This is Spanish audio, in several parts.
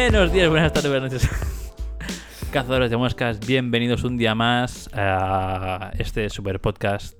Buenos días, buenas tardes, buenas noches. Cazadores de moscas, bienvenidos un día más a este super podcast.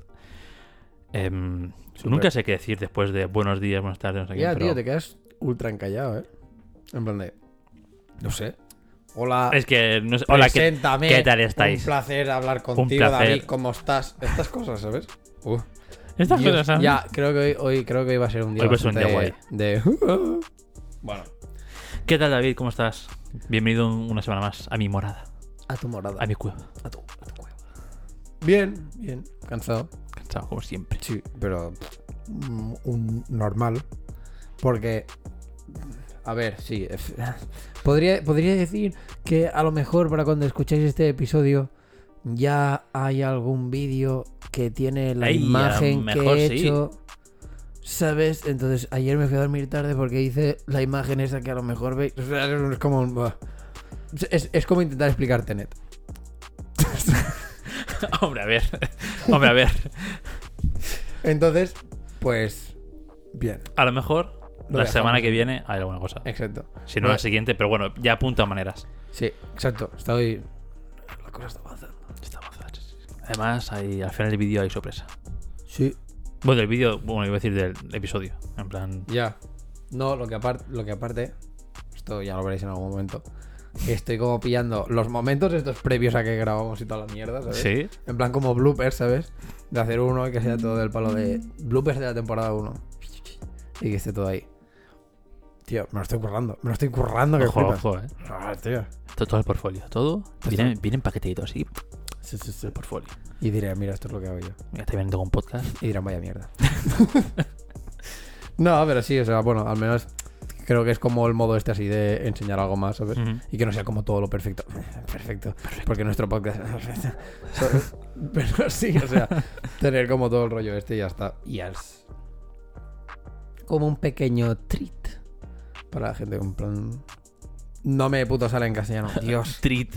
Nunca sé qué decir después de buenos días, buenas tardes, no sé qué. Ya, pero... tío, te quedas ultra encallado, En plan de... No sé. Hola. Es que no sé... Hola, ¿qué tal estáis? Un placer hablar contigo, David. ¿Cómo estás? Estas cosas, ¿sabes? Estas Dios, cosas, ¿sabes? ya, creo que hoy va a ser un día Hoy va a ser un día guay. Bueno. ¿Qué tal, David? ¿Cómo estás? Bienvenido una semana más a mi morada. A tu morada. A mi cueva. A tu cueva. Bien. Cansado. Cansado, como siempre. Sí, pero... un normal. Porque... A ver, sí. Podría decir que a lo mejor para cuando escucháis este episodio ya hay algún vídeo que tiene la imagen que he hecho. Sí. ¿Sabes? Entonces ayer me fui a dormir tarde porque hice la imagen esa que a lo mejor veis. O sea, es como... Es como intentar explicar Tenet. Hombre, a ver. Entonces, pues... Bien. A lo mejor... La semana que viene hay alguna cosa. Exacto. Si no, la siguiente, pero bueno, ya apunta a maneras. Sí, exacto. La cosa está avanzando. Además, al final del vídeo hay sorpresa. Sí. Bueno, del vídeo, iba a decir del episodio. En plan... Ya. No, lo que aparte... Esto ya lo veréis en algún momento. Estoy como pillando los momentos estos previos a que grabamos y toda la mierda, ¿sabes? Sí. En plan como bloopers, ¿sabes? De hacer uno y que sea todo del palo de... Bloopers de la temporada 1. Y que esté todo ahí. Tío, me lo estoy currando. Ojo, tío. Todo el portfolio. Todo viene en paquetito así. Sí. El portfolio. Y diré, mira, esto es lo que hago yo. Ya estoy viendo con un podcast. Y dirán, vaya mierda. No, pero sí, o sea, bueno, al menos creo que es como el modo este así de enseñar algo más, ¿sabes? Uh-huh. Y que no sea como todo lo perfecto. Perfecto. Porque nuestro podcast es perfecto. Pero sí, o sea, tener como todo el rollo este y ya está. Y es como un pequeño treat para la gente, en plan... No me puto sale en castellano, Dios. Treat.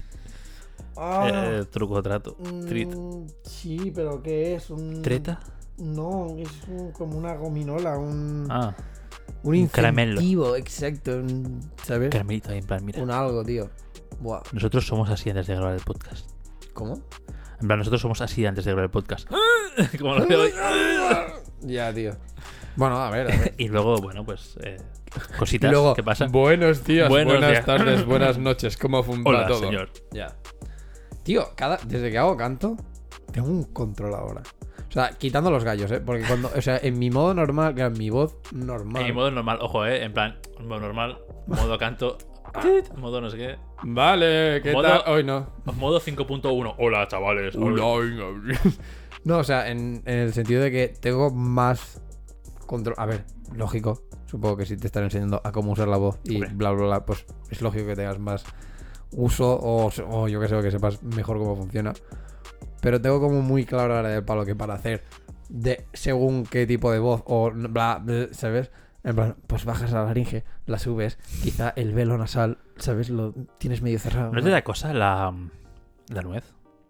Truco trato. Treat. Sí, pero ¿qué es? ¿Treta? No, es como una gominola, un caramelo. incentivo, exacto, ¿sabes? Caramelito ahí, en plan, mira. Un algo, tío. Buah. Nosotros somos así antes de grabar el podcast. ¿Cómo? En plan, nosotros somos así antes de grabar el podcast. Como lo de hoy. Ya, tío. Bueno, a ver. Y luego, bueno, pues... cositas y luego, que pasan. Buenos días, buenas días. tardes, buenas noches. ¿Cómo funciona todo? Señor. Ya. Tío, desde que hago canto, tengo un control ahora. O sea, quitando los gallos, porque cuando... O sea, en mi modo normal, en mi voz normal... En mi modo normal, ojo, en plan, modo normal, modo canto, modo no sé qué. Vale, ¿qué tal? Hoy no. Modo 5.1. Hola, chavales. Hola. No, o sea, en el sentido de que tengo más control... A ver, lógico. Supongo que si te están enseñando a cómo usar la voz y bla, bla, bla, pues es lógico que tengas más uso o yo que sé, o que sepas mejor cómo funciona. Pero tengo como muy claro ahora del palo que para hacer de según qué tipo de voz o bla, ¿sabes? En plan, pues bajas la laringe, la subes, quizá el velo nasal, ¿sabes? Lo tienes medio cerrado. ¿No te da cosa la nuez?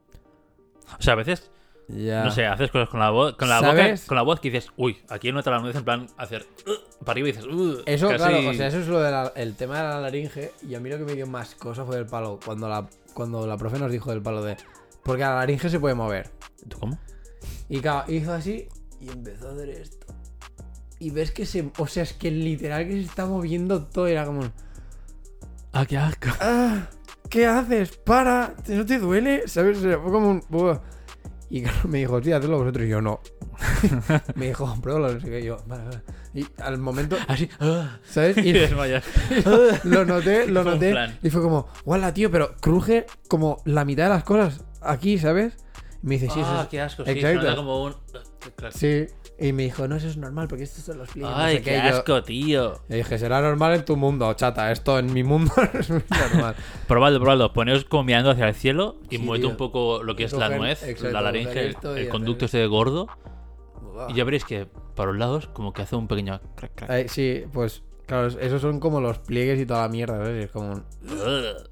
O sea, a veces... Ya. No sé, haces cosas con la voz, con la boca, con la voz que dices, uy, aquí nota la nuez, en plan, hacer para arriba y dices, eso, casi... claro, o sea, eso es lo del tema de la laringe. Y a mí lo que me dio más cosa fue el palo, cuando la profe nos dijo del palo de... Porque la laringe se puede mover. ¿Tú cómo? Y claro, hizo así y empezó a hacer esto. Y ves que o sea, es que literal que se está moviendo todo. Era como... ¡Ah, qué asco! ¿Qué haces? ¡Para! ¿No te duele? ¿Sabes? O sea, fue como un... Y claro, me dijo, sí, hacedlo vosotros. Y yo, no. Me dijo, pruébalo, no sé qué. Y yo, vale. Y al momento... Así, ¿sabes? Y desmayas. Lo noté. Y fue como, guala, tío, pero cruje como la mitad de las cosas aquí, ¿sabes? Y me dice, sí, eso es... qué asco, exacto. Sí, suena como un... Claro. Sí. Y me dijo, no, eso es normal, porque estos son los pliegues. Ay, no sé qué asco, tío. Le dije, será normal en tu mundo, chata. Esto en mi mundo no es muy normal. Probadlo. Poneos como mirando hacia el cielo y sí, mueved tío. un poco lo que es la nuez, exacto, la laringe, el conducto este gordo. Y ya veréis que para los lados como que hace un pequeño crack, crack. Sí, pues claro, esos son como los pliegues y toda la mierda, ¿sabes? Y es como un...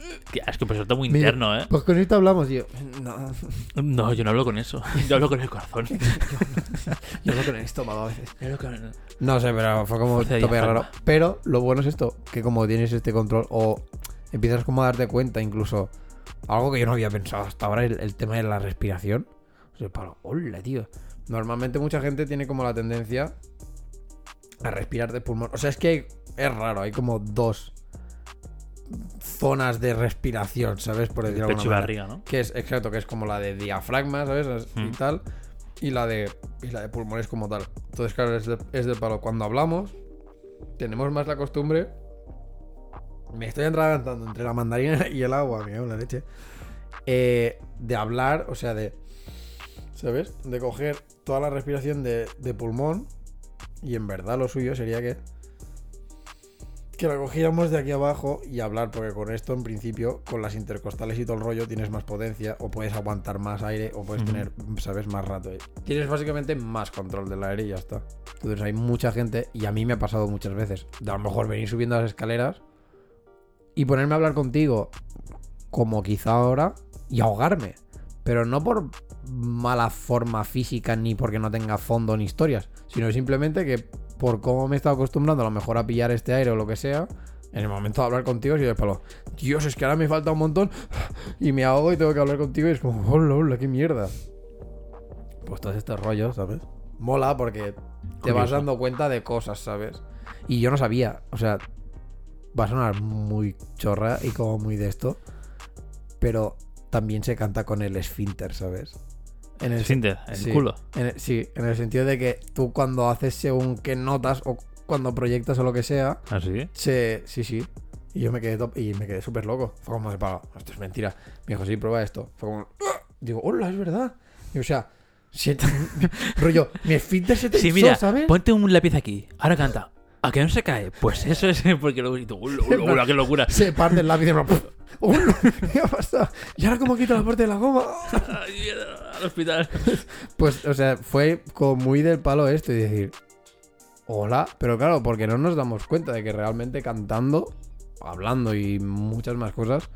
Qué asco, pero eso está muy Mira, interno, ¿eh? Pues con esto hablamos, tío. No, No, yo no hablo con eso. Yo hablo con el corazón. yo hablo con el estómago a veces. Yo hablo con... No sé, pero fue como Fuerza de tope diafragma. raro. Pero lo bueno es esto, que como tienes este control o empiezas como a darte cuenta incluso algo que yo no había pensado hasta ahora, el tema de la respiración. O sea, para, hola, tío. Normalmente mucha gente tiene como la tendencia a respirar de pulmón. O sea, es que es raro, hay como dos zonas de respiración, ¿sabes? Por decirlo de Pecho y alguna barriga, manera. ¿no? Que es, exacto, que es como la de diafragma, ¿sabes? Y tal. Y la de pulmones como tal. Entonces, claro, es del palo. Cuando hablamos, tenemos más la costumbre. Me estoy atragantando entre la mandarina y el agua, me cago en la leche. De hablar, o sea, ¿sabes? De coger toda la respiración de pulmón. Y en verdad lo suyo sería que la cogiéramos de aquí abajo y hablar, porque con esto en principio, con las intercostales y todo el rollo, tienes más potencia, o puedes aguantar más aire, o puedes tener, ¿sabes?, más rato. Tienes básicamente más control del aire y ya está. Entonces hay mucha gente, y a mí me ha pasado muchas veces, de a lo mejor venir subiendo las escaleras y ponerme a hablar contigo, como quizá ahora, y ahogarme. Pero no por mala forma física, ni porque no tenga fondo ni historias, sino simplemente que por cómo me he estado acostumbrando a lo mejor a pillar este aire o lo que sea, en el momento de hablar contigo, y de palo, Dios, es que ahora me falta un montón y me ahogo y tengo que hablar contigo y es como, hola, hola, qué mierda. Pues todo este rollo, ¿sabes? Mola porque te vas dando cuenta de cosas, ¿sabes? Y yo no sabía, o sea, va a sonar muy chorra y como muy de esto, pero también se canta con el esfínter, ¿sabes? En el esfínter, el sí, culo. Sí, en el sentido de que tú cuando haces según qué notas o cuando proyectas o lo que sea, ¿Ah, sí? sí. Y yo me quedé súper loco. Fue como de palo, esto es mentira. Me dijo, sí, prueba esto. Fue como, digo, hola, es verdad. Y o sea, rollo, mi esfínter se tensó, Sí, mira, ¿sabes? ponte un lápiz aquí. Ahora canta. ¿A que no se cae? Pues eso es porque luego dices, ¡hola, qué locura! Se parte el lápiz y me ¿qué ha pasado? ¿Y ahora cómo quito la parte de la goma? ¡Ay, mierda! Al hospital. Pues, o sea, fue como muy del palo esto y decir, hola, pero claro, porque no nos damos cuenta de que realmente cantando, hablando y muchas más cosas,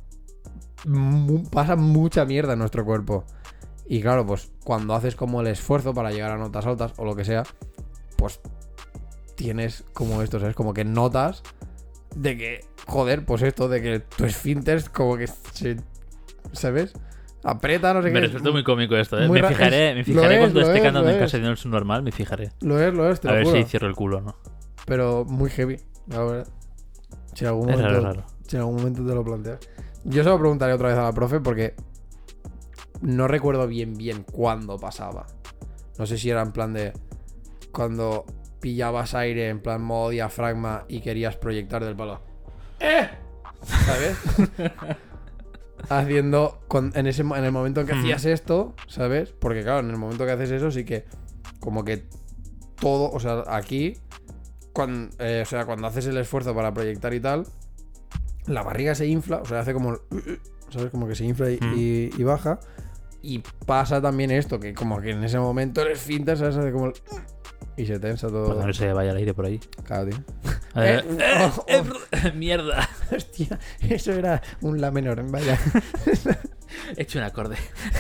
pasa mucha mierda en nuestro cuerpo. Y claro, pues cuando haces como el esfuerzo para llegar a notas altas o lo que sea, pues tienes como esto, ¿sabes? Como que notas de que, joder, pues esto, de que tu esfínter como que se, ¿sabes? Aprieta, no sé qué. Me resulta muy cómico esto, ¿eh? Muy Me fijaré cuando esté cantando en casa de un subnormal, me fijaré. Lo es, te A lo ver juro. si cierro el culo, ¿no? Pero muy heavy, la verdad. Si en algún Es momento, raro. si en algún momento te lo planteas. Yo se lo preguntaré otra vez a la profe porque no recuerdo bien cuándo pasaba. No sé si era en plan de cuando pillabas aire en plan modo diafragma y querías proyectar del palo. ¿Sabes? Haciendo en el momento en que hacías esto, ¿sabes? Porque claro, en el momento que haces eso sí que como que todo, o sea, aquí cuando haces el esfuerzo para proyectar y tal, la barriga se infla, o sea, hace como, ¿sabes? Como que se infla y baja. Y pasa también esto, que como que en ese momento el esfínter, ¿sabes? Hace como y se tensa todo. Cuando no se vaya el aire por ahí. Claro, tío. ¡Mierda! Hostia, eso era un la menor, vaya. He hecho un acorde.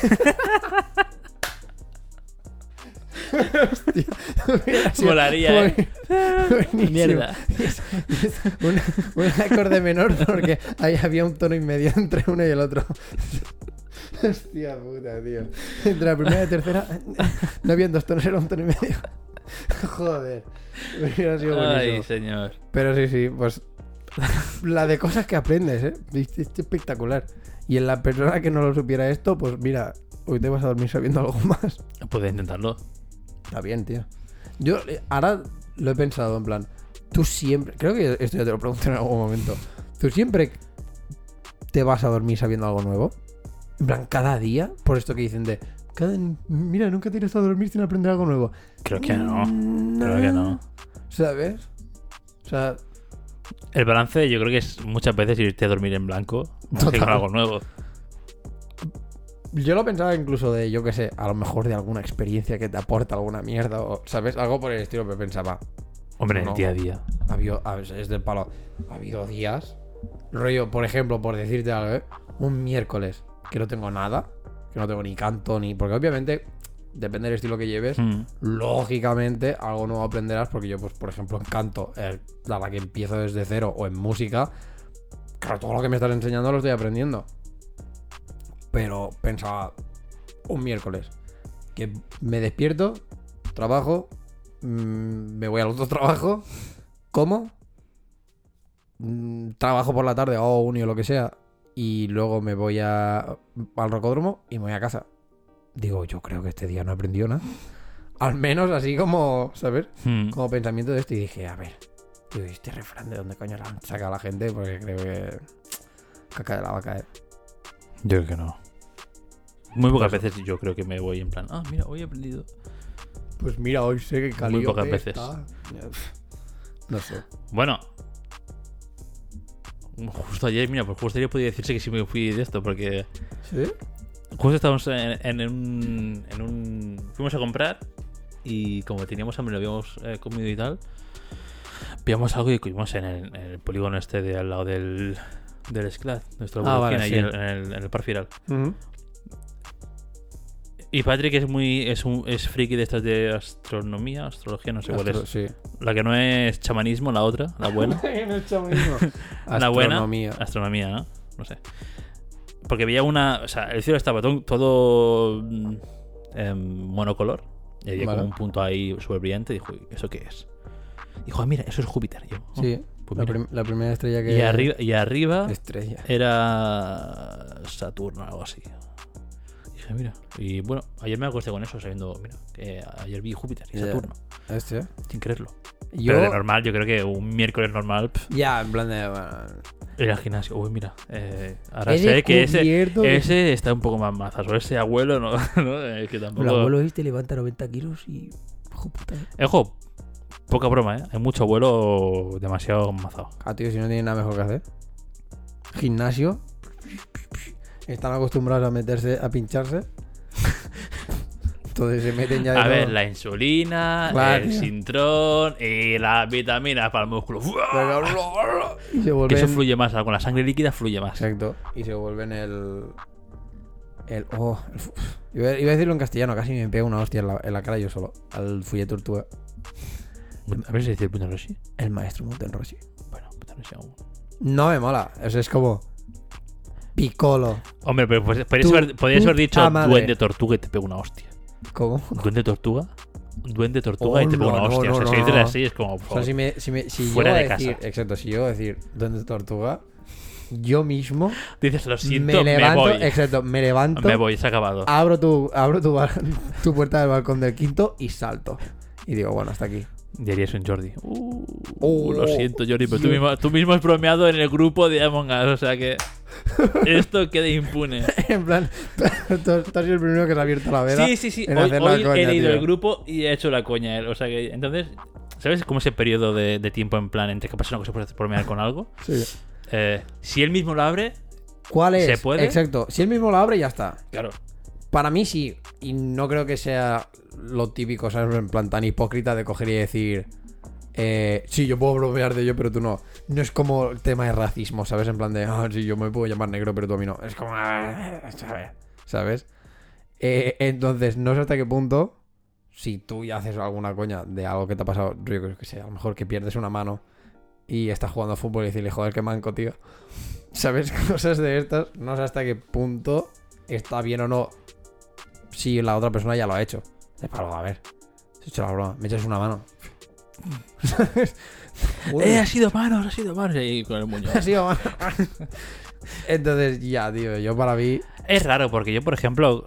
Hostia, Molaría, buenísimo. Mierda. Es un acorde menor porque ahí había un tono y medio entre uno y el otro. Hostia puta, tío. Entre la primera y la tercera no habían dos tonos, era un tono y medio. Joder. Hubiera sido buenísimo. Ay, señor. Pero sí, pues la de cosas que aprendes, ¿eh? Es espectacular. Y en la persona que no lo supiera esto, pues mira, hoy te vas a dormir sabiendo algo más. Puedes intentarlo. Está bien, tío. Yo ahora lo he pensado, en plan, tú siempre, creo que esto ya te lo pregunté en algún momento, tú siempre te vas a dormir sabiendo algo nuevo. En plan, cada día, por esto que dicen de, mira, nunca te irás a dormir sin aprender algo nuevo. Creo que no. Creo que no. ¿Sabes? O sea, el balance yo creo que es muchas veces irte a dormir en blanco. Con algo nuevo. Yo lo pensaba incluso de, yo qué sé, a lo mejor de alguna experiencia que te aporta alguna mierda, o, ¿sabes? Algo por el estilo, pero pensaba. Hombre, en el día a día. Es del palo. Ha habido días Rollo, por ejemplo, por decirte algo, un miércoles que no tengo nada, que no tengo ni canto ni... Porque obviamente, depende del estilo que lleves, lógicamente algo nuevo aprenderás, porque yo, pues, por ejemplo, en canto, la que empiezo desde cero, o en música, claro, todo lo que me estás enseñando lo estoy aprendiendo. Pero pensaba, un miércoles, que me despierto, trabajo, me voy al otro trabajo, como, trabajo por la tarde, o uni o lo que sea, y luego me voy al rocódromo y me voy a casa. Digo, yo creo que este día no he aprendido nada. Al menos así como, ¿sabes? Como pensamiento de esto. Y dije, a ver, tío, ¿y este refrán de dónde coño lo han sacado la gente? Porque creo que caca de la vaca, Yo creo que no. Muy pocas veces yo creo que me voy en plan, mira, hoy he aprendido. Pues mira, hoy sé que Calíope Muy pocas veces. No sé. Bueno. Justo ayer, mira, pues justo ayer podía decirse que sí me fui de esto, porque... ¿Sí? Justo estábamos en un... Fuimos a comprar y como teníamos hambre, lo habíamos comido y tal, pillamos algo y comimos en el polígono este de al lado del Esclat, nuestro vale, ahí sí. en el Parfiral. Y Patrick es friki de estas de astronomía, astrología, no sé cuál es. Sí. La que no es chamanismo, la otra, la buena. No es chamanismo. La buena, Astronomía. astronomía, ¿no? No sé. Porque veía o sea, el cielo estaba todo monocolor. Y había como un punto ahí súper brillante. Dijo, ¿eso qué es? Dijo, mira, eso es Júpiter. Yo, Sí, pues mira. la primera estrella que... Y arriba Estrella. era Saturno, algo así. Dije, mira. Y bueno, ayer me acosté con eso, sabiendo, mira, que ayer vi Júpiter y Saturno. Sin creerlo. Pero de normal, yo creo que un miércoles normal. Ya, en plan de... Ir al gimnasio. Uy, mira. Ahora sé que ese está un poco más mazas. O ese abuelo, ¿no? Es que tampoco... El abuelo este levanta 90 kilos y... Ojo, puta. Ojo, poca broma, ¿eh? Hay mucho abuelo demasiado mazado. Tío, si no tienen nada mejor que hacer. Gimnasio. Están acostumbrados a meterse, a pincharse. Entonces se meten ya de A todo. ver, la insulina, Claro, el tío. Sintrón y las vitaminas para el músculo. Y se vuelven... Que eso fluye más, con la sangre líquida fluye más. Exacto. Y se vuelven iba a decirlo en castellano, casi me pega una hostia en la cara yo solo. Al Fulle Tortuga. A ver si dice el Punta Rossi. El maestro Montenrossi. Bueno, Punta Rossi aún. No me mola. Eso es como... Piccolo. Hombre, pero podrías haber dicho madre. duende tortuga y te pega una hostia. ¿Cómo? ¿Duende tortuga? Duende tortuga y te pega una no, hostia. no, O sea, no, si dices no. así es como... por O sea, favor. si Fuera llego a de decir... casa. Exacto, si llego a decir duende tortuga, yo mismo Dices, lo siento, me levanto... voy. Exacto, me levanto... Me voy, se ha acabado. Abro tu puerta del balcón del quinto y salto. Y digo, bueno, hasta aquí. Y harías un Jordi. Oh, Lo siento, Jordi, pero Dios. tú mismo has bromeado en el grupo de Among Us, o sea que esto queda impune. En plan, tú has sido el primero que se ha abierto la veda. Sí. en Hoy hacer la coña, he leído tío. el grupo y he hecho la coña él. O sea que, entonces, ¿sabes cómo ese periodo de tiempo en plan entre que pasa una cosa por bromear con algo? Sí. Si él mismo lo abre, ¿Cuál es? ¿se puede? Exacto. Si él mismo lo abre, ya está. claro. Para mí sí. Y no creo que sea lo típico, ¿sabes? En plan tan hipócrita de coger y decir... sí, yo puedo bromear de ello, pero tú no. No es como el tema de racismo, ¿sabes? En plan de... sí, yo me puedo llamar negro, pero tú a mí no. Es como... ¿sabes? Entonces, no sé hasta qué punto... Si tú ya haces alguna coña de algo que te ha pasado... Yo creo que sé, a lo mejor que pierdes una mano... Y estás jugando a fútbol y decirle, joder, qué manco, tío. ¿Sabes? Cosas de estas. No sé hasta qué punto está bien o no. Si la otra persona ya lo ha hecho. Pero a ver. Se ha hecho la broma. Me echas una mano. ¿Sabes? Ha sido manos. Y con el muñón. Ha sido mano. Entonces, ya, tío. Yo para mí... Es raro porque yo, por ejemplo...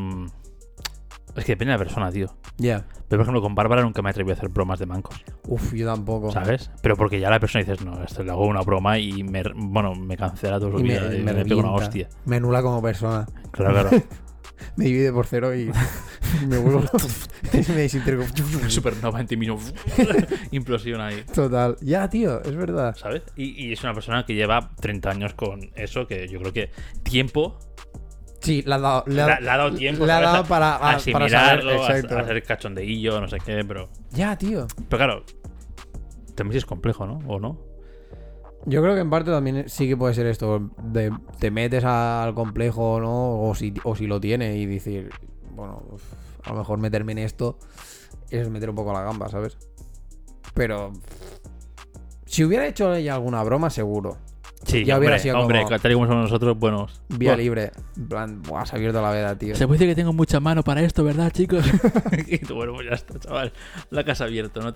es que depende de la persona, tío. Ya. Pero, por ejemplo, con Bárbara nunca me atreví a hacer bromas de mancos. Uf, yo tampoco. ¿Sabes? Pero porque ya la persona dices, no, esto le hago una broma y me cancela todo su Y vida y me pega una hostia. Me anula como persona. Claro. Me divide por cero y me vuelvo... me desintegro. Supernova en ti mismo. Implosiona ahí. Total. Ya, tío. Es verdad. ¿Sabes? Y es una persona que lleva 30 años con eso, que yo creo que tiempo... Sí, le ha dado, Le ha dado tiempo. Le ha ¿sabes? dado para asimilarlo, saber, exacto. a hacer cachondeillo, no sé qué, pero... Ya, tío. Pero claro, también sí es complejo, ¿no? ¿O no? Yo creo que en parte también sí que puede ser esto, de te metes al complejo, ¿no? O si lo tiene y decir, bueno, a lo mejor meterme en esto es meter un poco la gamba, ¿sabes? Pero si hubiera hecho ella alguna broma, seguro. Sí, Ya hubiera sido hombre, como tal y como somos nosotros, buenos. vía libre. En plan, buah, has abierto la veda, tío. Se puede decir que tengo mucha mano para esto, ¿verdad, chicos? Y tú, bueno, pues ya está, chaval. La casa abierta, ¿no?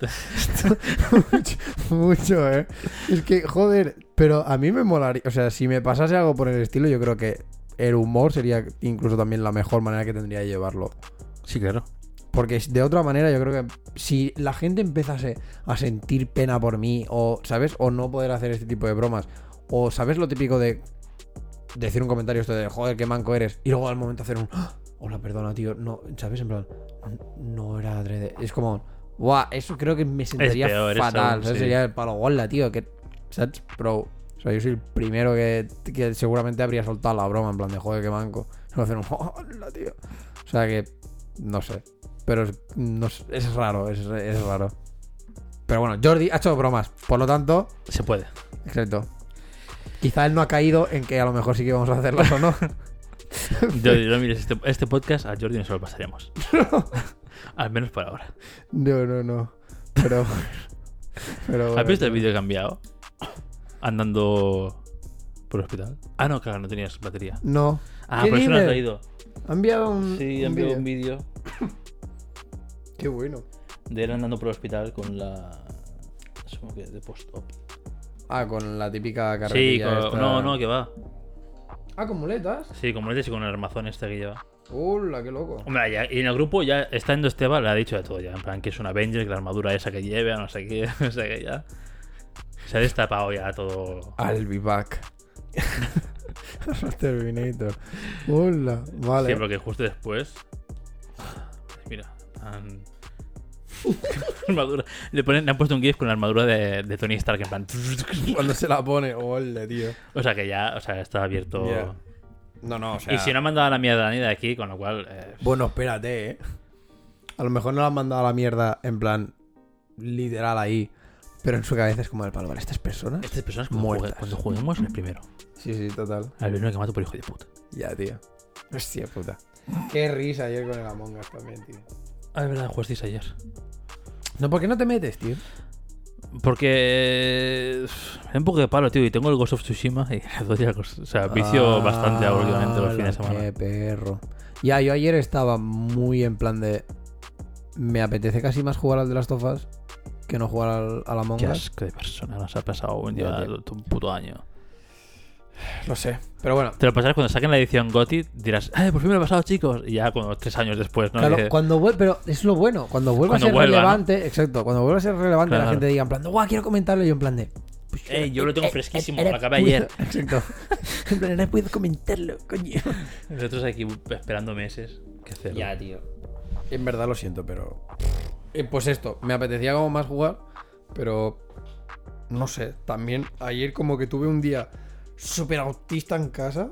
Mucho, ¿eh? Es que, joder, pero a mí me molaría. O sea, si me pasase algo por el estilo, yo creo que el humor sería incluso también la mejor manera que tendría de llevarlo. Sí, claro. Porque de otra manera, yo creo que si la gente empezase a sentir pena por mí, o, ¿sabes? O no poder hacer este tipo de bromas. O, ¿sabes lo típico de decir un comentario esto de joder, qué manco eres? Y luego al momento hacer un hola, perdona, tío. No, ¿sabes? En plan, no era adrede. Es como, guau, eso creo que me sentiría peor, fatal. eso, ¿Sabes? sí. Sería el palo gola, tío. Que, ¿sabes? Bro. O sea, yo soy el primero que seguramente habría soltado la broma. En plan de joder, qué manco. Y hacer un hola, tío. O sea que, no sé. Pero es raro, es raro. Pero bueno, Jordi ha hecho bromas. Por lo tanto, Se puede. exacto. Quizá él no ha caído en que a lo mejor sí que vamos a hacerlas o no. Jordi, no mires este podcast, a Jordi no se lo pasaremos. Al menos por ahora. No. Pero ¿Has visto el vídeo que ha enviado? Andando por el hospital. Ah, no, claro, no tenías batería. No. Ah, ¿Qué por eso no has dices? traído. Ha enviado un. Sí, ha enviado un vídeo Qué bueno. de él andando por el hospital con la. Supongo que de post-op. Ah, con la típica Sí, carretilla esta. no, que va. Ah, con muletas. Sí, con muletas y con el armazón este que lleva. Hola, qué loco. Hombre, ya, y en el grupo ya está en Esteban, le ha dicho de todo ya. En plan, que es un Avenger, que la armadura esa que lleve, no sé qué, no sé qué ya. Se ha destapado ya todo. I'll be back. Terminator. Hola, vale. Sí, porque justo después. Mira, armadura. Le han puesto un GIF con la armadura de Tony Stark en plan. Cuando se la pone, hola, tío. O sea que ya, está abierto. Yeah. No, o sea. Y si no han mandado a la mierda ni de aquí, con lo cual. Bueno, espérate, ¿eh? A lo mejor no la han mandado a la mierda en plan literal ahí. Pero en su cabeza es como el palo. Vale, estas personas. Estas personas muertas. cuando juguemos el primero. Sí, total. Al primero que mato por hijo de puta. Ya, tío. Hostia puta. Qué risa ayer con el Among Us también, tío. Ah, es verdad, jugasteis ayer. No, ¿por qué no te metes, tío? Porque me da un poco de palo, tío, y tengo el Ghost of Tsushima y o sea, vicio bastante ahora últimamente los fines de semana. Qué perro. Ya, yo ayer estaba muy en plan de... Me apetece casi más jugar al de Last of Us que no jugar al Among Qué Us. asco de persona nos ha pasado un día, Ya, tío. un puto año. Lo sé, pero bueno. Te lo pasarás cuando saquen la edición GOTY, dirás, por fin me lo he pasado, chicos. Y ya cuando 3 años después, ¿no? Claro, Que- cuando vuelva, pero es lo bueno, cuando vuelva a ser vuelva, relevante, exacto, cuando vuelva a ser relevante Claro. la gente diga en plan, guau, quiero comentarlo, y yo en plan de... Pues, yo lo tengo fresquísimo, era- lo acabé ayer. Exacto. En plan, no puedo comentarlo, coño. Nosotros aquí esperando meses. Qué cero. Tío. En verdad lo siento, pero... pues esto, me apetecía como más jugar, pero... No sé, también ayer como que tuve un día súper autista en casa.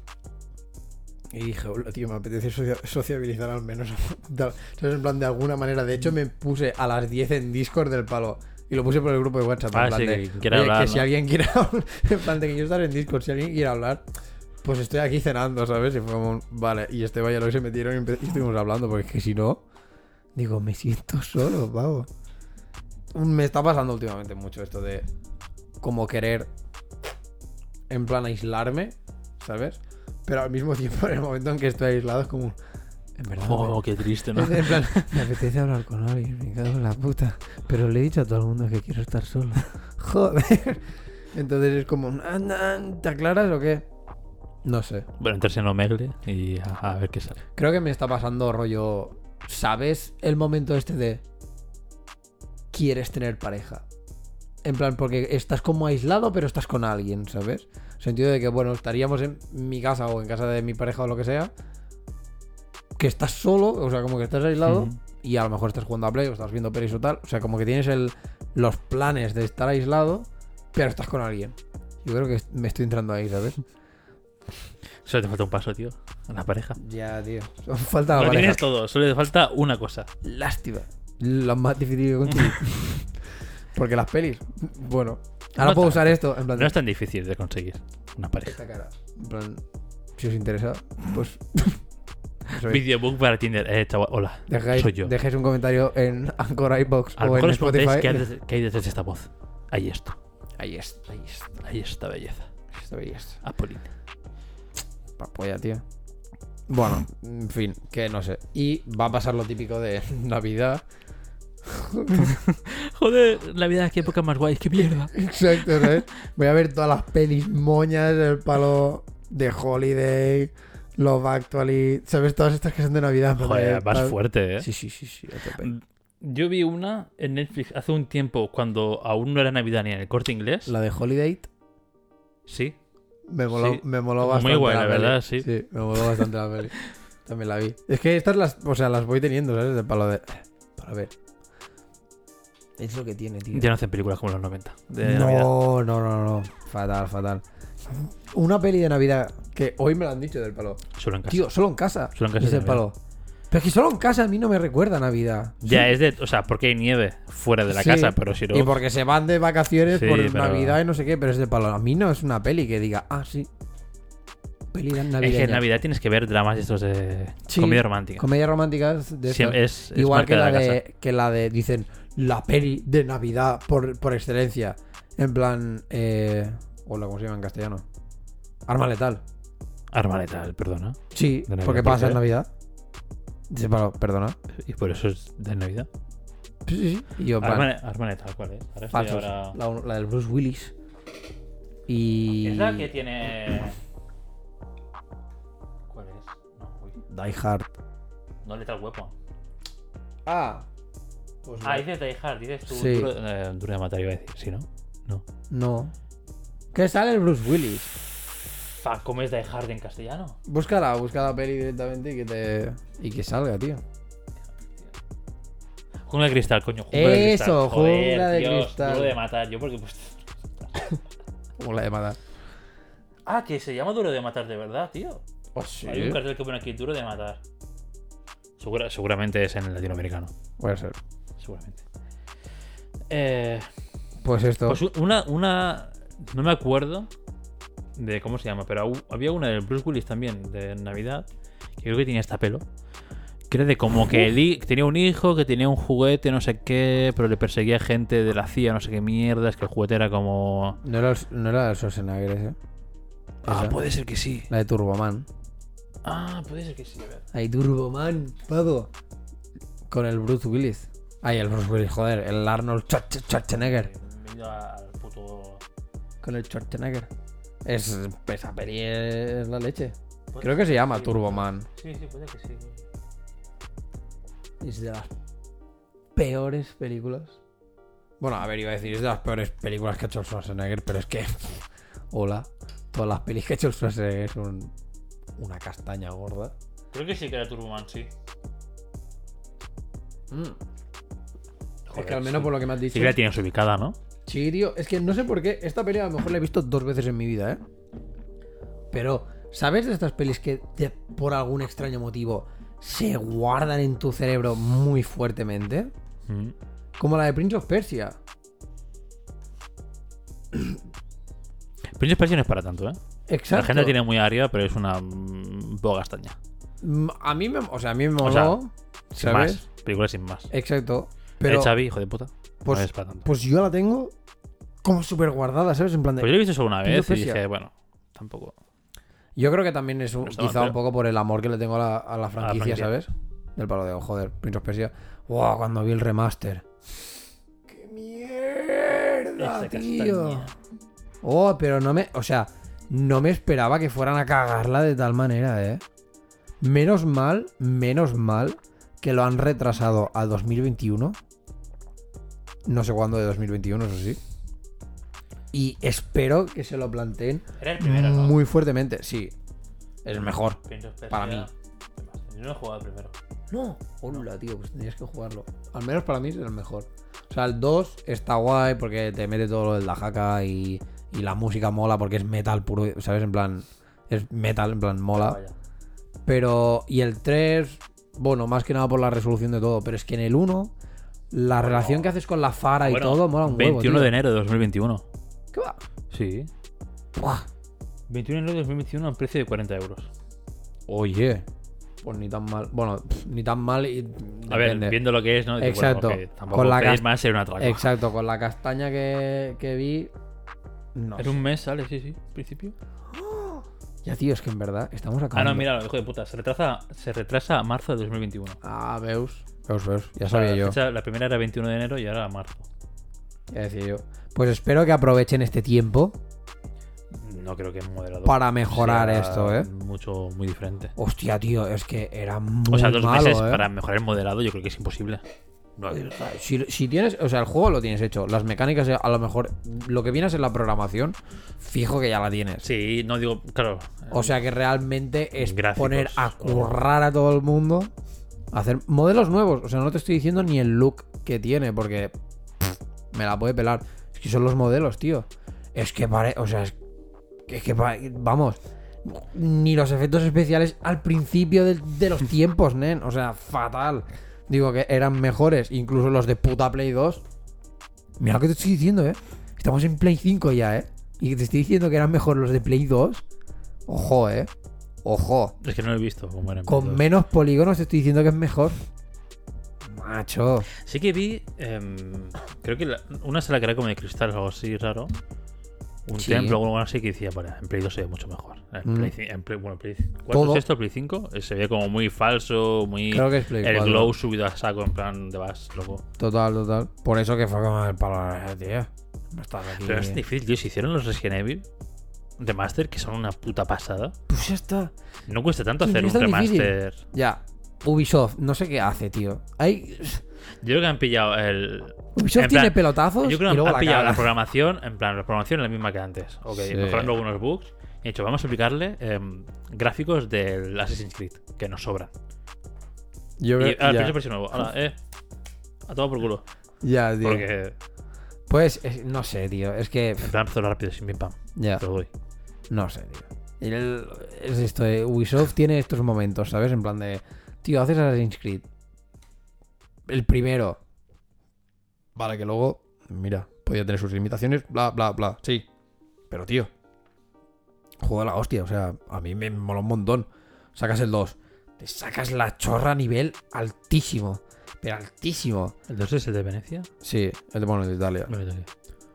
Y dije, hola, tío, me apetece sociabilizar al menos. ¿Sabes? En plan, de alguna manera. De hecho, me puse a las 10 en Discord del palo. Y lo puse por el grupo de WhatsApp. En plan sí, de, que quiere oye, hablar, que ¿no? si alguien quiere hablar... En plan, de que yo estar en Discord. Si alguien quiere hablar, pues estoy aquí cenando, ¿sabes? Y fue como, vale. Y Esteban y Aloy se metieron y estuvimos hablando. Porque es que si no... Digo, me siento solo, pavo. Me está pasando últimamente mucho esto de... Como querer... En plan, aislarme, ¿sabes? Pero al mismo tiempo, en el momento en que estoy aislado, es como... En verdad... Oh, qué triste, ¿no? En plan, me apetece hablar con alguien, me cago en la puta. Pero le he dicho a todo el mundo que quiero estar solo. Joder. Entonces es como, ¿te aclaras o qué? No sé. Bueno, entrarse en Omegle y a ver qué sale. Creo que me está pasando rollo... ¿Sabes el momento este de... quieres tener pareja? En plan, porque estás como aislado, pero estás con alguien, ¿sabes? Sentido de que, bueno, estaríamos en mi casa o en casa de mi pareja o lo que sea, que estás solo, o sea, como que estás aislado, y a lo mejor estás jugando a Play o estás viendo pelis o tal, o sea, como que tienes los planes de estar aislado, pero estás con alguien. Yo creo que me estoy entrando ahí, ¿sabes? Solo te falta un paso, tío. A la pareja. Ya, tío. Falta la Lo pareja. tienes todo, solo te falta una cosa. Lástima. Lo más difícil que conseguir. Porque las pelis, bueno. Ahora No puedo tanto. usar esto. En plan, No es tan difícil de conseguir una pareja. esta cara. En plan, si os interesa, pues. eso es. Videobook para Tinder. Chaval, hola. Soy yo. Dejéis un comentario en Anchor, iBox A lo o mejor en os preguntáis Spotify. qué hay detrás de esta voz. Ahí está. Ahí está. Ahí está belleza. Esta belleza. Apolín. Papolla, tío. Bueno, en fin, que no sé. Y va a pasar lo típico de Navidad. Joder, la vida, qué época más guay. Qué mierda. Exacto, ¿sabes? Voy a ver todas las pelis moñas, el palo de Holiday, Love Actually, ¿sabes? Todas estas que son de Navidad. Joder, más Tal. fuerte, Sí, a tope. Yo vi una en Netflix hace un tiempo cuando aún no era Navidad ni en el Corte Inglés. La de Holiday Sí. me moló, Sí. me moló Muy bastante. guay, la peli. verdad, sí. Sí, me moló bastante la peli. También la vi. Es que estas las, o sea, las voy teniendo, ¿sabes? De palo de. Para ver. Es lo que tiene, tío. Ya no hacen películas como los 90. De Navidad. No. Fatal. Una peli de Navidad que hoy me lo han dicho del palo. Solo en casa. Tío, solo en casa. Solo en casa Es de del palo. Pero es que solo en casa a mí no me recuerda a Navidad. Ya es de. O sea, porque hay nieve fuera de la Sí, casa, pero si no. Y porque se van de vacaciones Sí, por pero- Navidad y no sé qué, pero es de palo. A mí no es una peli que diga, sí. Peli navideña. Es que en Navidad tienes que ver dramas estos de Sí, comedia romántica. Comedias románticas de Sí, estas. es Igual que marca la, de la de, que la de, dicen, la peli de Navidad por excelencia. En plan, hola, ¿cómo se llama en castellano? Arma letal. Arma letal, perdona. Sí, De Navidad, porque ¿por pasa qué? en Navidad. Dice, perdona. Y por eso es de Navidad. Sí. Y yo, en plan, Arma letal, ¿cuál es? Ahora estoy falsos. ahora- La del Bruce Willis. Y. Es la que tiene. ¿Cuál es? No, uy. Die Hard. No Lethal Weapon. Pues Ah, dices Die Hard, dices tú. Sí. Duro de matar, iba a decir. ¿Sí, no? No. No. ¿Qué sale el Bruce Willis? Fuck, ¿cómo es Die Hard en castellano? Busca la peli directamente y que salga, tío. Jungla de cristal, coño. Jungla de cristal. Eso, Joder, Jungla de Dios, cristal. Duro de matar. Yo porque pues. Como la de matar. Ah, que se llama Duro de matar de verdad, tío. Oh, sí. Hay un cartel que pone aquí Duro de matar. Seguramente es en el latinoamericano. Puede ser. Seguramente. Pues esto. Pues una. No me acuerdo de cómo se llama, pero había una del Bruce Willis también, de Navidad, que creo que tenía esta pelo. Que era de como que tenía un hijo, que tenía un juguete, no sé qué, pero le perseguía gente de la CIA, no sé qué mierdas, que el juguete era como. No era el Schwarzenegger ese. Ah, Esa. puede ser que sí. La de Turboman. Ah, puede ser que sí, a ver. Ahí Turboman, pado. Con el Bruce Willis. Ay, el Bruce Willis, joder. El Arnold Schwarzenegger. Bienvenido al puto. Con el Schwarzenegger. Esa peli es la leche. Puede Creo que ser se llama sí, Turboman. Sí, puede que sí. Es de las peores películas. Bueno, a ver, iba a decir, es de las peores películas que ha hecho el Schwarzenegger, pero es que. Hola. Todas las pelis que ha hecho el Schwarzenegger son una castaña gorda. Creo que sí que era Turboman, sí. Es que al menos por lo que me has dicho. Sí que la tienes ubicada, ¿no? Sí, tío, es que no sé por qué. Esta peli a lo mejor la he visto 2 veces en mi vida, ¿eh? Pero, ¿sabes de estas pelis que por algún extraño motivo se guardan en tu cerebro muy fuertemente? Mm. Como la de Prince of Persia. Prince of Persia no es para tanto, ¿eh? Exacto. La gente tiene muy arriba, pero es una poca castaña. A mí me moló, O sea, Sin ¿sabes? más. Película sin más. Exacto. Pero, Xavi, hijo de puta. pues, no es para tanto. pues yo la tengo como súper guardada, ¿sabes? En plan de... Pues yo lo he visto solo una Prince vez of y Persia. dije, bueno, tampoco. Yo creo que también es No está quizá mal, un poco por el amor que le tengo a la franquicia, franquicia. ¿sabes? Del palo de, joder, Prince of Persia. Wow, cuando vi el remaster. ¡Qué mierda, Esa tío! castaña. Oh, pero no me... O sea, no me esperaba que fueran a cagarla de tal manera, ¿eh? Menos mal que lo han retrasado a 2021. No sé cuándo de 2021, eso sí. Y espero que se lo planteen Era el primero, ¿no? muy fuertemente. Sí, es el mejor. Prince of Persia. para mí. Yo no he jugado el primero. No, hola, tío, pues tendrías que jugarlo. Al menos para mí es el mejor. O sea, el 2 está guay porque te mete todo lo del Dajaka y la música mola porque es metal puro, ¿sabes? En plan, es metal, en plan, mola. Vaya. Pero, y el 3, bueno, más que nada por la resolución de todo, pero es que en el 1 La relación que haces con la Fara y Bueno, todo mola un huevo, 21 tío. de enero de 2021. ¿Qué va? Sí. Buah. 21 de enero de 2021 a un precio de 40 euros. Oye, pues ni tan mal. Bueno, ni tan mal y A ver, depende. viendo lo que es, ¿no? Digo, Exacto. Bueno, ok, tampoco Con la pedís cas- más, sería un atraco. Exacto, con la castaña que vi. No. En un mes sale, sí, en principio. Ya, tío, es que en verdad estamos Ah, acabando. no, mira, hijo de puta. Se retrasa a marzo de 2021. Ah, veus. Ya O sea, sabía yo. la primera era 21 de enero y ahora marzo. Ya decía yo. Pues espero que aprovechen este tiempo No creo que en moderado para mejorar sea esto, ¿eh? muy diferente. Hostia, tío, es que era muy O sea, 2 malo, meses ¿eh? para mejorar el moderado yo creo que es imposible. Si tienes, o sea, el juego lo tienes hecho, las mecánicas a lo mejor, lo que viene a ser la programación, fijo que ya la tienes. Sí, no digo, claro. O sea que realmente es Gráficos, poner a currar a todo el mundo, hacer modelos nuevos. O sea, no te estoy diciendo ni el look que tiene, porque me la puede pelar. Es que son los modelos, tío. Es que o sea, vamos, ni los efectos especiales al principio de los tiempos, nen. O sea, fatal. Digo que eran mejores, incluso los de puta Play 2. Mira lo que te estoy diciendo, Estamos en Play 5 ya, Y que te estoy diciendo que eran mejor los de Play 2. Ojo, Ojo. Es que no lo he visto como eran. Con menos polígonos te estoy diciendo que es mejor. Macho. Sí que vi, creo que una sala que era como de cristal o algo así raro. Un Sí. templo o algo así que decía, vale, en Play 2 se ve mucho mejor. Bueno, Play 4 Todo. es esto, Play 5, se ve como muy falso, muy... Creo que es Play el 4. glow subido a saco, en plan de vas, loco. Total. Por eso que fue como el palo, tío. No estás aquí. Pero es difícil, tío, si hicieron los Resident Evil de Master, que son una puta pasada. Pues ya está. No cuesta tanto Sí, hacer no un es tan difícil. remaster. Ya. Ubisoft, no sé qué hace, tío. Yo creo que han pillado el... Ubisoft en tiene plan, pelotazos Yo creo y que luego han la pillado caga. la programación, en plan, la programación es la misma que antes. Ok, Sí. mejorando algunos bugs. Y he dicho, vamos a aplicarle gráficos del Assassin's Creed, que nos sobran. Yo Y creo, ahora, ya. precio nuevo. Ahora, a todo por culo. Ya, tío. Porque, Pues, no sé, tío. Es que. en plan, todo rápido, sin pim pam. Ya. Te lo doy. No sé, tío. Es esto, Ubisoft tiene estos momentos, ¿sabes? En plan de. Tío, haces Assassin's Creed. El primero. Vale, que luego. Mira, podía tener sus limitaciones. Bla, bla, bla. Sí. Pero, tío. Juego de la hostia. O sea, a mí me mola un montón. Sacas el 2. Te sacas la chorra a nivel altísimo. Pero altísimo. ¿El 2 es el de Venecia? Sí, el de, bueno, el de Italia. Bueno, Italia.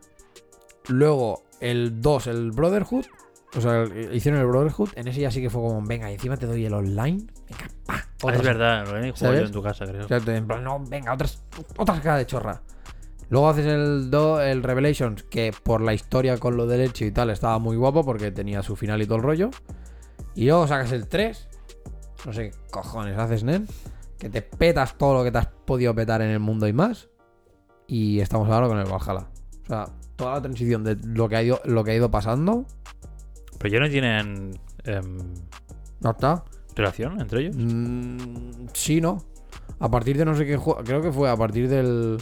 Luego, el 2, el Brotherhood. O sea, hicieron el Brotherhood. En ese ya sí que fue como, venga, y encima te doy el online. Venga, pa. Es verdad, lo he jugado ¿sabes? yo en tu casa, creo. O sea, en plan, no, venga, otra sacada de chorra. Luego haces el Revelations, que por la historia con lo del hecho y tal estaba muy guapo porque tenía su final y todo el rollo. Y luego sacas el 3. No sé qué cojones haces, nen. Que te petas todo lo que te has podido petar en el mundo y más. Y estamos ahora con el Valhalla. O sea, toda la transición de lo que ha ido pasando. Pero ya no tienen ¿No está? relación entre ellos. Sí, ¿no? A partir de no sé qué juego. Creo que fue a partir del.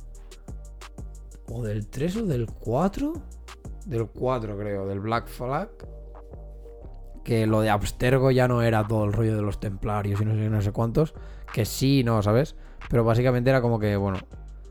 O del 3 o del 4. Del 4, creo. Del Black Flag. Que lo de Abstergo ya no era todo el rollo de los templarios y no sé cuántos. Que sí, no, ¿sabes? Pero básicamente era como que, bueno.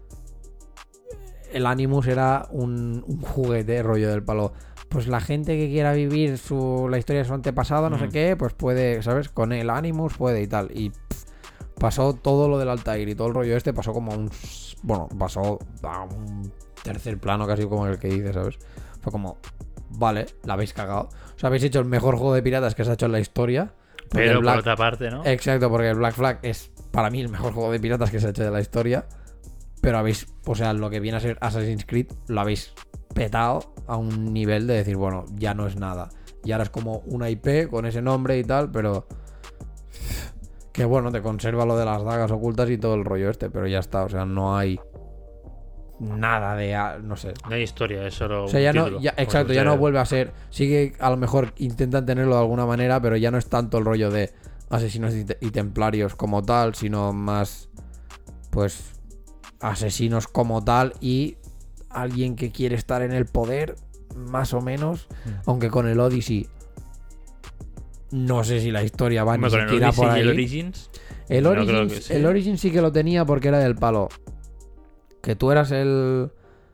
El Animus era un juguete rollo del palo. Pues la gente que quiera vivir la historia de su antepasado, no sé qué, pues puede, ¿sabes? Con el Animus puede y tal. Y pasó todo lo del Altair y todo el rollo este, pasó como a un. Bueno, pasó a un tercer plano, casi como el que dice, ¿sabes? Fue como, vale, la habéis cagado. O sea, habéis hecho el mejor juego de piratas que se ha hecho en la historia. Pero por otra parte, ¿no? Exacto, porque el Black Flag es para mí el mejor juego de piratas que se ha hecho de la historia. Pero habéis, o sea, lo que viene a ser Assassin's Creed, lo habéis petado a un nivel de decir, bueno, ya no es nada. Y ahora es como una IP con ese nombre y tal, pero que bueno, te conserva lo de las dagas ocultas y todo el rollo este, pero ya está, o sea, no hay nada de, no sé. No hay historia, es solo O sea, ya un no, título. ya, exacto, ya no vuelve a ser. Sí que a lo mejor intentan tenerlo de alguna manera, pero ya no es tanto el rollo de asesinos y templarios como tal, sino más, pues, asesinos como tal y alguien que quiere estar en el poder, más o menos, aunque con el Odyssey no sé si la historia va ni siquiera por ahí. ¿Y el Origins? El No Origins, creo que sí. el Origins sí que lo tenía porque era del palo. que tú eras el...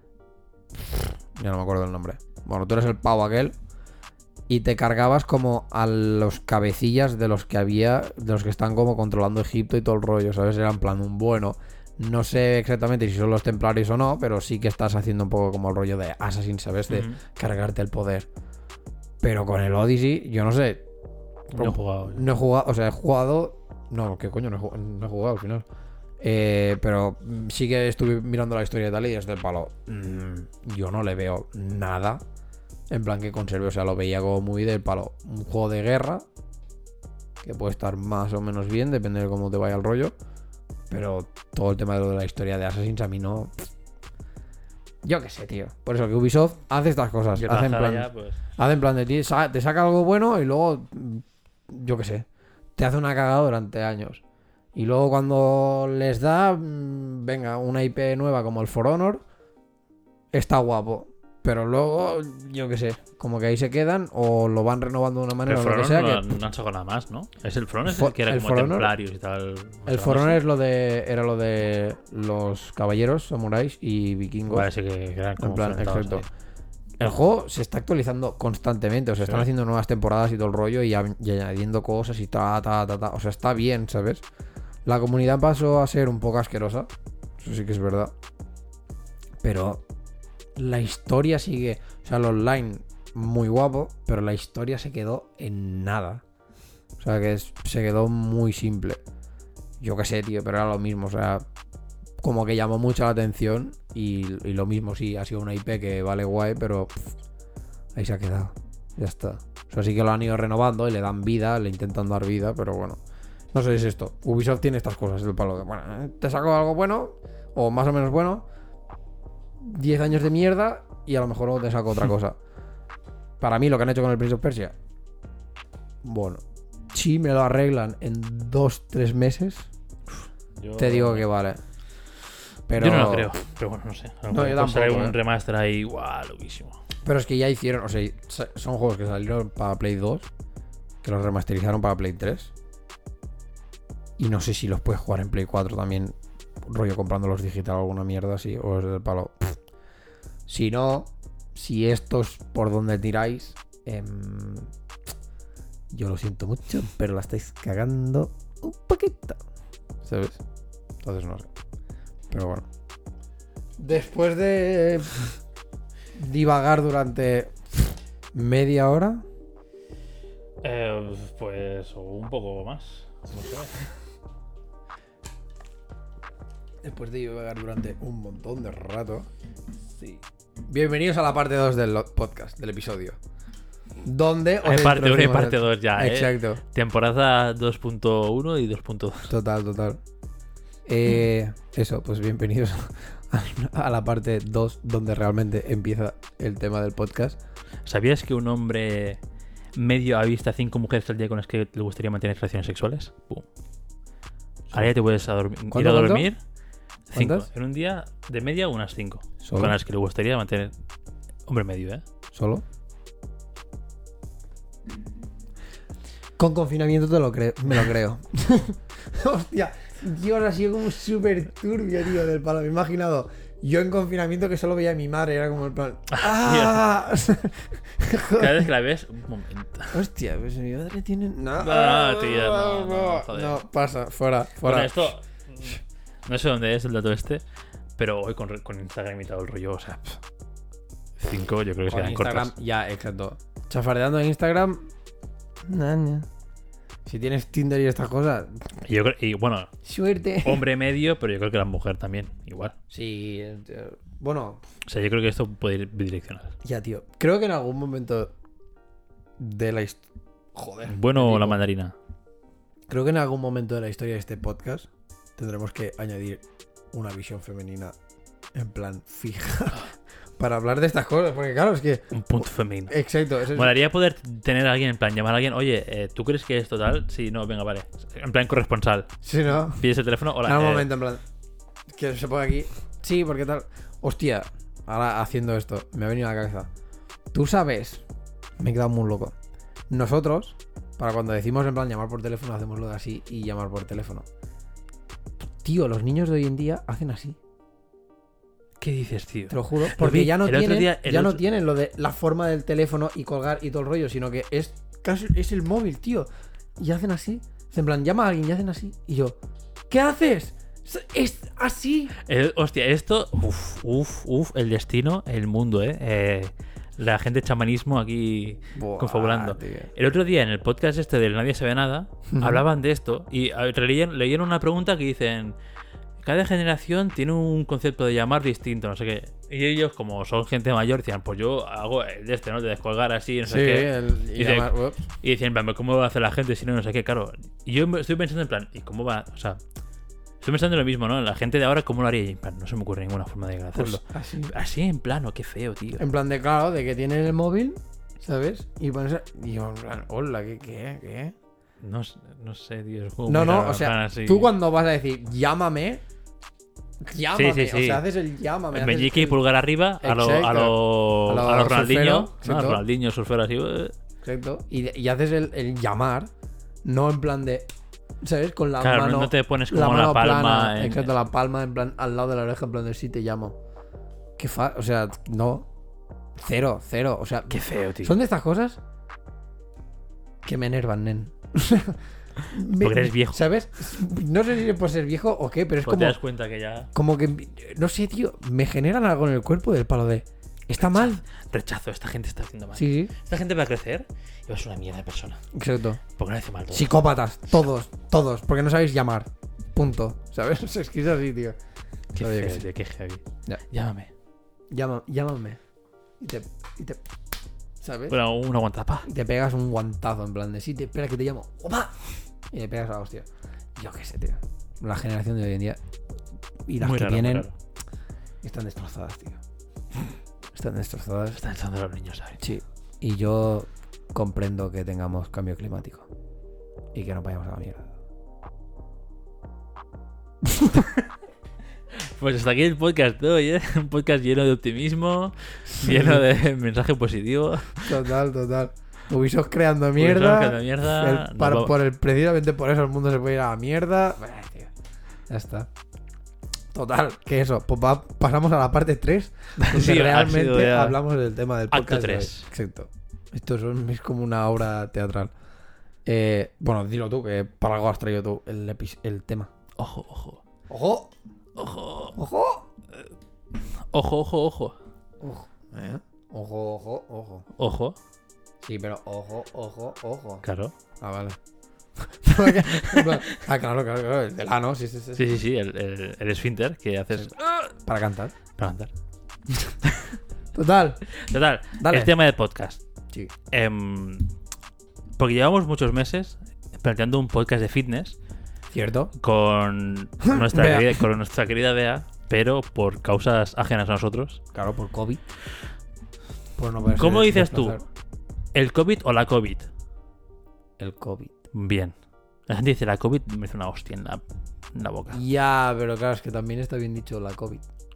Ya no me acuerdo el nombre. Bueno, tú eres el pavo aquel y te cargabas como a los cabecillas de los que había, de los que están como controlando Egipto y todo el rollo, ¿sabes? Era en plan un bueno. No sé exactamente si son los templarios o no, pero sí que estás haciendo un poco como el rollo de Assassin, ¿sabes? De cargarte el poder. Pero con el Odyssey, yo no sé. No he jugado. No he jugado, o sea, he jugado... No, ¿qué coño? No he jugado al final. Pero sí que estuve mirando la historia y tal y desde el palo. Yo no le veo nada en plan que conserve. O sea, lo veía como muy del palo. Un juego de guerra que puede estar más o menos bien, depende de cómo te vaya el rollo. Pero todo el tema de lo de la historia de Assassin's a mí no... Yo qué sé, tío. Por eso que Ubisoft hace estas cosas. Hace en plan de ti, te saca algo bueno y luego, yo qué sé, te hace una cagada durante años. Y luego cuando les da, venga, una IP nueva como el For Honor, está guapo. Pero luego, yo qué sé, como que ahí se quedan o lo van renovando de una manera o lo que sea. No han sacado nada más, ¿no? Es el For Honor, el que era como templarios y tal. El For Honor es era lo de los caballeros, samuráis y vikingos. Parece que eran como en plan, exacto. Ahí. El juego se está actualizando constantemente, o sea, están haciendo nuevas temporadas y todo el rollo y añadiendo cosas y o sea, está bien, ¿sabes? La comunidad pasó a ser un poco asquerosa, eso sí que es verdad. Pero la historia sigue, o sea, el online muy guapo, pero la historia se quedó en nada. O sea, que se quedó muy simple. Yo qué sé, tío, pero era lo mismo, o sea, como que llamó mucho la atención y lo mismo, sí, ha sido una IP que vale guay, pero ahí se ha quedado. Ya está. O sea, sí que lo han ido renovando y le dan vida, le intentan dar vida, pero bueno. No sé si es esto. Ubisoft tiene estas cosas, el palo de, bueno, te saco algo bueno, o más o menos bueno, 10 años de mierda y a lo mejor te saco otra cosa. Para mí lo que han hecho con el Prince of Persia, bueno, si me lo arreglan en 2-3 meses, te digo que vale. Pero... Yo no lo creo, pero bueno, no sé. No, yo tampoco, un remaster ahí, guau, loquísimo. Pero es que ya hicieron, o sea, son juegos que salieron para Play 2, que los remasterizaron para Play 3. Y no sé si los puedes jugar en Play 4 también, rollo comprándolos digital o alguna mierda así, o es del palo. Si no, si esto es por donde tiráis, yo lo siento mucho, pero la estáis cagando un poquito, ¿sabes? Entonces no sé. Pero bueno. Después de divagar durante media hora. Pues un poco más. No sé. Después de divagar durante un montón de rato. Sí. Bienvenidos a la parte 2 del podcast, del episodio. Donde hay parte 1 y parte 2 ya, exacto. Temporada 2.1 y 2.2. Total. Eso, pues bienvenidos a la parte 2 donde realmente empieza el tema del podcast. ¿Sabías que un hombre medio avista 5 mujeres al día con las que le gustaría mantener relaciones sexuales? ¡Pum! Ahora ya te puedes ir a dormir. 5. En un día de media unas 5. Con las que le gustaría mantener. Hombre medio, ¿eh? ¿Solo? Con confinamiento me lo creo. Hostia, Dios, ha sido como súper turbio, tío, del palo. Me he imaginado yo en confinamiento que solo veía a mi madre, era como el plan. ¡Ah! Cada vez que la ves, un momento. Hostia, pues mi madre tiene. No, tío, joder. No, pasa, fuera. Bueno, esto. No sé dónde es el dato este, pero hoy con Instagram y todo el rollo, o sea, 5 yo creo que se quedan cortas. Ya, exacto. Chafardeando en Instagram. Si tienes Tinder y estas cosas. Yo creo, y bueno, suerte. Hombre medio, pero yo creo que la mujer también, igual. Sí, bueno. O sea, yo creo que esto puede ir bidireccional. Ya, tío. Creo que en algún momento de la historia. Joder. Bueno, la mandarina. Creo que en algún momento de la historia de este podcast tendremos que añadir una visión femenina en plan fija para hablar de estas cosas, porque claro, es que un punto femenino. Exacto. Molaría poder tener a alguien, en plan, llamar a alguien, oye, ¿tú crees que es total? Sí, no, venga, vale. En plan corresponsal. Sí, ¿no? Pides el teléfono, hola. En un momento, en plan, que se pone aquí. Sí, porque tal. Hostia, ahora haciendo esto, me ha venido a la cabeza. Tú sabes, me he quedado muy loco. Nosotros, para cuando decimos en plan llamar por teléfono, hacemos lo de así y llamar por teléfono. Tío, los niños de hoy en día hacen así. ¿Qué dices, tío? Te lo juro. Porque vi ya no el otro tienen, día- el ya no otro- tienen lo de la forma del teléfono y colgar y todo el rollo, sino que es casi es el móvil, tío. Y hacen así. En plan, llama a alguien y hacen así. Y yo, ¿qué haces? Es así. Hostia, esto... el destino, el mundo, la gente de chamanismo aquí Buah, confabulando. tío. El otro día en el podcast este del Nadie Sabe Nada, hablaban de esto y leían una pregunta que dicen: cada generación tiene un concepto de llamar distinto, no sé qué. Y ellos, como son gente mayor, decían: pues yo hago el de este, ¿no? De descolgar así, no sé qué. y Y, llamar- y decían, en plan, ¿cómo va a hacer la gente si no sé qué? Claro. Y yo estoy pensando en plan, ¿y cómo va? O sea, estoy pensando en lo mismo, ¿no? La gente de ahora, ¿cómo lo haría? Y en plan, no se me ocurre ninguna forma de hacerlo. pues así. Así en plano, qué feo, tío. En plan de, claro, de que tienen el móvil, ¿sabes? Y ponerse... Y yo, en plan, hola, ¿qué? No sé, tío. Es como No, muy no, raro, o en plan sea, así. tú cuando vas a decir llámame, Sí. o sea, haces el llámame. haces Meñique y el- pulgar arriba a los Exacto. A lo Ronaldinho. surfero, ¿No? A exacto. Ronaldinho, surfero así. Exacto. Y haces el llamar, no en plan de, ¿sabes? Con la Claro, mano. no te pones la como mano la palma. plana, exacto, la palma en plan al lado de la oreja, en plan de sí te llamo. O sea, no. Cero. O sea, Qué feo, tío. son de estas cosas que me enervan, nen. Porque eres viejo. ¿Sabes? No sé si es por ser viejo o qué, pero es Pues como, te das cuenta que ya. como que, no sé, tío, me generan algo en el cuerpo del palo de, está mal. Rechazo, esta gente está haciendo mal. Sí, Esta gente va a crecer y va a ser una mierda de persona. exacto. Porque no hace mal todo. Psicópatas, todos, porque no sabéis llamar. Punto. ¿Sabes? Es que es así, tío. Qué Oye, que feo, sí. tío, qué heavy. Ya. Llámame. Llámame. Y te. ¿Sabes? Bueno, una guantapa. Y te pegas un guantazo en plan de sí, espera que te llamo. ¡Opa! Y le pegas a la hostia. Yo qué sé, tío. La generación de hoy en día y las Muy que raro, muy vienen raro. están destrozadas, tío. Están destrozadas. Están echando a los niños, ¿sabes? Sí. Y yo comprendo que tengamos cambio climático. Y que no vayamos a la mierda. Pues hasta aquí el podcast de hoy, ¿eh? Un podcast lleno de optimismo, lleno de mensaje positivo. Total. Ubisoft creando mierda. creando mierda. Nos vamos. Precisamente por eso el mundo se puede ir a la mierda. Tío. Ya está. Total, que eso. Pues pasamos a la parte 3. Donde Sí, ha sido realmente ya hablamos del tema del acto podcast. de hoy. 3. Exacto. Esto es como una obra teatral. Bueno, dilo tú, que para algo has traído tú el tema. Ojo. ¡Ojo! Ojo. ¡Ojo! Ojo. Ojo, ojo. Ojo. Sí, pero ojo. Claro. Ah, vale. Claro. El del ano, sí. Sí. El esfínter que haces Para cantar. para cantar. Total. Total. Dale. El tema del podcast. Sí. Porque llevamos muchos meses planteando un podcast de fitness ¿Cierto? con Bea. nuestra querida Bea, pero por causas ajenas a nosotros. Claro, por COVID. Por no poderse ¿Cómo dices tú? desplazar. ¿El COVID o la COVID? El COVID. Bien. La gente dice la COVID, me hace una hostia en la boca. Ya, pero claro, es que también está bien dicho la COVID.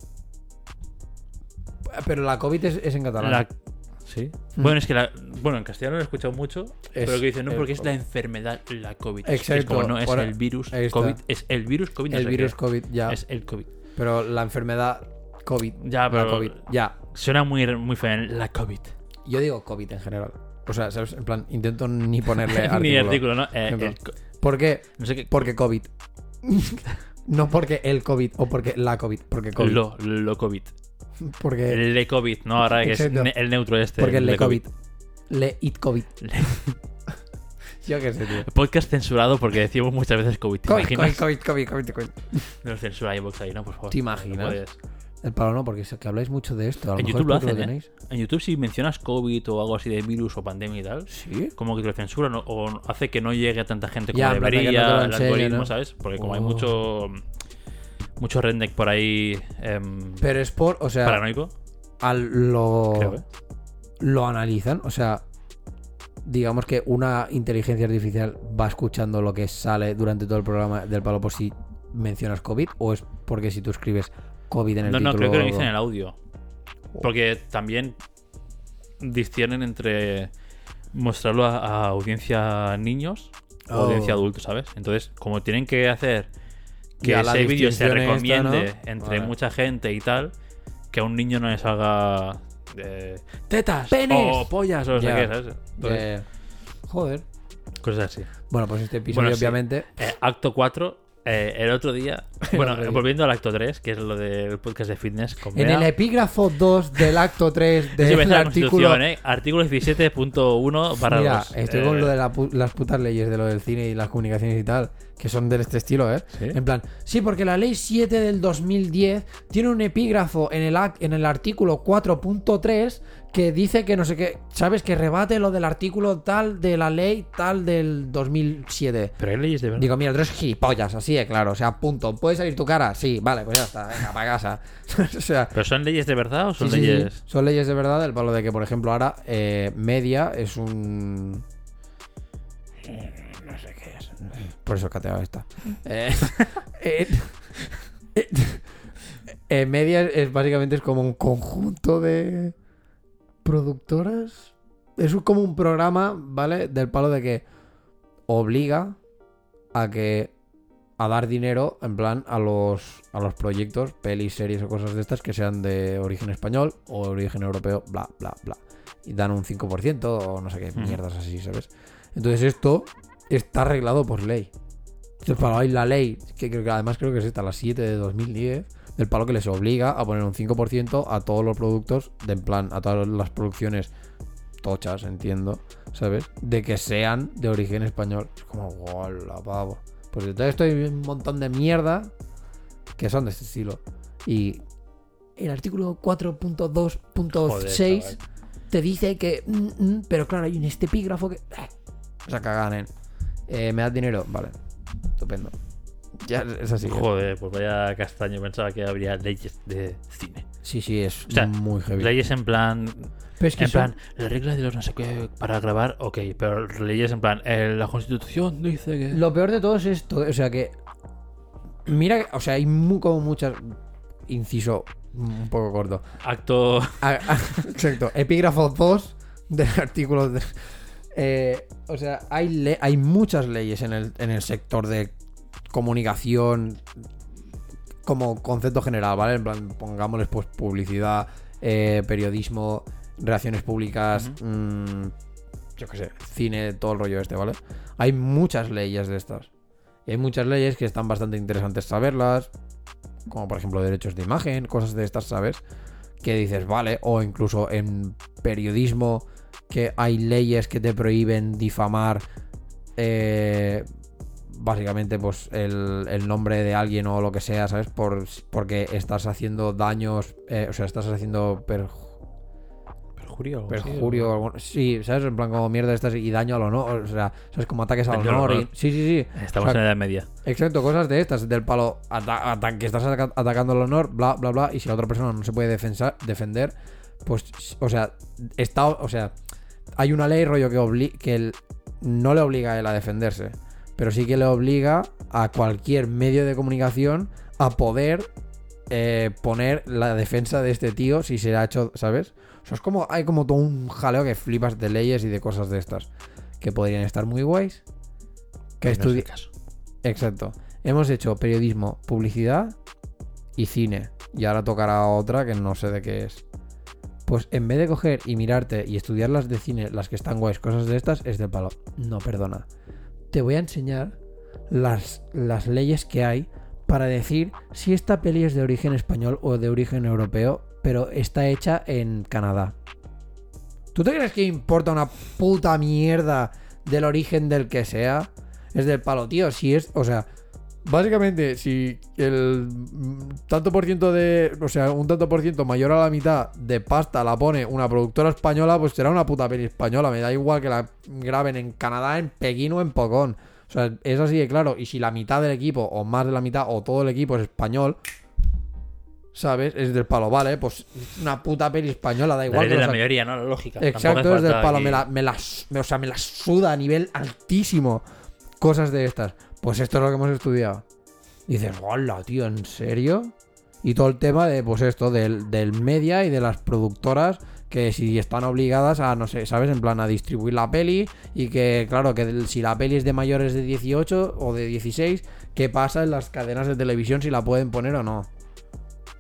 Pero la COVID es en catalán. ¿Sí? Bueno, es que en castellano lo he escuchado mucho, pero que dicen, no, el porque es la COVID. enfermedad, la COVID. Exacto. Es como no es Ahora, el virus ahí está. COVID, es el virus COVID. no El sé virus qué. COVID, ya. Es el COVID. Pero la enfermedad COVID. Ya, La pero COVID. Ya. suena muy feo, la COVID. Yo digo COVID en general. O sea, ¿sabes? En plan, intento ni ponerle artículo. Ni artículo, ¿no? Ejemplo. ¿Por qué? No sé qué. Porque COVID. No porque el COVID o porque la COVID. Porque COVID. Lo COVID. Porque, El le COVID, ¿no? Ahora que es Exacto. el neutro este. porque el le le COVID. Le it COVID. Le- Yo qué sé, tío. Podcast censurado porque decimos muchas veces COVID. ¿Te imaginas? COVID. No censura iVoox ahí, ¿no? Por favor. ¿Te imaginas? No puedes. El palo no, porque es que habláis mucho de esto. A lo En mejor YouTube lo es porque hacen, tenéis. En YouTube si mencionas COVID o algo así de virus o pandemia y tal, Sí. como que te lo censuran o hace que no llegue a tanta gente como Ya, en plan de que debería, no te lo el enseñen, algoritmo, ¿no? ¿sabes? Porque como hay Oh. mucho redneck por ahí Pero es por, o sea, paranoico, creo, ¿eh? lo analizan. O sea, digamos que una inteligencia artificial va escuchando lo que sale durante todo el programa del palo por si mencionas COVID, o es porque si tú escribes COVID en el título. No, creo que o lo algo? dicen en el audio. Porque también disciernen entre mostrarlo a audiencia niños o Oh. audiencia adultos, ¿sabes? Entonces, como tienen que hacer que Ya, la ese vídeo se distinción esta, recomiende ¿no? entre Vale. mucha gente y tal, que a un niño no le salga tetas ¡Penes! o pollas o no sé Ya. qué, ¿sabes? Entonces, Joder. cosas así. Bueno, pues este episodio, Bueno, sí. obviamente. Acto 4, el otro día. Bueno, otro día. volviendo al acto 3, que es lo del podcast de fitness. Con En Bea. el epígrafo 2 del acto 3 Sí, del ves la artículo. Constitución, Artículo 17.1 barra Mira, 2. estoy con lo de las putas leyes de lo del cine y las comunicaciones y tal, que son de este estilo, ¿eh? ¿Sí? En plan, sí, porque la ley 7 del 2010 tiene un epígrafo en el artículo 4.3 que dice que no sé qué, ¿sabes? Que rebate lo del artículo tal de la ley tal del 2007. Pero hay leyes de verdad. Digo, mira, tú eres gilipollas, así de claro, o sea, punto. ¿Puede salir tu cara? Sí, vale, pues ya está, venga, para casa. O sea, ¿Pero son leyes de verdad o son sí, sí, leyes...? sí. Son leyes de verdad, el palo de que, por ejemplo, ahora media es un... no sé qué es. Por eso cateaba esta. Media básicamente es como un conjunto de productoras. Es como un programa, ¿vale? Del palo de que obliga a dar dinero, en plan, a los proyectos, pelis, series o cosas de estas que sean de origen español o origen europeo, bla, bla, bla. Y dan un 5% o no sé qué mierdas así, ¿sabes? Entonces esto está arreglado por ley. Entonces, para hoy la ley, que además creo que es esta, la 7 de 2010, del palo que les obliga a poner un 5% a todos los productos, en plan, a todas las producciones tochas, entiendo, ¿sabes? De que sean de origen español. Es como, ¡hola, pavo! Pues entonces estoy un montón de mierda que son de este estilo. Y el artículo 4.2.6 te dice que... pero claro, hay un este epígrafo que... o sea, cagan en... ¿me das dinero? Vale. Estupendo. Ya es así. Joder, pues vaya castaño. Pensaba que habría leyes de cine. Sí, sí, es O sea, muy heavy. Leyes en plan... Pero es que En plan, la regla de los no sé qué para grabar, ok. Pero leyes en plan, la Constitución dice que... lo peor de todo es esto. O sea que... Mira, o sea, hay como muchas... Inciso un poco corto. Acto... Exacto. Epígrafo 2 del artículo... o sea, hay muchas leyes en el sector de comunicación como concepto general, ¿vale? En plan, pongámosles pues publicidad, periodismo, relaciones públicas, yo qué sé, cine, todo el rollo este, ¿vale? Hay muchas leyes de estas. Y hay muchas leyes que están bastante interesantes saberlas, como por ejemplo derechos de imagen, cosas de estas, ¿sabes? Que dices, vale, o incluso en periodismo que hay leyes que te prohíben difamar básicamente pues el nombre de alguien o lo que sea, ¿sabes? Porque estás haciendo daños, o sea, estás haciendo perjurio, sí, ¿sabes? En plan como mierda estas y daño al honor, o sea, ¿sabes? Como ataques al Daño al honor. honor. Sí, sí, sí. Estamos O sea, en la Edad Media. exacto, cosas de estas, del palo, que estás atacando el honor, bla, bla, bla, y si la otra persona no se puede defender, pues, o sea, hay una ley, rollo, que no le obliga a él a defenderse, pero sí que le obliga a cualquier medio de comunicación a poder poner la defensa de este tío si se ha hecho, ¿sabes? O sea, es como, hay como todo un jaleo que flipas de leyes y de cosas de estas que podrían estar muy guays. Que caso. Exacto. Hemos hecho periodismo, publicidad y cine. Y ahora tocará otra que no sé de qué es. Pues en vez de coger y mirarte y estudiar las de cine, las que están guays, cosas de estas, es de palo. No, perdona. Te voy a enseñar las leyes que hay para decir si esta peli es de origen español o de origen europeo, pero está hecha en Canadá. ¿Tú te crees que importa una puta mierda del origen del que sea? Es del palo, tío. Si es, o sea, básicamente, si el tanto por ciento o sea, un tanto por ciento mayor a la mitad de pasta la pone una productora española, pues será una puta peli española. Me da igual que la graben en Canadá, en Pekín o en Pucón. O sea, es así de claro. Y si la mitad del equipo, o más de la mitad, o todo el equipo es español, ¿sabes? Es del palo, vale, pues una puta peli española, da igual. La ley de la mayoría, ¿no? La lógica. Exacto, es del palo. Aquí... Me la suda a nivel altísimo. Cosas de estas. Pues esto es lo que hemos estudiado. Y dices, hola, tío, ¿en serio? Y todo el tema de, pues esto, del media y de las productoras que si están obligadas a, no sé, ¿sabes? En plan, a distribuir la peli y que, claro, que si la peli es de mayores de 18 o de 16, ¿qué pasa en las cadenas de televisión si la pueden poner o no?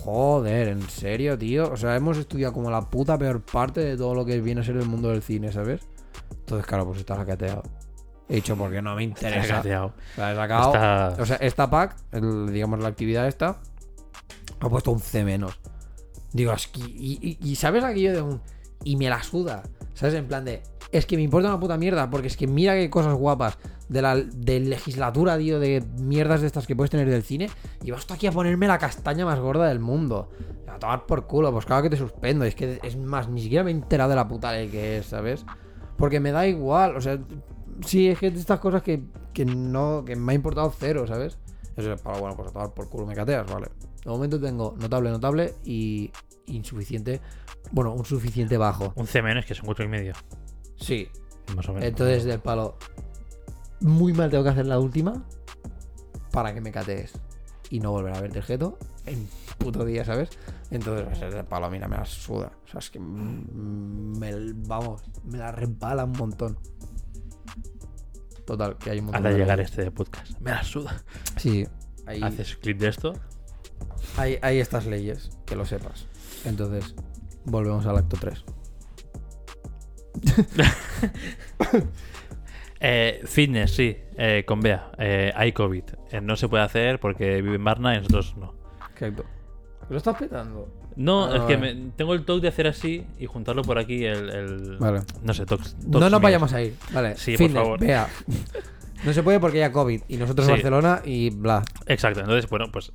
Joder, ¿en serio, tío? O sea, hemos estudiado como la puta peor parte de todo lo que viene a ser el mundo del cine, ¿sabes? Entonces, claro, pues está hackeado. He dicho, porque no me interesa. Hackeado. O sea, he sacado... Está- O sea, esta pack, digamos la actividad esta, ha puesto un C menos. Digo, es que... Y ¿sabes aquello de un... Y me la suda, ¿sabes? En plan de... Es que me importa una puta mierda, porque es que mira qué cosas guapas de legislatura, tío, de mierdas de estas que puedes tener del cine, y vas tú aquí a ponerme la castaña más gorda del mundo. A tomar por culo, pues claro que te suspendo. Y es que es más, ni siquiera me he enterado de la puta ley que es, ¿sabes? Porque me da igual, o sea, sí, es que de estas cosas que me ha importado cero, ¿sabes? Eso es para, bueno, pues a tomar por culo me cateas, vale. De momento tengo notable y insuficiente, bueno, un suficiente bajo. Un C menos que es un 4,5. Sí. Más o menos. Entonces, del palo, muy mal tengo que hacer la última para que me catees y no volver a verte el jeto en puto día, ¿sabes? Entonces, va a ser del palo, mira, me la suda. O sea, es que me la resbala un montón. Total, que hay un montón Hasta de llegar leyes. este podcast. Me la suda. Sí, ahí, Haces clip de esto. hay estas leyes, que lo sepas. Entonces, volvemos al acto 3. Fitness, sí. Con Bea. Hay COVID. No se puede hacer porque vive en Varna y nosotros no. Exacto. ¿Lo estás petando? No, Ah, es que vale. tengo el toque de hacer así y juntarlo por aquí. Vale. No sé, No nos vayamos a ir. Vale. Sí, por Fitness, favor. Vea. No se puede porque hay COVID. Y nosotros Sí. en Barcelona y bla. Exacto, entonces, bueno, pues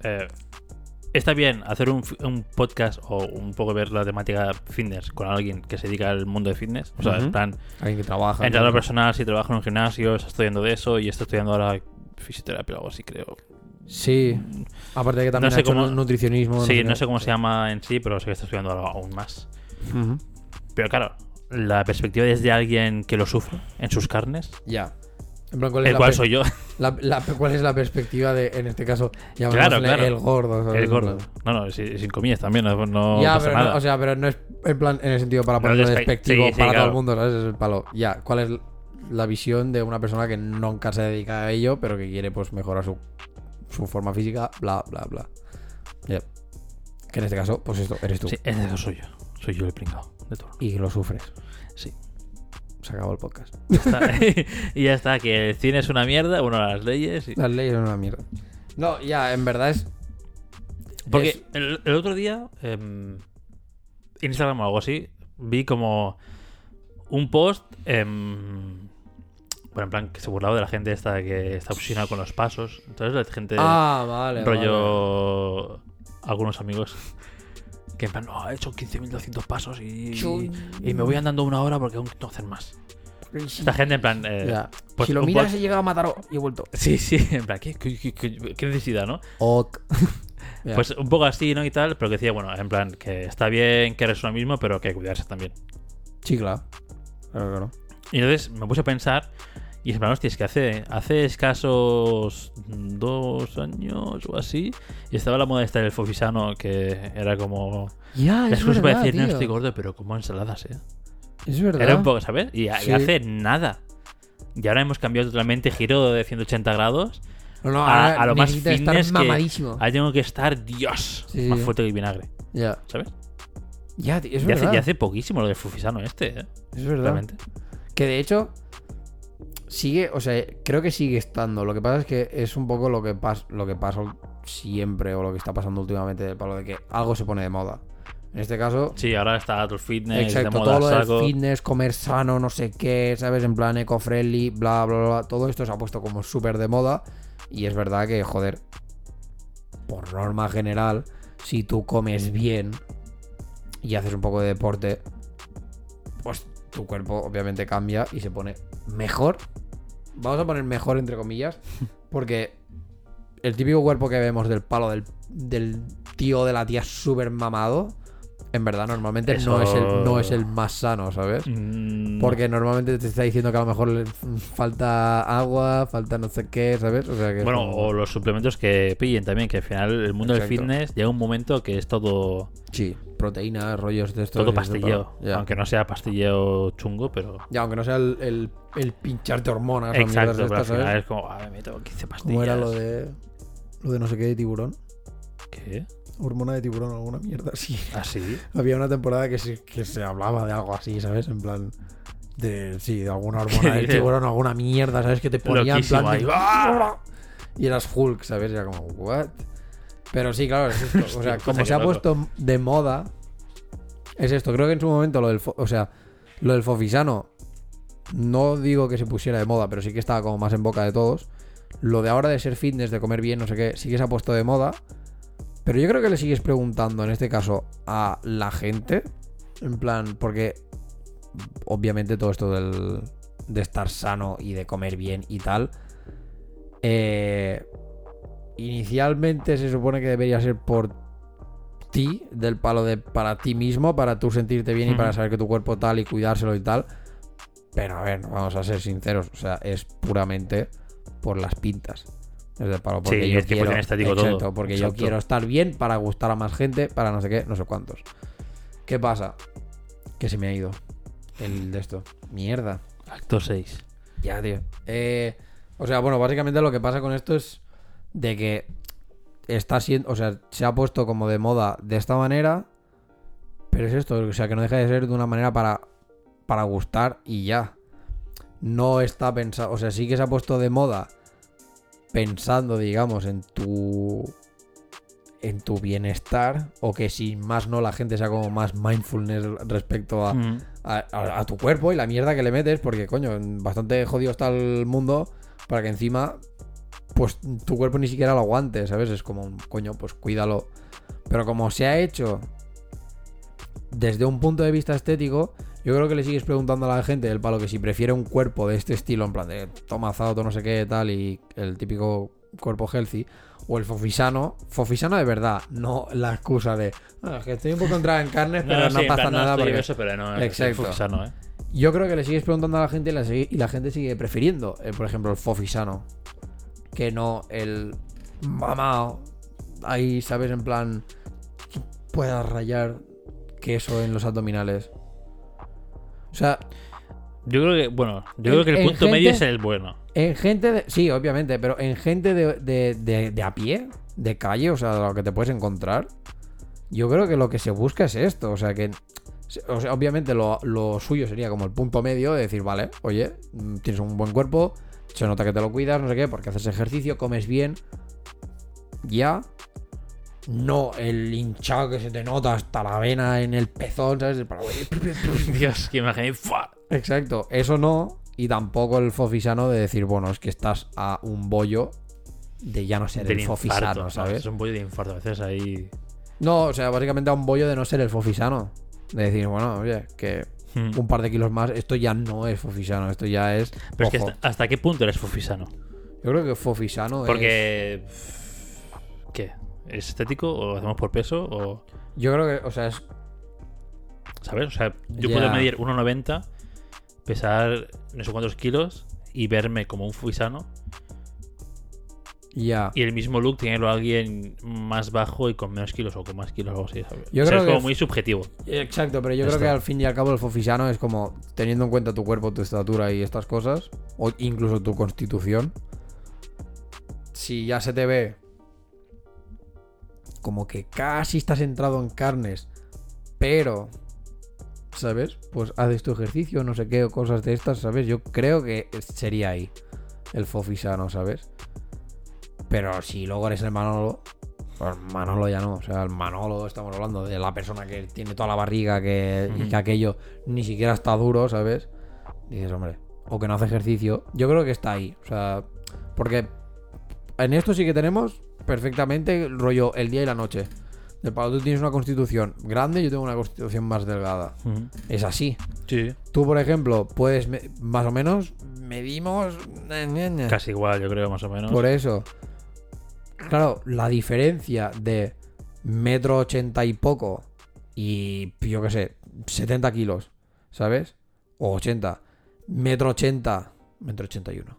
está bien hacer un podcast o un poco ver la temática fitness con alguien que se dedica al mundo de fitness. O sea, Ujú. en plan, Alguien que trabaja. entrenador personal, si trabaja en un gimnasio, está estudiando de eso y está estudiando ahora fisioterapia o algo así, creo. Sí. Aparte de que también No sé ha hecho cómo- nutricionismo. Sí, no qué. sé cómo se llama en sí, pero sé que está estudiando algo aún más. Ujú. Pero claro, la perspectiva es de alguien que lo sufre en sus carnes, Ya. En plan, ¿cuál es el la cual pe- soy yo, ¿Cuál es la perspectiva de, en este caso, Claro, llamémosle claro. el gordo? ¿sabes? el gordo. No, sin comillas también, no Ya, pasa pero nada. no, o sea, pero no es en plan en el sentido para No ponerlo despe- despectivo sí, sí, para todo claro. el mundo, ¿sabes? Es el palo. Ya, ¿cuál es la visión de una persona que nunca se dedica a ello, pero que quiere pues mejorar su forma física, bla, bla, bla? Ya. Que en este caso, pues esto, eres tú. Sí, en eso soy yo. Soy yo el pringao de todo. Y que lo sufres. Sí. Se acabó el podcast. Ya está. Y ya está, que el cine es una mierda, bueno, las leyes. Las leyes son una mierda. No, ya, en verdad es... Porque es- el otro día, en Instagram o algo así, vi como un post, bueno, en plan, que se burlaba de la gente esta que está obsesionada con los pasos. Entonces, la gente, Ah, vale, rollo, algunos amigos, que en plan, no, he hecho 15.200 pasos y me voy andando 1 hora porque aún tengo que hacer más. vale. Esta gente, en plan, Ya. pues si lo un miras, post- he llegado a matar y he vuelto. Sí, sí, en plan, ¿qué necesidad, no? Ok. Ya. Pues un poco así, ¿no? Y tal, pero que decía, bueno, en plan, que está bien que eres uno mismo, pero que hay que cuidarse también. Sí, claro. Claro. Y entonces me puse a pensar, y es en plan, hostia, es que hace escasos 2 años o así, y estaba la moda esta del fofisano, que era como... Ya, La es excusa para verdad, decir, no tío. estoy gordo, pero como ensaladas, ¿eh? Es verdad. Era un poco, ¿sabes? Y Sí. hace nada. Y ahora hemos cambiado totalmente, giro de 180 grados, No, a lo más necesita fitness estar que- mamadísimo. ahora tengo que estar, Dios, Sí, más sí. fuerte que el vinagre, Ya. ¿sabes? Ya, tío, es Y verdad. hace poquísimo lo del fofisano este, ¿eh? Es verdad. Realmente. Que de hecho sigue, o sea, creo que sigue estando. Lo que pasa es que es un poco lo que pasa siempre o lo que está pasando últimamente del palo de que algo se pone de moda. En este caso, Sí, ahora está todo el fitness exacto, de moda, todo lo saco. del fitness, comer sano, no sé qué, ¿sabes? En plan eco-friendly, bla, bla, bla. Todo esto se ha puesto como súper de moda. Y es verdad que, joder, por norma general, si tú comes bien y haces un poco de deporte, pues tu cuerpo obviamente cambia y se pone mejor. Vamos a poner mejor entre comillas, porque el típico cuerpo que vemos del palo del tío o de la tía súper mamado, en verdad normalmente Eso- no es el más sano, ¿sabes? Mm, Porque normalmente te está diciendo que a lo mejor le falta agua, falta no sé qué, ¿sabes? O sea que es bueno, como- o los suplementos que pillen también, que al final el mundo del Exacto. fitness llega un momento que es todo Sí, proteínas, rollos de estos. todo y eso, pastilleo. pero- ya. Aunque no sea pastilleo chungo, pero... Ya, aunque no sea el pincharte hormonas o Exacto, mierdas pero al estas, final ¿sabes? es como, me meto 15 pastillas. ¿Cómo era lo de no sé qué de tiburón? ¿Qué? Hormona de tiburón o alguna mierda así. ¿Ah, sí? Había una temporada que se hablaba de algo así, ¿sabes? En plan... de alguna hormona de tiburón o alguna mierda, ¿sabes? Que te ponía en plan de... Y eras Hulk, ¿sabes? Era como, ¿what? Pero sí, claro, es esto. O sea, como se ha puesto de moda, es esto. Creo que en su momento lo del Fofisano, no digo que se pusiera de moda, pero sí que estaba como más en boca de todos. Lo de ahora de ser fitness, de comer bien, no sé qué, sí que se ha puesto de moda. Pero yo creo que le sigues preguntando, en este caso, a la gente. En plan, porque obviamente todo esto de estar sano y de comer bien y tal, inicialmente se supone que debería ser por ti, del palo de para ti mismo, para tú sentirte bien y para saber que tu cuerpo tal y cuidárselo y tal. Pero a ver, vamos a ser sinceros, o sea, es puramente por las pintas. Es del palo, porque yo quiero, exacto, porque yo quiero estar bien para gustar a más gente, para no sé qué, no sé cuántos. ¿Qué pasa? Que se me ha ido el de esto. Mierda. Acto 6. Ya, tío. O sea, bueno, básicamente lo que pasa con esto es de que está siendo, o sea, se ha puesto como de moda de esta manera, pero es esto, o sea, que no deja de ser de una manera para gustar y ya. No está pensado, o sea, sí que se ha puesto de moda pensando, digamos, en tu bienestar, o que si más no la gente sea como más mindfulness respecto a tu cuerpo y la mierda que le metes, porque coño, bastante jodido está el mundo para que encima pues tu cuerpo ni siquiera lo aguante, ¿sabes? Es como, coño, pues cuídalo. Pero como se ha hecho desde un punto de vista estético, yo creo que le sigues preguntando a la gente del palo que si prefiere un cuerpo de este estilo, en plan de toma azato, no sé qué, tal, y el típico cuerpo healthy, o el fofisano de verdad, no la excusa de es que estoy un poco entrada en carnes, pero no pasa nada porque... eso, pero no, exacto. El fofisano, Yo creo que le sigues preguntando a la gente y la gente sigue prefiriendo, por ejemplo, el fofisano, que no el mamao. Ahí, ¿sabes? En plan, puedas rayar queso en los abdominales. O sea, yo creo que el punto medio es el bueno. En gente sí, obviamente, pero en gente de a pie, de calle, o sea, lo que te puedes encontrar, yo creo que lo que se busca es esto. O sea, que obviamente lo suyo sería como el punto medio de decir, vale, oye, tienes un buen cuerpo, se nota que te lo cuidas, no sé qué, porque haces ejercicio, comes bien, ya. No el hinchado que se te nota hasta la vena en el pezón, ¿sabes? Dios, que imagen. Exacto, eso no. Y tampoco el fofisano de decir, bueno, es que estás a un bollo de ya no ser el fofisano, ¿sabes? Es un bollo de infarto, a veces ahí... No, o sea, básicamente a un bollo de no ser el fofisano. De decir, bueno, oye, que un par de kilos más, esto ya no es fofisano, esto ya es... Pero es que ¿hasta qué punto eres fofisano? Yo creo que fofisano porque... ¿Qué? ¿Es estético o lo hacemos por peso o...? Yo creo que, o sea, es... ¿Sabes? O sea, yo puedo medir 1,90, pesar no sé cuántos kilos y verme como un fofisano. Ya. Y el mismo look tenerlo a alguien más bajo y con menos kilos o con más kilos o algo así, ¿sabes? Yo creo es que como muy subjetivo. Exacto, pero yo creo que al fin y al cabo el fofisano es como teniendo en cuenta tu cuerpo, tu estatura y estas cosas, o incluso tu constitución. Si ya se te ve como que casi estás entrado en carnes, pero, ¿sabes? Pues haces tu ejercicio, no sé qué, o cosas de estas, ¿sabes? Yo creo que sería ahí el fofisano, ¿sabes? Pero si luego eres el Manolo, pues Manolo ya no. O sea, el Manolo, estamos hablando de la persona que tiene toda la barriga y que aquello ni siquiera está duro, ¿sabes? Y dices, hombre, o que no hace ejercicio. Yo creo que está ahí. O sea, porque en esto sí que tenemos perfectamente el rollo el día y la noche. De palo, tú tienes una constitución grande, yo tengo una constitución más delgada. Es así. Sí. Tú, por ejemplo, puedes más o menos medimos casi igual, yo creo, más o menos. Por eso. Claro, la diferencia de 1,80 m y poco y, yo qué sé, 70 kilos, ¿sabes? O 80. 1,80 m, 1,81 m.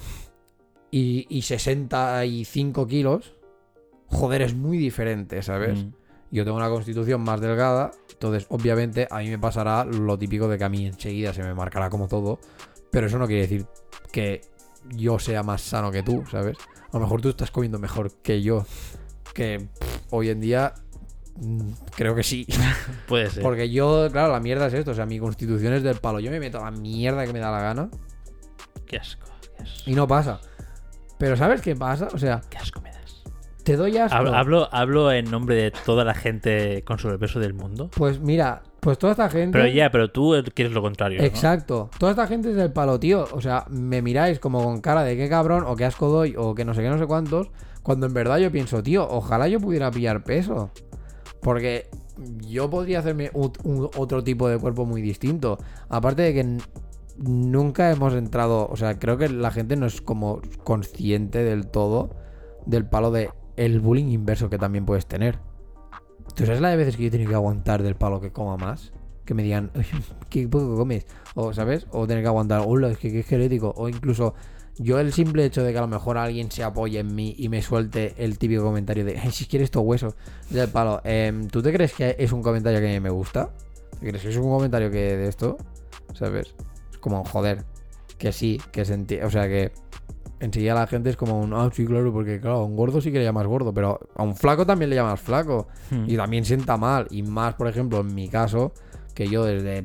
Y 65 kilos, joder, es muy diferente, ¿sabes? Yo tengo una constitución más delgada, entonces obviamente a mí me pasará lo típico de que a mí enseguida se me marcará como todo, pero eso no quiere decir que yo sea más sano que tú, ¿sabes? A lo mejor tú estás comiendo mejor que yo, que hoy en día creo que sí. Puede ser. Porque yo, claro, la mierda es esto. O sea, mi constitución es del palo. Yo me meto la mierda que me da la gana Qué asco. y no pasa. Pero ¿sabes qué pasa? O sea, Qué asco me das. te doy asco. Hablo en nombre de toda la gente con sobrepeso del mundo. Pues mira, pues toda esta gente... Pero tú quieres lo contrario, ¿no? Exacto. Toda esta gente es del palo, tío. O sea, me miráis como con cara de qué cabrón o qué asco doy o que no sé qué, no sé cuántos. Cuando en verdad yo pienso, tío, ojalá yo pudiera pillar peso. Porque yo podría hacerme otro tipo de cuerpo muy distinto. Aparte de que nunca hemos entrado... O sea, creo que la gente no es como consciente del todo del palo de el bullying inverso que también puedes tener. ¿Tú sabes la de veces que yo he tenido que aguantar del palo que coma más? Que me digan, ¿qué poco comes? O, ¿sabes? O tener que aguantar, hola, es que qué esquelético. O incluso yo el simple hecho de que a lo mejor alguien se apoye en mí y me suelte el típico comentario de, si quieres estos huesos del palo. ¿Tú te crees que es un comentario que me gusta? ¿Te crees que es un comentario que de esto? ¿Sabes? Es como, joder, que sí, que se entiende. O sea, que enseguida la gente es como un, sí, claro, porque claro, a un gordo sí que le llamas gordo, pero a un flaco también le llamas flaco. Y también sienta mal. Y más, por ejemplo, en mi caso, que yo desde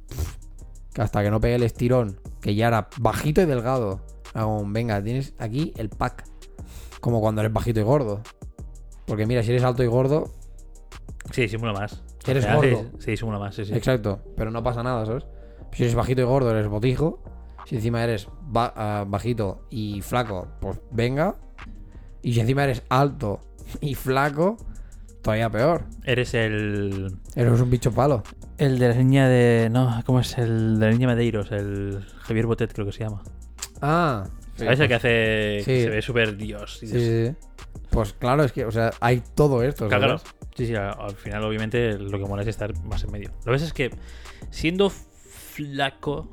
que hasta que no pegué el estirón, que ya era bajito y delgado, hago un, venga, tienes aquí el pack. Como cuando eres bajito y gordo. Porque mira, si eres alto y gordo, Sí, simula más. eres Ya, gordo. Sí, simula más, sí. Exacto, pero no pasa nada, ¿sabes? Si eres bajito y gordo, eres botijo. Si encima eres bajito y flaco, pues venga. Y si encima eres alto y flaco, todavía peor. Eres el Eres un bicho palo. de la niña de... No, ¿cómo es? El de la niña Medeiros, el Javier Botet creo que se llama. Ah, ¿Sabes? El que hace... sí. Que se ve súper Dios. Y Sí. Pues claro, es que, o sea, hay todo esto, ¿sabes? Claro. Sí, al final obviamente lo que mola es estar más en medio. Lo que ves es que siendo flaco,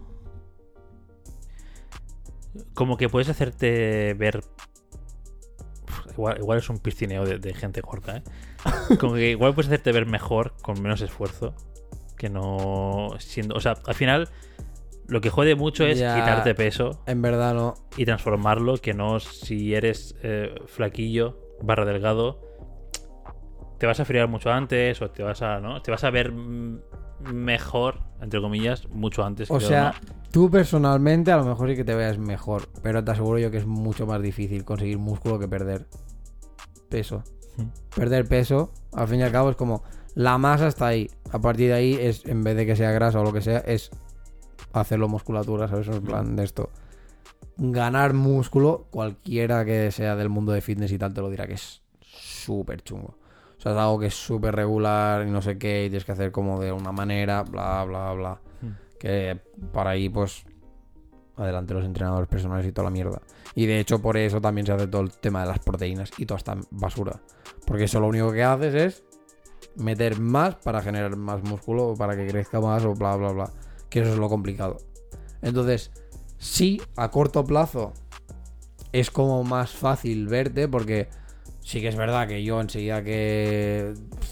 como que puedes hacerte ver... Igual es un piscineo de gente gorda, ¿eh? Como que igual puedes hacerte ver mejor con menos esfuerzo que no siendo... O sea, al final lo que jode mucho es Ya, quitarte peso En verdad no. y transformarlo, que no si eres flaquillo barra delgado te vas a friar mucho antes o te vas a ver mejor, entre comillas, mucho antes. O creo, sea, ¿no? tú personalmente a lo mejor sí que te veas mejor, pero te aseguro yo que es mucho más difícil conseguir músculo que perder peso. Perder peso, al fin y al cabo, es como la masa está ahí. A partir de ahí es, en vez de que sea grasa o lo que sea, es hacerlo musculatura, ¿sabes? En plan de esto. Ganar músculo, cualquiera que sea del mundo de fitness y tal, te lo dirá que es súper chungo. O sea, es algo que es súper regular y no sé qué, y tienes que hacer como de una manera, bla, bla, bla. Que para ahí, pues, adelante los entrenadores personales y toda la mierda. Y de hecho, por eso también se hace todo el tema de las proteínas y toda esta basura. Porque eso lo único que haces es meter más para generar más músculo, o para que crezca más, o bla, bla, bla. Que eso es lo complicado. Entonces, sí, a corto plazo es como más fácil verte, porque sí que es verdad que yo enseguida que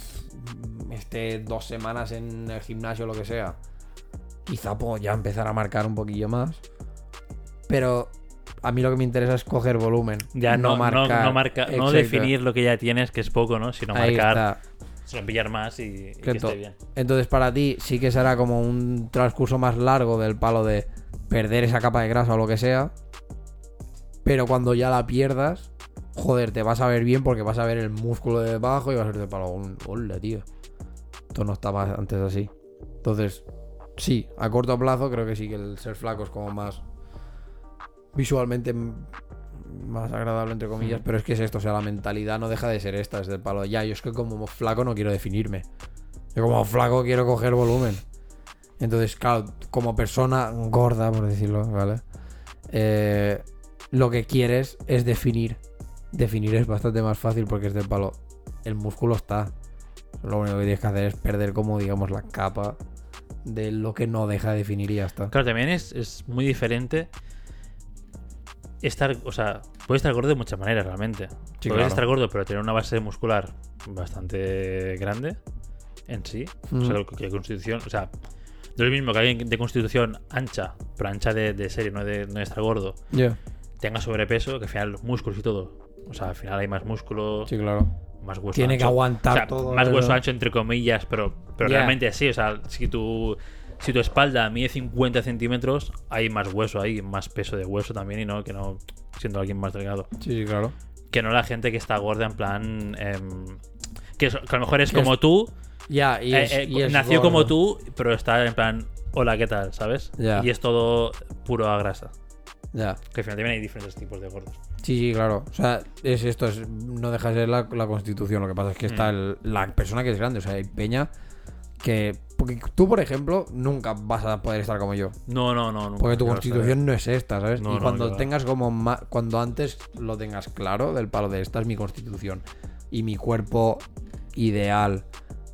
esté 2 semanas en el gimnasio o lo que sea, quizá puedo ya empezar a marcar un poquillo más. Pero a mí lo que me interesa es coger volumen. Ya no marcar. no definir lo que ya tienes, que es poco, ¿no? Sino Ahí marcar, está. pillar más y que esté bien. Entonces para ti sí que será como un transcurso más largo del palo de perder esa capa de grasa o lo que sea. Pero cuando ya la pierdas, joder, te vas a ver bien, porque vas a ver el músculo de debajo y vas a ver de palo, hola, tío. Esto no estaba antes así. Entonces, sí, a corto plazo creo que sí, que el ser flaco es como más visualmente más agradable, entre comillas, pero es que es esto, o sea, la mentalidad no deja de ser esta, es del palo, ya, yo es que como flaco no quiero definirme, yo como flaco quiero coger volumen. Entonces, claro, como persona gorda, por decirlo, ¿vale? Lo que quieres es definir es bastante más fácil, porque es del palo, el músculo está, lo único que tienes que hacer es perder como, digamos, la capa de lo que no deja de definir y ya está. Claro, también es muy diferente estar, o sea, puedes estar gordo de muchas maneras realmente. Sí, Puedes claro. estar gordo pero tener una base muscular bastante grande en sí. O sea, que constitución, o sea, no es lo mismo que alguien de constitución ancha, pero ancha de serie, no de estar gordo, Ya. tenga sobrepeso, que al final los músculos y todo. O sea, al final hay más músculo, Sí, claro. más hueso Tiene ancho. que aguantar O sea, todo más eso. hueso ancho entre comillas, pero Ya. realmente sí. O sea, si tu espalda mide 50 centímetros, hay más hueso ahí, más peso de hueso también, y no que no siendo alguien más delgado. Sí, claro. Que no la gente que está gorda en plan... que a lo mejor es Que como tú, Ya, y es nació gordo. como tú, pero está en plan, hola, ¿qué tal? ¿Sabes? Ya. Y es todo puro a grasa. Ya. Que al final también hay diferentes tipos de gordos. Sí, sí, claro. O sea, es esto, no deja de ser la constitución. Lo que pasa es que está la persona que es grande. O sea, hay peña que... Porque tú, por ejemplo, nunca vas a poder estar como yo. No. Porque tu nunca, constitución no es esta, ¿sabes? No, y no, cuando que va. tengas como... Cuando antes lo tengas claro, del palo de esta es mi constitución. Y mi cuerpo ideal,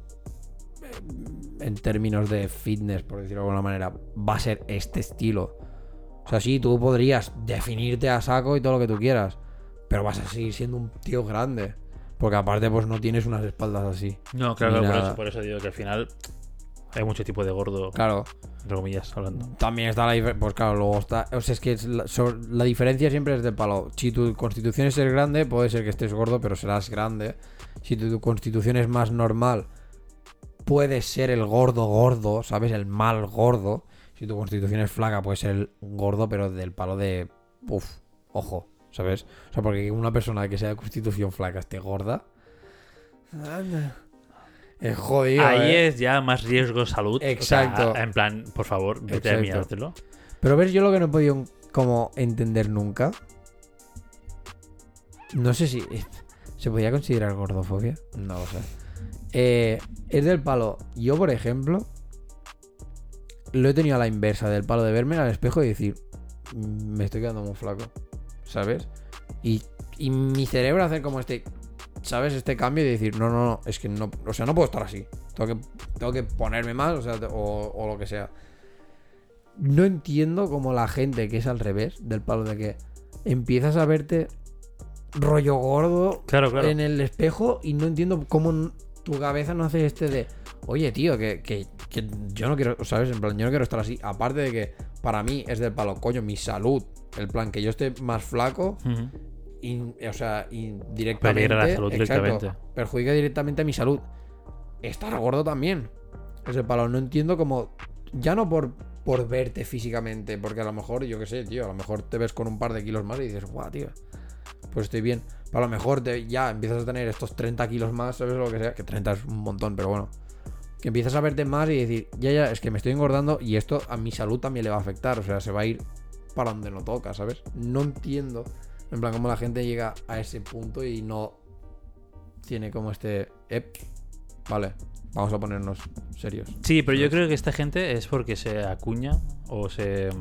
en términos de fitness, por decirlo de alguna manera, va a ser este estilo. O sea, sí, tú podrías definirte a saco y todo lo que tú quieras, pero vas a seguir siendo un tío grande. Porque aparte, pues no tienes unas espaldas así. No, claro, Ni por nada. eso digo que al final hay mucho tipo de gordo, Claro, entre comillas, hablando. también está la diferencia. Pues claro, luego está. O sea, es que la diferencia siempre es del palo. Si tu constitución es ser grande, puede ser que estés gordo, pero serás grande. Si tu constitución es más normal, puedes ser el gordo, ¿sabes? El mal gordo. Si tu constitución es flaca, puedes ser el gordo, pero del palo de... ojo, ¿sabes? O sea, porque una persona que sea de constitución flaca esté gorda... Es jodido, Ahí es ya más riesgo salud. Exacto. O sea, en plan, por favor, vete a Exacto. mirártelo. Pero ves, yo lo que no he podido como entender nunca... No sé si... ¿Se podría considerar gordofobia? No lo sé. Es del palo... Yo, por ejemplo... Lo he tenido a la inversa, del palo de verme al espejo y decir, me estoy quedando muy flaco, ¿sabes? Y mi cerebro hacer como ¿sabes? Este cambio y decir, no, es que no, o sea, no puedo estar así. Tengo que ponerme más, o sea, o lo que sea. No entiendo cómo la gente que es al revés, del palo de que empiezas a verte rollo gordo Claro. en el espejo y no entiendo cómo tu cabeza no hace de... Oye, tío, que yo no quiero, ¿sabes? En plan, yo no quiero estar así. Aparte de que para mí es del palo, coño, mi salud. El plan, que yo esté más flaco, Ujú. o sea, indirectamente. Peligra la salud exacto, directamente. perjudica directamente a mi salud. Estar gordo también. Es el palo, no entiendo cómo. Ya no por verte físicamente, porque a lo mejor, yo qué sé, tío, a lo mejor te ves con un par de kilos más y dices, guau, tío, pues estoy bien. Pero a lo mejor ya empiezas a tener estos 30 kilos más, ¿sabes? Lo que sea, que 30 es un montón, pero bueno. Que empiezas a verte más y decir, ya, es que me estoy engordando y esto a mi salud también le va a afectar. O sea, se va a ir para donde no toca, ¿sabes? No entiendo, en plan, cómo la gente llega a ese punto y no tiene como vale, vamos a ponernos serios. Sí, pero yo creo que esta gente es porque se acuña o se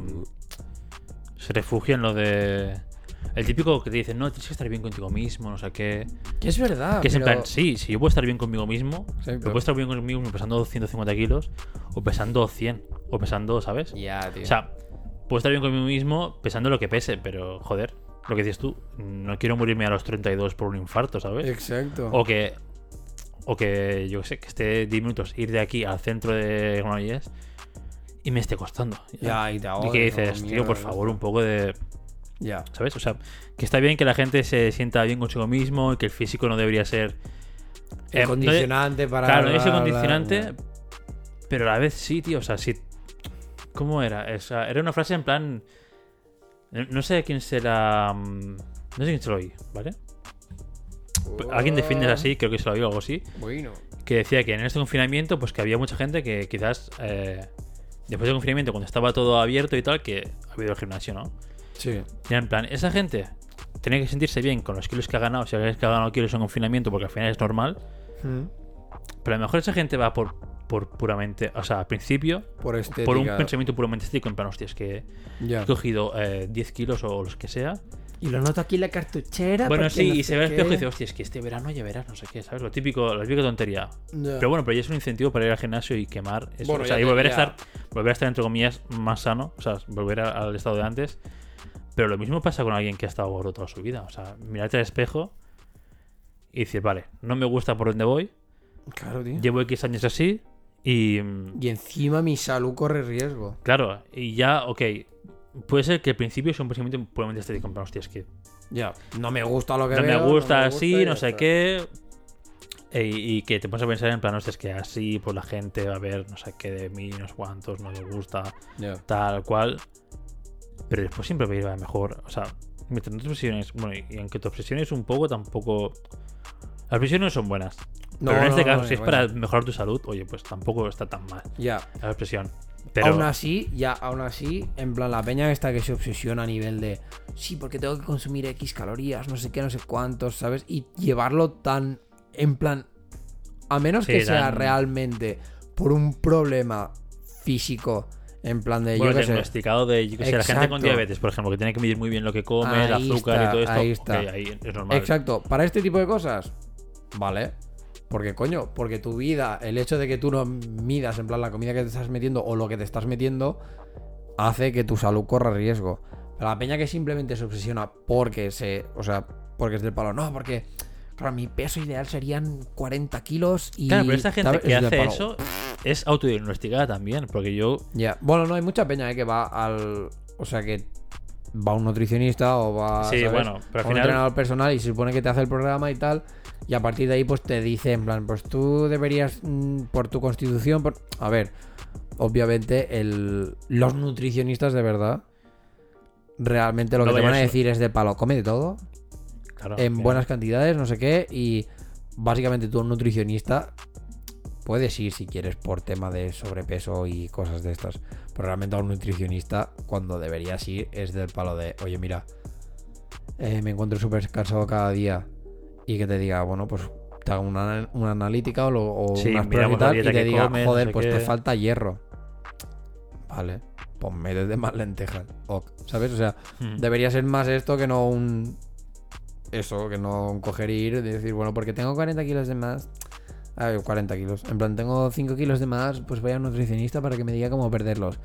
refugia en lo de... El típico que te dice, no, tienes que estar bien contigo mismo, no sé qué. Que es verdad, Que es en pero... plan, sí, si yo puedo estar bien conmigo mismo, Exacto. pero puedo estar bien conmigo mismo pesando 150 kilos, o pesando 100, o pesando, ¿sabes? Ya, tío. O sea, puedo estar bien conmigo mismo pesando lo que pese, pero joder, lo que dices tú, no quiero morirme a los 32 por un infarto, ¿sabes? Exacto. O que, yo qué sé, que esté 10 minutos ir de aquí al centro de Granollers y me esté costando. Ya, y te ahogas, Y que dices, ¿no? tío, por Mierda, favor, un poco de... Ya. ¿Sabes? O sea, que está bien que la gente se sienta bien consigo mismo y que el físico no debería ser... El condicionante para... Claro, ese condicionante, pero a la vez sí, tío. O sea, sí... ¿Cómo era? O sea, era una frase en plan... No sé quién se la... No sé quién se lo oí, ¿vale? Alguien de fitness así, creo que se lo oí o algo así, Bueno. que decía que en este confinamiento, pues que había mucha gente que quizás... después del confinamiento, cuando estaba todo abierto y tal, que ha habido el gimnasio, ¿no? Sí. Y en plan, esa gente tiene que sentirse bien con los kilos que ha ganado, si es que ha ganado kilos en confinamiento, porque al final es normal. Pero a lo mejor esa gente va por puramente, o sea, al principio, Por estética. por un pensamiento puramente estético, en plan, hostia, es que Ya. he cogido 10 kilos o los que sea. Y lo noto aquí en la cartuchera. Bueno, porque sí, no y sé se ve al espejo y qué. dice, hostia, es que este verano ya verás, no sé qué, ¿sabes? Lo típico, la típica tontería. Ya. Pero bueno, pero ya es un incentivo para ir al gimnasio y quemar eso. Bueno, O sea, ya y volver a ya. estar, entre comillas, más sano. O sea, volver al estado de antes. Pero lo mismo pasa con alguien que ha estado gordo toda su vida. O sea, mirarte al espejo y decir, vale, no me gusta por dónde voy. Claro, tío. Llevo X años así y... Y encima mi salud corre riesgo. Claro, y ya, ok. Puede ser que al principio sea un pensamiento puramente estético. En plan, hostia, es que Ya. No me gusta lo que no me veo. gusta así, y no ya sé está. qué. Y que te pones a pensar en plan, hostia, es que así pues la gente va a ver no sé qué de mí, no sé cuántos, no le gusta, tal cual. Pero después siempre va a ir a mejor. O sea, mientras no te obsesiones, bueno, y aunque te obsesiones un poco, tampoco... Las obsesiones no son buenas. No, pero en este no, caso, no, si es bueno. para mejorar tu salud, oye, pues tampoco está tan mal Ya. la obsesión. Pero... Aún así, en plan, la peña esta que se obsesiona a nivel de sí, porque tengo que consumir X calorías, no sé qué, no sé cuántos, ¿sabes? Y llevarlo tan, en plan, a menos Sí, que sea tan- realmente por un problema físico, en plan de, Bueno, yo qué sé. diagnosticado de, yo que sé, la gente con Exacto. diabetes, por ejemplo, que tiene que medir muy bien lo que come, el Ahí azúcar está, y todo esto. ahí está. Ok, ahí es normal. Exacto, para este tipo de cosas, vale. Porque, coño, porque tu vida, el hecho de que tú no midas en plan la comida que te estás metiendo o lo que te estás metiendo, hace que tu salud corra riesgo. Pero la peña que simplemente se obsesiona porque porque es del palo. No, porque, claro, mi peso ideal serían 40 kilos y... Claro, pero esta gente ¿sabes? que Es del hace palo. eso es autodiagnosticada también, porque yo... Ya. Bueno, no, hay mucha peña que va al... O sea, que va a un nutricionista o va Sí, ¿sabes? bueno, pero al a un final... entrenador personal y se supone que te hace el programa y tal. Y a partir de ahí pues te dice en plan, pues tú deberías por tu constitución... A ver, obviamente los nutricionistas de verdad realmente lo No que te van a vayas- decir es de palo, come de todo, Claro, en claro. buenas cantidades, no sé qué. Y básicamente tú un nutricionista puedes ir si quieres por tema de sobrepeso y cosas de estas. Pero realmente a un nutricionista cuando deberías ir es del palo de, oye mira, me encuentro súper cansado cada día. Y que te diga, bueno, pues te haga una analítica o Sí, unas pruebas y miramos la tal, y dieta te que diga, comes, no joder, sé pues qué. te falta hierro. Vale, pues métete más lentejas. ¿Sabes? O sea, Mm. debería ser más esto que no un... Eso, que no un coger y ir y decir, bueno, porque tengo 40 kilos de más. A ver, 40 kilos. En plan, tengo 5 kilos de más, pues voy a un nutricionista para que me diga cómo perderlos.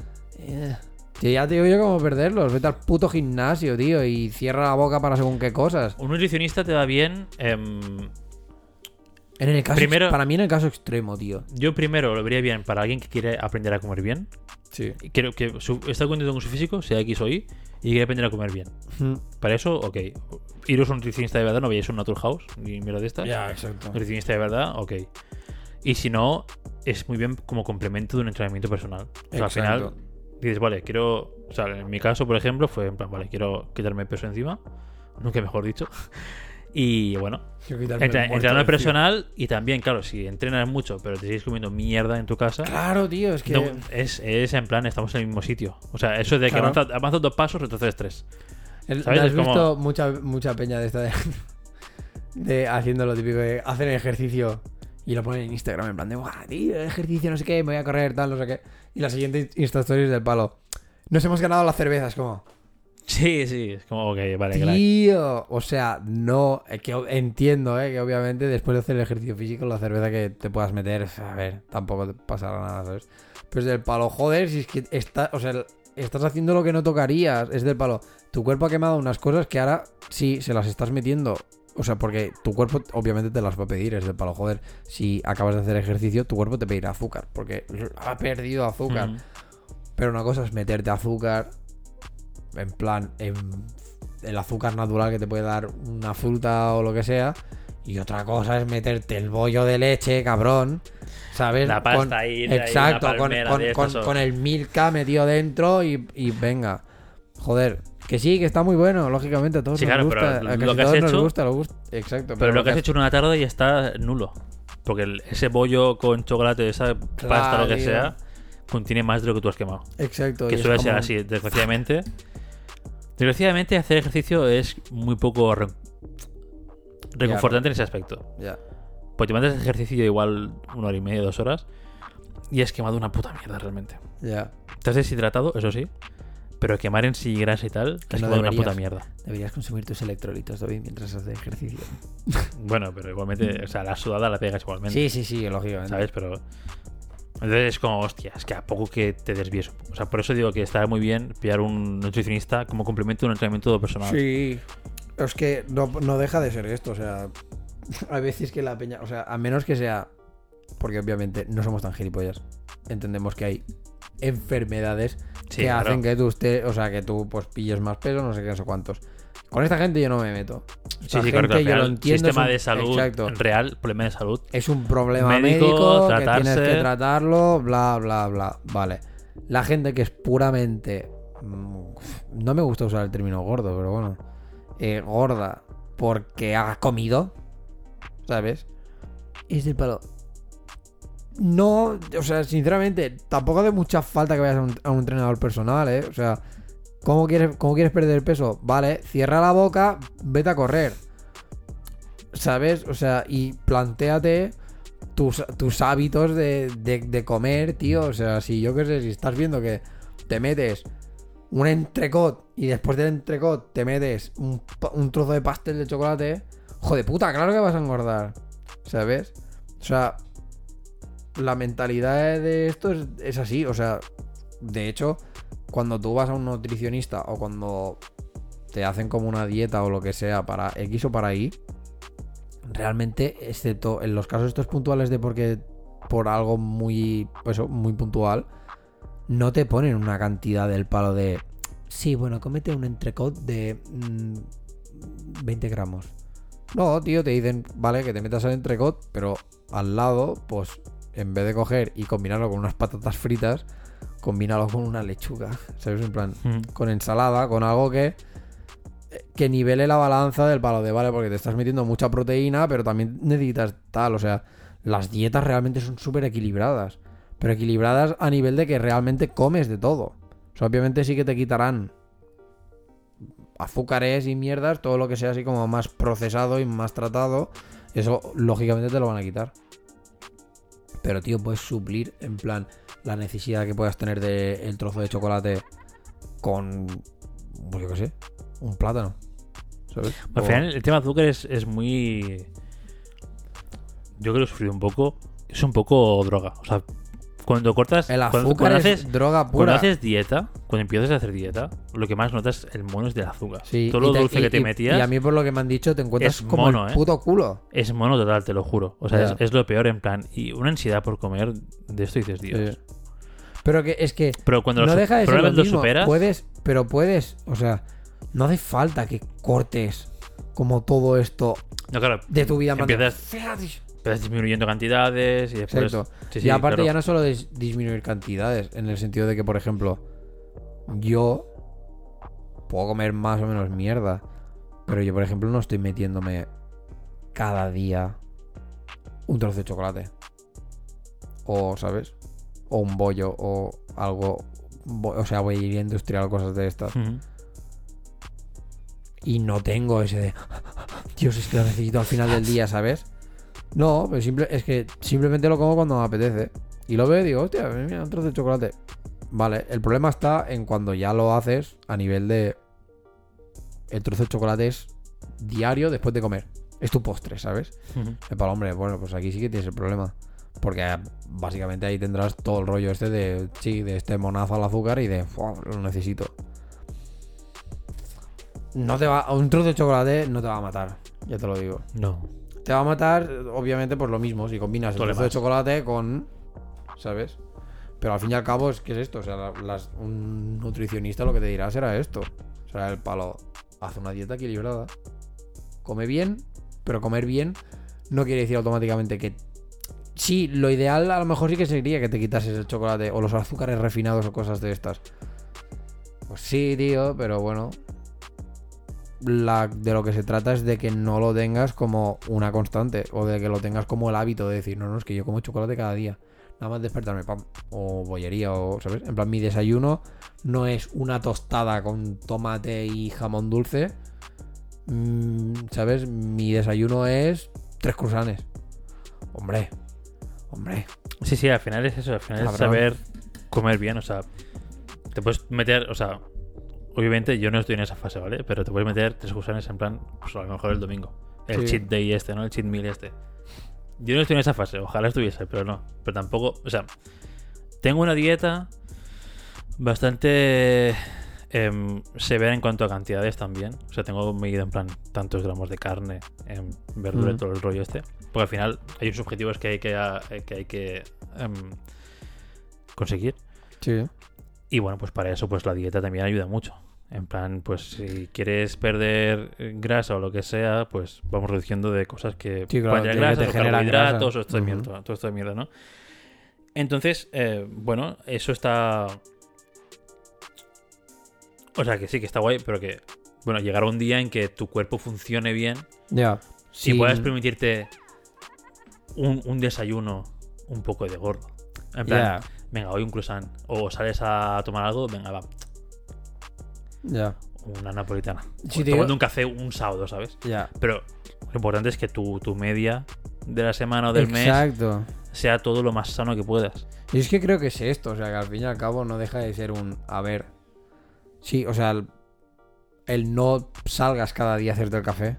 Que ya te digo yo cómo perderlos. Vete al puto gimnasio, tío, y cierra la boca para según qué cosas. Un nutricionista te va bien... En el caso, Primero- para mí en el caso extremo, tío. Yo primero lo vería bien para alguien que quiere aprender a comer bien. Sí. Quiero que está contento con su físico, sea X o Y, y quiere aprender a comer bien. Para eso, ok. Iros a un nutricionista de verdad, no vayáis a un Naturhaus, ni mierda de estas. Ya, exacto. Nutricionista de verdad, ok. Y si no, es muy bien como complemento de un entrenamiento personal. O sea, al final dices, vale, quiero... O sea, en mi caso, por ejemplo, fue en plan, vale, quiero quitarme peso encima. Nunca mejor dicho. Y bueno, entrenador personal y también, claro, si entrenas mucho, pero te sigues comiendo mierda en tu casa... Claro, tío, es que... No, es en plan, estamos en el mismo sitio. O sea, eso de que Claro. avanzas 2 pasos, retrocedes 3. ¿sabes? ¿Has Es como- visto mucha peña de esta de haciendo lo típico de hacer ejercicio y lo ponen en Instagram en plan de, guau, tío, ejercicio, no sé qué, me voy a correr, tal, no sé qué. Y la siguiente Insta Stories del palo. Nos hemos ganado la cerveza, es como... Sí, sí, es como, ok, vale, crack. Tío, o sea, no, que entiendo, que obviamente después de hacer el ejercicio físico, la cerveza que te puedas meter, a ver, tampoco te pasará nada, ¿sabes? Pero es del palo, joder, si es que estás haciendo lo que no tocarías, es del palo. Tu cuerpo ha quemado unas cosas que ahora sí se las estás metiendo. O sea, porque tu cuerpo obviamente te las va a pedir, es del palo, joder. Si acabas de hacer ejercicio, tu cuerpo te pedirá azúcar, porque ha perdido azúcar. Mm. Pero una cosa es meterte azúcar, en plan, el azúcar natural que te puede dar una fruta o lo que sea. Y otra cosa es meterte el bollo de leche, cabrón. ¿Sabes? La pasta ahí, exacto, una palmera con, de con, estas, o- con el Milka metido dentro y venga. Joder, que sí, que está muy bueno, lógicamente. A todos Sí, nos claro, gusta. pero A lo casi que has todos nos hecho- gusta, lo gusta. Exacto. Pero lo que has hecho en una tarde ya está nulo. Porque ese bollo con chocolate, esa pasta, lo que tío. sea, contiene más de lo que tú has quemado. Exacto. Que y es suele ser como- así, desgraciadamente. Desgraciadamente, hacer ejercicio es muy poco reconfortante en ese aspecto. Ya. Pues te mandas de ejercicio igual 1 hora y media, 2 horas, y has quemado una puta mierda realmente. Ya. Te has deshidratado, eso sí, pero quemar en sí grasa y tal, Que has no quemado una deberías. puta mierda. Deberías consumir tus electrolitos, David, mientras haces ejercicio. Bueno, pero igualmente, o sea, la sudada la pegas igualmente. Sí, lógicamente. ¿Sabes? Pero... Entonces es como, hostia, es que a poco que te desvíes. O sea, por eso digo que está muy bien pillar un nutricionista como complemento de un entrenamiento personal. Sí, es que no deja de ser esto, o sea, hay veces que la peña, o sea, a menos que sea, porque obviamente no somos tan gilipollas, entendemos que hay enfermedades Sí, que claro. hacen que tú que tú pues pilles más peso, no sé qué, no sé cuántos. Con esta gente yo no me meto. Sí, Esta sí, claro, gente, que yo al lo final, entiendo. sistema de salud Exacto. real, problema de salud. Es un problema Médico, médico que tratarse. tienes que tratarlo, bla, bla, bla. Vale. La gente que es puramente... No me gusta usar el término gordo, pero bueno. Gorda porque ha comido, ¿sabes? Es del palo. No, o sea, sinceramente, tampoco hace mucha falta que vayas a un entrenador personal, ¿eh? O sea, ¿cómo quieres perder peso? Vale, cierra la boca, vete a correr. ¿Sabes? O sea, y plantéate tus hábitos de comer, tío. O sea, si yo qué sé, si estás viendo que te metes un entrecot y después del entrecot te metes un trozo de pastel de chocolate, joder puta, claro que vas a engordar, ¿sabes? O sea, la mentalidad de esto es así. O sea, de hecho, cuando tú vas a un nutricionista o cuando te hacen como una dieta o lo que sea para X o para Y, realmente, excepto en los casos estos puntuales de por algo muy, pues, muy puntual, no te ponen una cantidad del palo de... Sí, bueno, cómete un entrecot de 20 gramos. No, tío, te dicen, vale, que te metas el entrecot, pero al lado, pues, en vez de coger y combinarlo con unas patatas fritas, combínalo con una lechuga, ¿sabes? En plan, con ensalada, con algo que nivele la balanza del palo de, vale, porque te estás metiendo mucha proteína, pero también necesitas tal, o sea, las dietas realmente son súper equilibradas. Pero equilibradas a nivel de que realmente comes de todo. O sea, obviamente sí que te quitarán azúcares y mierdas, todo lo que sea así como más procesado y más tratado. Eso, lógicamente, te lo van a quitar. Pero, tío, puedes suplir, en plan, la necesidad que puedas tener del trozo de chocolate con, pues yo qué sé, un plátano. ¿Sabes? Al final, el tema de azúcar es muy... Yo creo que he sufrido un poco. Es un poco droga. O sea, cuando cortas... El azúcar cuando es haces, droga pura. Cuando haces dieta, cuando empiezas a hacer dieta, lo que más notas el mono es del azúcar. Sí, todo lo dulce que te metías... Y a mí, por lo que me han dicho, te encuentras es como mono, el puto culo. Es mono total, te lo juro. O sea, Ya. es lo peor, en plan. Y una ansiedad por comer de esto dices, Dios. Sí. Pero que es que Pero cuando no deja de ser lo probablemente mismo. lo superas... Puedes, o sea, no hace falta que cortes como todo esto No, claro, de tu vida. empiezas disminuyendo cantidades y después... Exacto. Sí, sí, y aparte claro. ya no solo disminuir cantidades, en el sentido de que, por ejemplo, yo puedo comer más o menos mierda, pero yo, por ejemplo, no estoy metiéndome cada día un trozo de chocolate. O, ¿sabes? O un bollo o algo, o sea, bollería industrial, cosas de estas. Ujú. Y no tengo ese de... Dios, es que lo necesito al final del día, ¿sabes? No, pero es que simplemente lo como cuando me apetece. Y lo veo y digo, hostia, mira, un trozo de chocolate. Vale, el problema está en cuando ya lo haces a nivel de... El trozo de chocolate es diario después de comer. Es tu postre, ¿sabes? Ujú. Para hombre, bueno, pues aquí sí que tienes el problema. Porque básicamente ahí tendrás todo el rollo este de... Sí, de este monazo al azúcar y de... Lo necesito. No te va... Un trozo de chocolate no te va a matar. Ya te lo digo. No. Te va a matar, obviamente, por lo mismo. Si combinas el Todo lo trozo de demás. chocolate con... ¿Sabes? Pero al fin y al cabo, ¿qué es esto? O sea, un nutricionista lo que te dirá será esto. Será el palo. Haz una dieta equilibrada. Come bien, pero comer bien no quiere decir automáticamente que... Sí, lo ideal a lo mejor sí que sería que te quitases el chocolate o los azúcares refinados o cosas de estas. Pues sí, tío, pero bueno... de lo que se trata es de que no lo tengas como una constante o de que lo tengas como el hábito de decir, no, es que yo como chocolate cada día, nada más despertarme, pam, o bollería, o, ¿sabes? En plan, mi desayuno no es una tostada con tomate y jamón dulce, ¿sabes? Mi desayuno es 3 croissants. Hombre. Sí, sí, al final es eso. Al final es Cabrón. saber comer bien. O sea, te puedes meter... O sea, obviamente yo no estoy en esa fase, ¿vale? Pero te puedes meter 3 gusanes en plan, pues a lo mejor el domingo. El Sí. cheat day este, ¿no? El cheat meal este. Yo no estoy en esa fase. Ojalá estuviese, pero no. Pero tampoco... O sea, tengo una dieta bastante severa en cuanto a cantidades también. O sea, tengo medido en plan tantos gramos de carne, verdura y todo el rollo este. Porque al final hay unos objetivos que hay que conseguir. Sí. Y bueno, pues para eso pues la dieta también ayuda mucho. En plan, pues si quieres perder grasa o lo que sea, pues vamos reduciendo de cosas que Sí, claro, pueden tener grasas, te o generan carbohidratos, grasa. o esto de mierda, todo esto de mierda, ¿no? Entonces, bueno, eso está... O sea, que sí, que está guay, pero que, bueno, llegará un día en que tu cuerpo funcione bien Ya. y Sí. puedas permitirte un desayuno un poco de gordo. En plan, Ya. venga, hoy un croissant. O sales a tomar algo, venga, va, Ya. una napolitana. Sí, O te tomando digo- un café un sábado, ¿sabes? Ya. Pero lo importante es que tu media de la semana o del mes Exacto. sea todo lo más sano que puedas. Y es que creo que es esto, o sea, que al fin y al cabo no deja de ser un... A ver... Sí, o sea, el no salgas cada día a hacerte el café.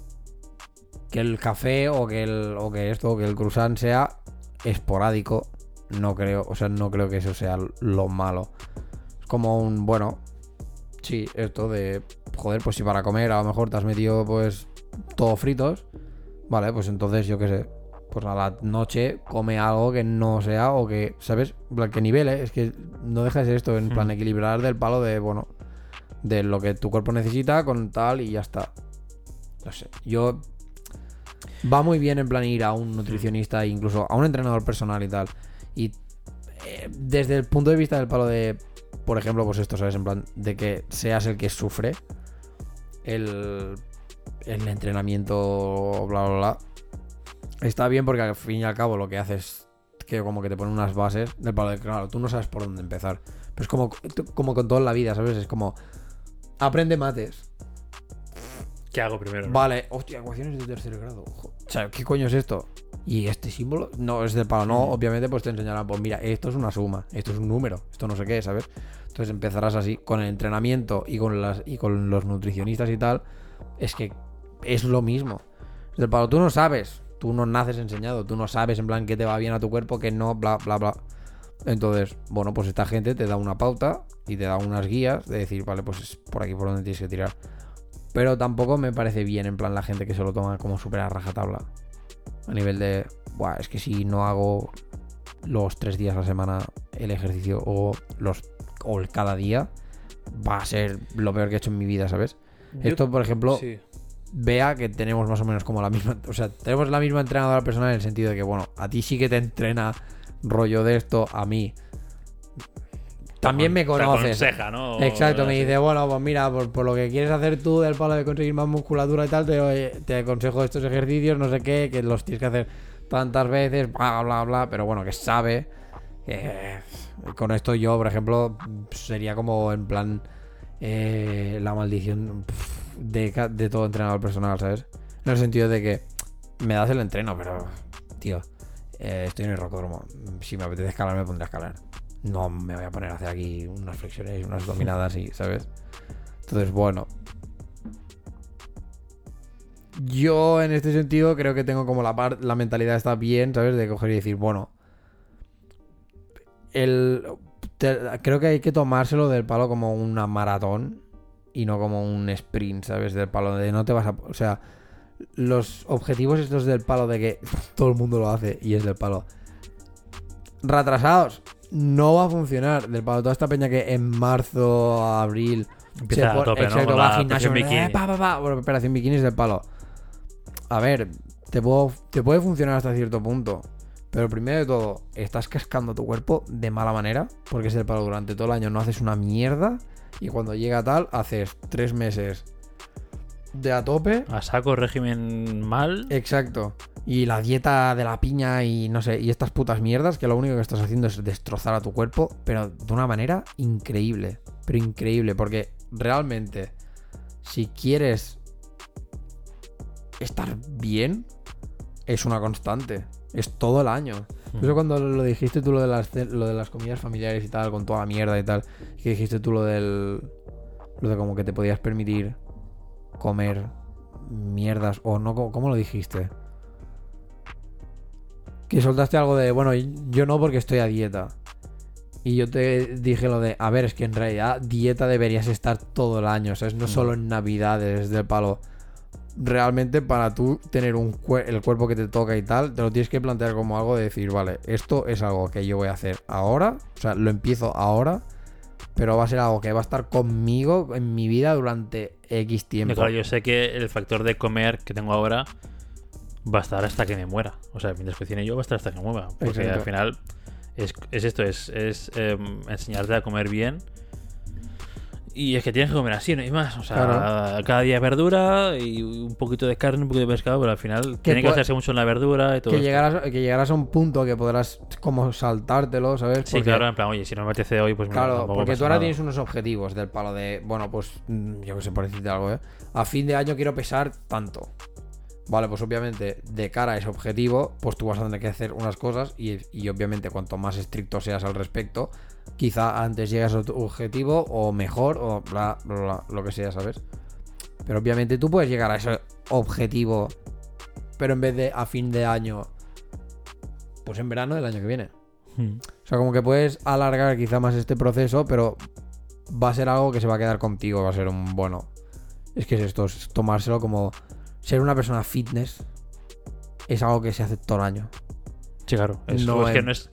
Que el café o que el croissant sea esporádico, no creo, o sea, no creo que eso sea lo malo. Es como un, bueno, sí, esto de, joder, pues si para comer a lo mejor te has metido pues todo fritos, vale, pues entonces yo qué sé, pues a la noche come algo que no sea o que, ¿sabes? Que nivele, es que no deja de ser esto, en plan equilibrar del palo de, bueno, de lo que tu cuerpo necesita con tal y ya está. No sé, yo... Va muy bien en plan ir a un nutricionista e incluso a un entrenador personal y tal. Y desde el punto de vista del palo de, por ejemplo, pues esto, ¿sabes? En plan, de que seas el que sufre el entrenamiento, bla, bla, bla. Está bien porque al fin y al cabo lo que hace es que como que te pone unas bases del palo de, claro, tú no sabes por dónde empezar. Pero es como con todo en la vida, ¿sabes? Es como, aprende mates. ¿Qué hago primero? ¿no? Vale, hostia, ecuaciones de tercer grado. O sea, ¿qué coño es esto? ¿Y este símbolo? No, es del palo. No, obviamente pues te enseñarán, pues mira, esto es una suma, esto es un número, esto no sé qué, ¿sabes? Entonces empezarás así, con el entrenamiento y con los nutricionistas y tal, es que es lo mismo. Es del palo, tú no sabes, tú no naces enseñado, tú no sabes en plan qué te va bien a tu cuerpo, que no, bla, bla, bla. Entonces, bueno, pues esta gente te da una pauta y te da unas guías de decir, vale, pues es por aquí por donde tienes que tirar. Pero tampoco me parece bien, en plan, la gente que se lo toma como súper a rajatabla. A nivel de, buah, es que si no hago los 3 días a la semana el ejercicio o el cada día, va a ser lo peor que he hecho en mi vida, ¿sabes? Esto, por ejemplo, Sí. vea que tenemos más o menos como la misma... O sea, tenemos la misma entrenadora personal en el sentido de que, bueno, a ti sí que te entrena rollo de esto, a mí... También me conoces. Te aconseja, ¿no? Exacto, me Sí. dice, bueno, pues mira, por lo que quieres hacer tú del palo de conseguir más musculatura y tal, te aconsejo estos ejercicios, no sé qué, que los tienes que hacer tantas veces, bla, bla, bla, pero bueno, que sabe. Con esto yo, por ejemplo, sería como en plan la maldición de todo entrenador personal, ¿sabes? En el sentido de que me das el entreno, pero, tío, estoy en el rocódromo. Si me apetece escalar, me pondré a escalar. No me voy a poner a hacer aquí unas flexiones y unas dominadas y, ¿sabes? Entonces, bueno. Yo en este sentido creo que tengo como la mentalidad está bien, ¿sabes? De coger y decir, bueno. Creo que hay que tomárselo del palo como una maratón y no como un sprint, ¿sabes? Del palo de no te vas a... O sea, los objetivos estos del palo de que todo el mundo lo hace y es del palo. Retrasados. No va a funcionar. Del palo, toda esta peña que en marzo, abril Empieza a tope, ¿no? exacto, Con va la al gimnasio, operación bikini. Bueno, operación bikini es del palo. A ver, te puede funcionar hasta cierto punto. Pero primero de todo, estás cascando tu cuerpo de mala manera. Porque es del palo, durante todo el año no haces una mierda. Y cuando llega tal, haces 3 meses de a tope. A saco, régimen mal. Exacto. Y la dieta de la piña y no sé, y estas putas mierdas que lo único que estás haciendo es destrozar a tu cuerpo, pero de una manera increíble. Pero increíble, porque realmente, si quieres estar bien, es una constante. Es todo el año. Por eso cuando lo dijiste tú lo de las comidas familiares y tal, con toda la mierda y tal, que dijiste tú lo de como que te podías permitir comer mierdas, o no, ¿cómo lo dijiste? Que soltaste algo de, bueno, yo no porque estoy a dieta. Y yo te dije lo de, a ver, es que en realidad dieta deberías estar todo el año, ¿sabes? No solo en Navidades del palo. Realmente para tú tener el cuerpo que te toca y tal, te lo tienes que plantear como algo de decir, vale, esto es algo que yo voy a hacer ahora, o sea, lo empiezo ahora pero va a ser algo que va a estar conmigo en mi vida durante X tiempo. Claro, yo sé que el factor de comer que tengo ahora va a estar hasta que me muera. O sea, mientras cocine yo va a estar hasta que me muera. Porque Exacto. al final es esto, enseñarte a comer bien. Y es que tienes que comer así, no hay más. O sea, Claro. cada día verdura y un poquito de carne, un poquito de pescado, pero al final tiene que pu- hacerse mucho en la verdura y todo Que esto. llegarás a un punto que podrás como saltártelo, ¿sabes? Sí, claro, en plan, oye, si no me apetece hoy, pues mira, Claro, tampoco porque pasa tú ahora nada. tienes unos objetivos del palo de, bueno, pues yo que sé, por decirte algo, ¿eh? A fin de año quiero pesar tanto. Vale, pues obviamente de cara a ese objetivo, pues tú vas a tener que hacer unas cosas y obviamente cuanto más estricto seas al respecto, quizá antes llegas a tu objetivo o mejor o bla, bla, bla, lo que sea, ¿sabes? Pero obviamente tú puedes llegar a ese objetivo, pero en vez de a fin de año, pues en verano del año que viene. O sea, como que puedes alargar quizá más este proceso, pero va a ser algo que se va a quedar contigo, va a ser un bueno. Es que es esto, es tomárselo como ser una persona fitness es algo que se hace todo el año. Sí, claro. No Es que es- no es.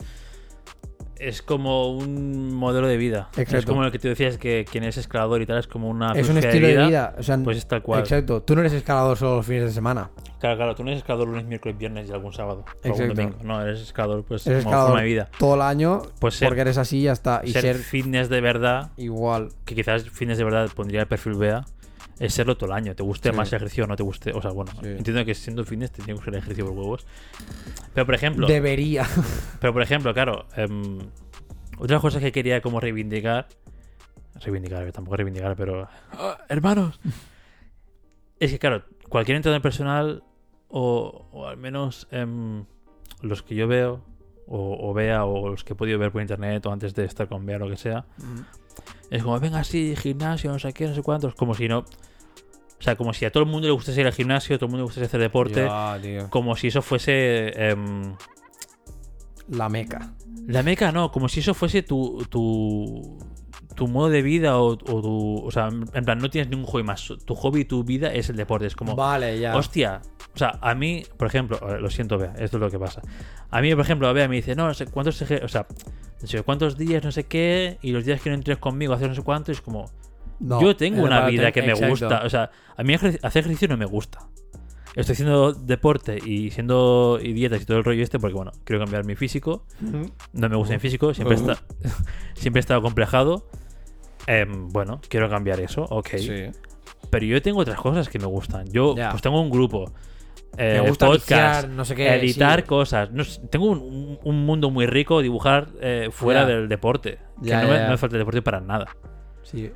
Es como un modelo de vida. Exacto. Es como lo que tú decías, que quien es escalador y tal es como una Es un filosofía estilo de vida. O sea, Pues es tal cual. exacto. Tú no eres escalador solo los fines de semana. Claro, tú no eres escalador lunes, miércoles, viernes y algún sábado. O algún Exacto. domingo. No, eres escalador pues Eres como escalador forma de vida. todo el año Pues ser- porque eres así y ya está. Y ser ser fitness de verdad, igual. que quizás fitness de verdad pondría el perfil BEA, es serlo todo el año. Te guste Sí. más el ejercicio o no te guste. O sea, bueno, Sí. entiendo que siendo fitness te tiene que usar el ejercicio por huevos. Pero por ejemplo, Debería. claro, otras cosas que quería como reivindicar, tampoco reivindicar, pero hermanos, es que claro, cualquier entrenador personal o al menos los que yo veo o vea o los que he podido ver por internet o antes de estar con Bea o lo que sea, es como venga así, gimnasio, no sé qué, no sé cuántos, como si no, o sea, como si a todo el mundo le gustase ir al gimnasio, a todo el mundo le gustase hacer deporte, Ya, tío. como si eso fuese La meca. la meca, no, como si eso fuese tu modo de vida o tu... O sea, en plan, no tienes ningún hobby más. Tu hobby y tu vida es el deporte. Es como, Vale, ya. hostia. O sea, a mí, por ejemplo, lo siento, Bea, esto es lo que pasa. A mí, por ejemplo, Bea me dice, no sé cuántos... O sea, no sé cuántos días, no sé qué, y los días que no entres conmigo, hacer no sé cuánto, y es como... No, yo tengo una para vida que me exacto. gusta. O sea, a mí hacer ejercicio no me gusta. Estoy haciendo deporte y dietas y todo el rollo este porque, bueno, quiero cambiar mi físico. No me gusta mi físico, siempre he estado complejado. Bueno, quiero cambiar eso, ok. Sí. Pero yo tengo otras cosas que me gustan. Yo Ya. pues tengo un grupo, Me gusta podcast, viciar, no sé qué, editar sí. cosas. No sé, tengo un mundo muy rico, dibujar fuera Ya. del deporte. Ya, que no ya. me falta el deporte para nada. Sí.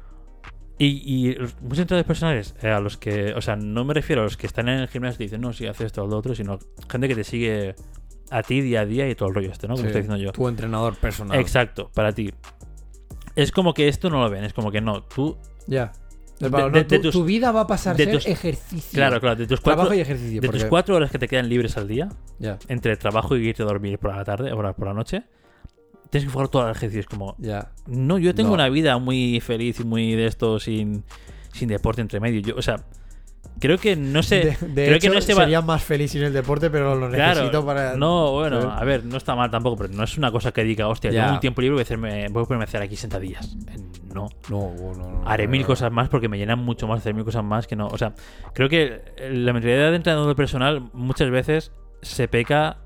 Y muchos entrenadores personales, a los que, o sea, no me refiero a los que están en el gimnasio y dicen, no, sí, haces esto o lo otro, sino gente que te sigue a ti día a día y todo el rollo este, ¿no? Como Sí. estoy diciendo yo. Tu entrenador personal. Exacto, para ti. Es como que esto no lo ven, es como que no, tú... Ya. De- No, de tu, tus- tu vida va a pasar a de ser tus- ejercicio. Claro, de tus Trabajo y ejercicio. de tus porque- 4 horas que te quedan libres al día, Ya, entre trabajo y irte a dormir por la tarde o por la noche, tienes que enfocar todo al ejercicio. Es como, ya. no, yo tengo No. una vida muy feliz y muy de esto sin deporte entre medio. Yo, o sea, creo que no sé... De creo hecho, que no se va... sería más feliz sin el deporte, pero lo necesito Claro, para... no, bueno, ¿sabes? a ver, no está mal tampoco, pero no es una cosa que diga, hostia, Ya. tengo un tiempo libre, voy a ponerme a hacer aquí sentadillas. No. No. Haré mil cosas más porque me llenan mucho más hacer mil cosas más que no. O sea, creo que la mentalidad de entrenador personal muchas veces se peca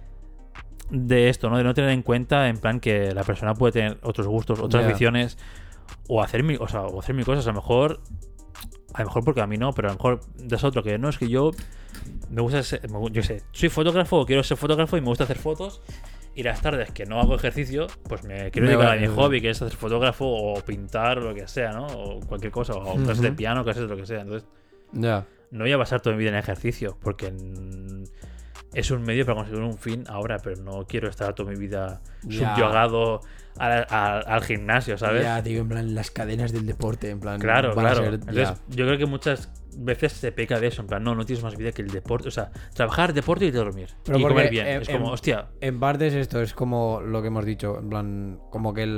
de esto, ¿no? De no tener en cuenta, en plan, que la persona puede tener otros gustos, otras Ya. aficiones, o hacer mil cosas. A lo mejor porque a mí no, pero a lo mejor es otro que no, es que yo me gusta yo sé, soy fotógrafo o quiero ser fotógrafo y me gusta hacer fotos. Y las tardes que no hago ejercicio, pues me quiero dedicar a mi hobby, que es hacer fotógrafo o pintar o lo que sea, ¿no? O cualquier cosa, o clases de piano, clases de lo que sea. Entonces, Ya. no voy a basar toda mi vida en ejercicio, porque es un medio para conseguir un fin ahora, pero no quiero estar toda mi vida Ya. subyugado al gimnasio, ¿sabes? Ya, tío, en plan, las cadenas del deporte, en plan... Claro, van a claro. ser- Entonces, ya. yo creo que muchas veces se peca de eso, en plan, no tienes más vida que el deporte. O sea, trabajar, deporte y dormir. Pero y porque, comer bien. Es como, hostia, En parte es esto, es como lo que hemos dicho, en plan, como que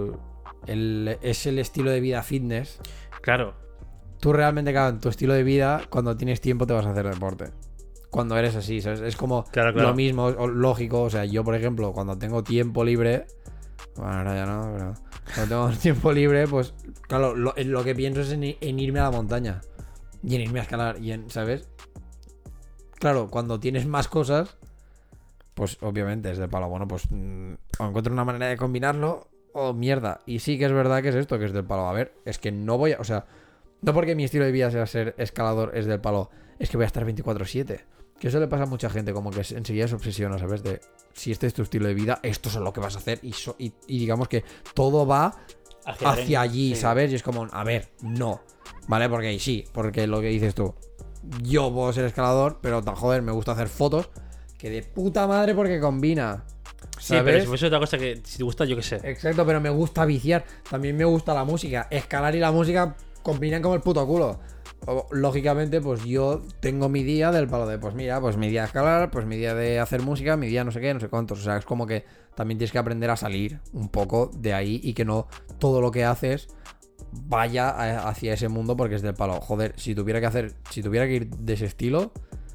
es el estilo de vida fitness. claro. Tú realmente, claro, en tu estilo de vida, cuando tienes tiempo te vas a hacer deporte. Cuando eres así, ¿sabes? Es como Claro. lo mismo, lógico. O sea, yo, por ejemplo, cuando tengo tiempo libre... Bueno, ahora ya no, pero... Cuando tengo más tiempo libre, pues claro, lo que pienso es en irme a la montaña. Y en irme a escalar. Y en, ¿sabes? Claro, cuando tienes más cosas, pues obviamente es del palo. Bueno, pues o encuentro una manera de combinarlo o mierda. Y sí que es verdad que es esto, que es del palo. A ver, es que no voy a... O sea, no porque mi estilo de vida sea ser escalador es del palo, es que voy a estar 24/7. Que eso le pasa a mucha gente, como que enseguida se obsesiona, ¿sabes? De si este es tu estilo de vida, esto es lo que vas a hacer. Y digamos que todo va hacia allí, sí. ¿Sabes? Y es como, a ver, no. ¿Vale? Porque sí, porque lo que dices tú, yo puedo ser escalador, pero joder, me gusta hacer fotos que de puta madre porque combina. ¿Sabes? Sí, pero si fuese otra cosa que si te gusta, yo qué sé. Exacto, pero me gusta viciar. También me gusta la música. Escalar y la música combinan como el puto culo. Lógicamente, pues yo tengo mi día del palo de, pues mira, pues mi día de escalar, pues mi día de hacer música, mi día no sé qué, no sé cuántos. O sea, es como que también tienes que aprender a salir un poco de ahí y que no todo lo que haces vaya hacia ese mundo porque es del palo. Joder, si tuviera que ir de ese estilo,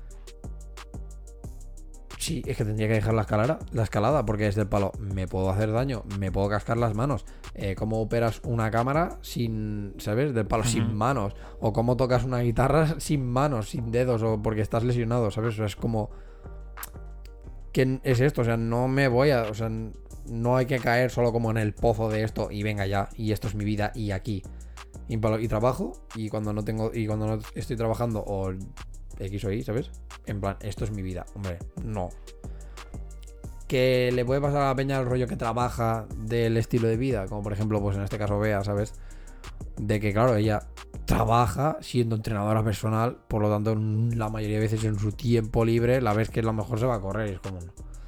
sí, es que tendría que dejar la escalada porque es del palo. Me puedo hacer daño, me puedo cascar las manos. ¿Cómo operas una cámara sin, ¿sabes? Del palo, sin manos. O cómo tocas una guitarra sin manos, sin dedos, o porque estás lesionado, ¿sabes? O sea, es como... ¿Qué es esto? O sea, no me voy a... O sea, no hay que caer solo como en el pozo de esto y venga ya, y esto es mi vida y aquí. Y trabajo, y cuando no estoy trabajando o X o Y, ¿sabes? En plan, esto es mi vida. Hombre, no. Que le puede pasar a la peña el rollo que trabaja del estilo de vida, como por ejemplo, pues en este caso Bea, ¿sabes? De que claro, ella trabaja siendo entrenadora personal, por lo tanto la mayoría de veces en su tiempo libre la ves que a lo mejor se va a correr y es como...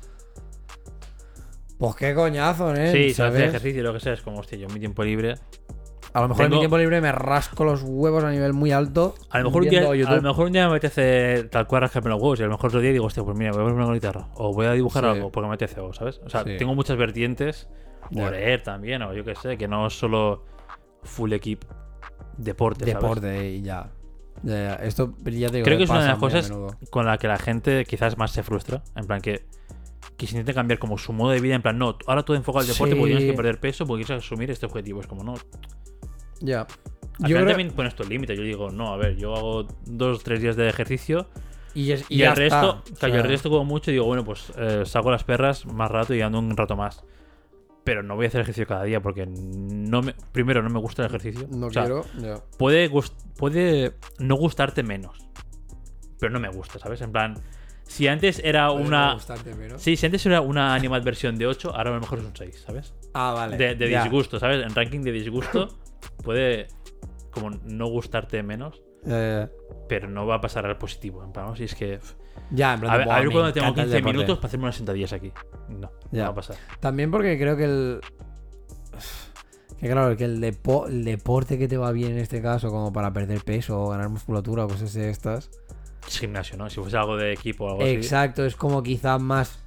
Pues qué coñazo, ¿eh? Sí, ¿sabes? Hacer ejercicio y lo que sea, es como, hostia, yo en mi tiempo libre... A lo mejor en mi tiempo libre me rasco los huevos a nivel muy alto. A lo mejor un día me apetece tal cual rascarme los huevos y a lo mejor otro día digo, hostia, pues mira, voy a ponerme una guitarra o voy a dibujar algo porque me apetece, ¿sabes? O sea, tengo muchas vertientes, o leer también, o yo qué sé, que no es solo full equip deporte, ¿sabes? Deporte y ya. Esto ya te digo, creo que es una de las cosas con la que la gente quizás más se frustra, en plan que se intente cambiar como su modo de vida, en plan, no, ahora todo enfocado al deporte porque tienes que perder peso, porque quieres asumir este objetivo, es como, no... Ya. Yo también pones tu límite. Yo digo, no, a ver, yo hago 2-3 días de ejercicio y el resto, el resto como mucho, digo, bueno, pues saco las perras más rato y ando un rato más. Pero no voy a hacer ejercicio cada día porque primero no me gusta el ejercicio. No quiero, ya. Puede no gustarte menos, pero no me gusta, ¿sabes? En plan, si antes era una... Sí, si antes era una Animal versión de 8, ahora a lo mejor es un 6, ¿sabes? Ah, vale. De disgusto, ¿sabes? En ranking de disgusto puede como no gustarte menos, pero no va a pasar al positivo. En plan, ¿no? Si es que... Ya, en plan, a ver cuando tengo 15 minutos para hacerme unas sentadillas aquí. No va a pasar. También porque creo que claro, que el deporte que te va bien en este caso, como para perder peso o ganar musculatura, pues es de estas... Es gimnasio, ¿no? Si fuese algo de equipo o algo así. Exacto, es como quizás más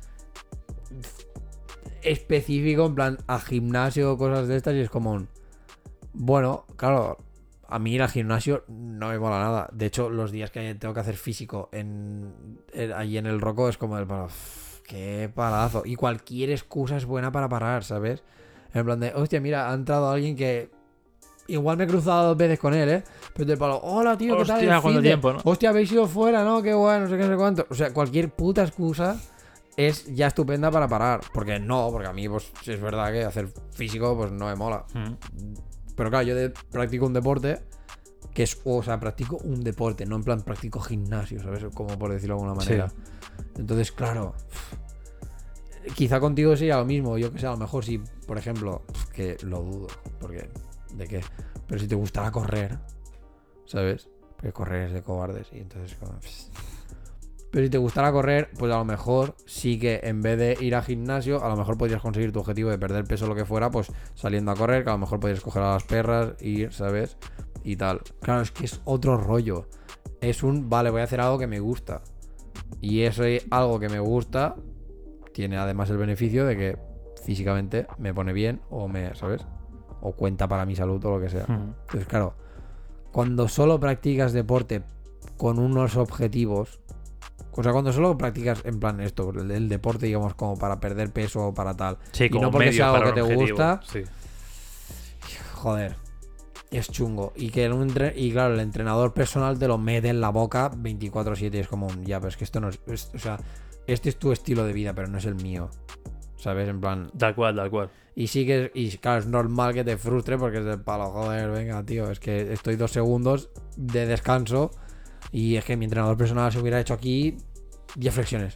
específico, en plan, a gimnasio o cosas de estas, y es como... Bueno, claro, a mí ir al gimnasio no me mola nada. De hecho, los días que tengo que hacer físico allí en el Roco es como el palo. Qué palazo. Y cualquier excusa es buena para parar, ¿sabes? En plan de, hostia, mira, ha entrado alguien que igual me he cruzado 2 veces con él, ¿eh? Pero del palo, hola, tío, ¿qué tal? Hostia, ¿cuánto tiempo, no? Hostia, habéis ido fuera, ¿no? Qué guay, no sé qué, no sé cuánto. O sea, cualquier puta excusa es ya estupenda para parar. Porque a mí, pues, es verdad que hacer físico, pues no me mola. Pero claro, yo practico un deporte que es, o sea, practico un deporte, no en plan practico gimnasio, ¿sabes? Como por decirlo de alguna manera. Sí. Entonces, claro, quizá contigo sea lo mismo. Yo que sé, a lo mejor si, por ejemplo, que lo dudo, porque ¿de qué? Pero si te gustara correr, ¿sabes? Porque correr es de cobardes y entonces como... Pero si te gustara correr, pues a lo mejor sí que en vez de ir a gimnasio, a lo mejor podrías conseguir tu objetivo de perder peso o lo que fuera, pues saliendo a correr, que a lo mejor podrías coger a las perras, ir, ¿sabes? Y tal. Claro, es que es otro rollo. Es vale, voy a hacer algo que me gusta. Y eso es algo que me gusta, tiene además el beneficio de que físicamente me pone bien o ¿sabes? O cuenta para mi salud o lo que sea. Entonces, claro, cuando solo practicas deporte con unos objetivos... O sea, cuando solo practicas en plan esto, el deporte, digamos, como para perder peso o para tal, sí, y no porque sea algo que te gusta, sí. joder, es chungo. Y que y claro, el entrenador personal te lo mete en la boca 24/7 y es como, ya, pero es que esto no es, o sea, este es tu estilo de vida, pero no es el mío. ¿Sabes? En plan... Tal cual. Y sí que, y claro, es normal que te frustre porque es del palo, joder, venga, tío, es que estoy 2 segundos de descanso y es que mi entrenador personal se hubiera hecho aquí 10 flexiones.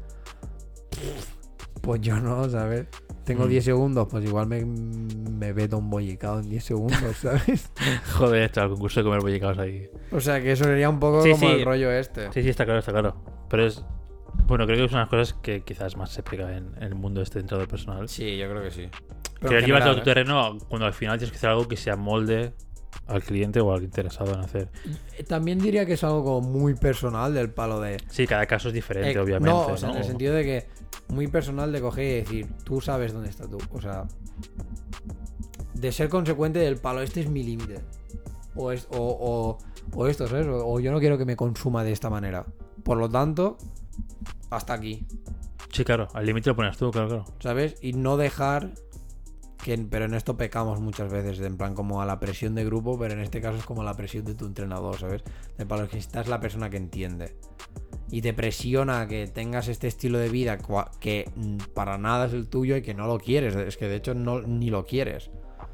Pues yo no, ¿sabes? Tengo 10 segundos, pues igual me veto un bollicao en 10 segundos, ¿sabes? Joder, está el concurso de comer bollicaos ahí. O sea, que eso sería un poco como el rollo este. Sí, está claro. Pero es... Bueno, creo que es una de las cosas que quizás más se pega en el mundo de este entrenador personal. Sí, yo creo que sí. Quieres llevar todo tu terreno cuando al final tienes que hacer algo que sea molde al cliente o al interesado en hacer. También diría que es algo como muy personal del palo de... Sí, cada caso es diferente, obviamente. No, o sea, en el sentido de que muy personal de coger y decir, tú sabes dónde está tú. O sea, de ser consecuente del palo, este es mi límite. O esto, ¿sabes? O yo no quiero que me consuma de esta manera. Por lo tanto, hasta aquí. Sí, claro, al límite lo pones tú, claro. ¿Sabes? Y no dejar... pero en esto pecamos muchas veces, en plan como a la presión de grupo, pero en este caso es como a la presión de tu entrenador, ¿sabes? De para lo que estás la persona que entiende y te presiona a que tengas este estilo de vida que para nada es el tuyo y que no lo quieres, es que de hecho ni lo quieres.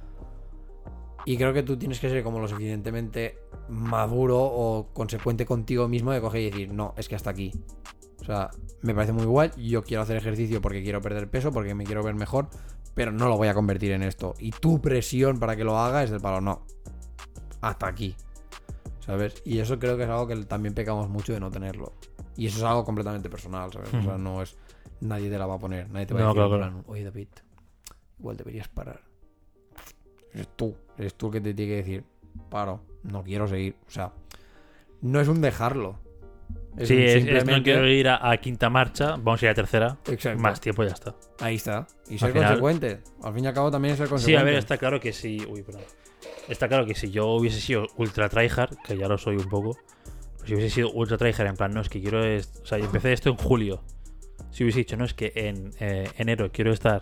Y creo que tú tienes que ser como lo suficientemente maduro o consecuente contigo mismo de coger y decir, no, es que hasta aquí. O sea, me parece muy guay, yo quiero hacer ejercicio porque quiero perder peso, porque me quiero ver mejor, pero no lo voy a convertir en esto. Y tu presión para que lo haga es del palo, no. Hasta aquí. ¿Sabes? Y eso creo que es algo que también pecamos mucho de no tenerlo. Y eso es algo completamente personal, ¿sabes? O sea, no es... Nadie te la va a poner. Nadie te va a decir, claro. Oye, David, igual deberías parar. Eres tú el que te tiene que decir, paro, no quiero seguir. O sea, no es un dejarlo. Es no quiero ir a quinta marcha, vamos a ir a tercera. Exacto. Más tiempo, ya está. Ahí está. Y ser consecuente. Al fin y al cabo también es ser consecuente. Sí, a ver, está claro que si... Está claro que si yo hubiese sido ultra tryhard, que ya lo soy un poco, pues si hubiese sido ultra tryhard en plan, no, es que quiero... O sea, empecé esto en julio. Si hubiese dicho, no, es que en enero quiero estar...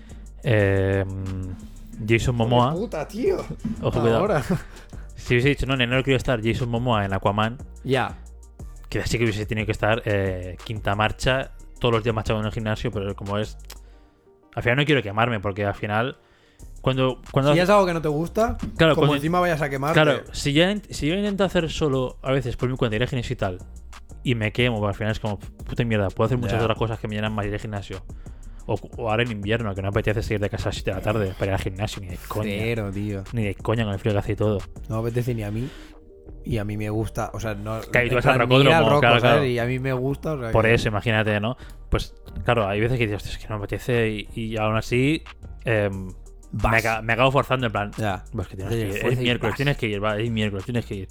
Jason Momoa. Puta, tío. Ojo, ahora. Si hubiese dicho, no, en enero quiero estar Jason Momoa en Aquaman. Ya. Que así que hubiese tenido que estar quinta marcha, todos los días marchando en el gimnasio, pero como es... Al final no quiero quemarme, porque al final... Cuando si es algo que no te gusta, claro, como encima vayas a quemarte. Claro, si yo intento hacer solo, a veces por mi cuenta, ir al gimnasio y tal, y me quemo, pues al final es como, puta mierda, puedo hacer muchas otras cosas que me llenan más ir al gimnasio. O ahora en invierno, que no me apetece salir de casa a las 7 de la tarde para ir al gimnasio, ni de coña. Cero, tío. Ni de coña con el frío que hace y todo. No me apetece ni a mí. Y a mí me gusta, o sea, no... Claro, y tú vas al rocódromo, claro. Y a mí me gusta, o sea, por eso, imagínate, ¿no? Pues, claro, hay veces que dices, es que no me apetece y aún así... me acabo forzando en plan. Ya. Pues que tienes que ir. Es miércoles, tienes que ir, vale, es miércoles, tienes que ir.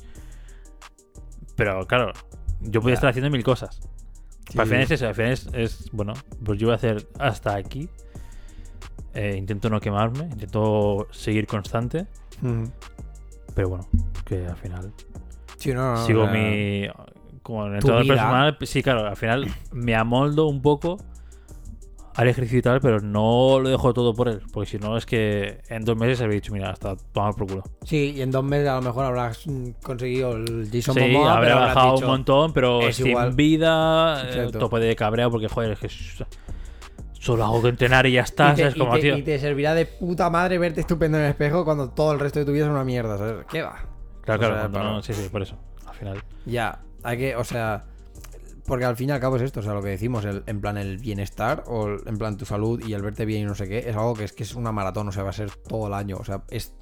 Pero claro, yo podría estar haciendo 1000 cosas. Sí. Al final es eso, al final es bueno, pues yo voy a hacer hasta aquí. Intento no quemarme, intento seguir constante. Pero bueno, que al final sigo mi... Como en el entrenador personal, sí, claro, al final me amoldo un poco al ejercicio y tal, pero no lo dejo todo por él, porque si no es que en 2 meses habría dicho, mira, hasta tomar por culo. Sí, y en 2 meses a lo mejor habrás conseguido el Jason Momoa. Sí, habrá bajado un montón, pero sin igual. Vida, tope de cabreo, porque joder, es que solo hago que entrenar y ya está, ¿sabes? Como, tío. Y te servirá de puta madre verte estupendo en el espejo cuando todo el resto de tu vida es una mierda, ¿sabes? ¿Qué va? Claro, no, sí, por eso, al final. Ya, hay que, o sea... Porque al fin y al cabo es esto, o sea, lo que decimos, en plan el bienestar o en plan tu salud y el verte bien y no sé qué, es algo que es una maratón, o sea, va a ser todo el año, o sea, es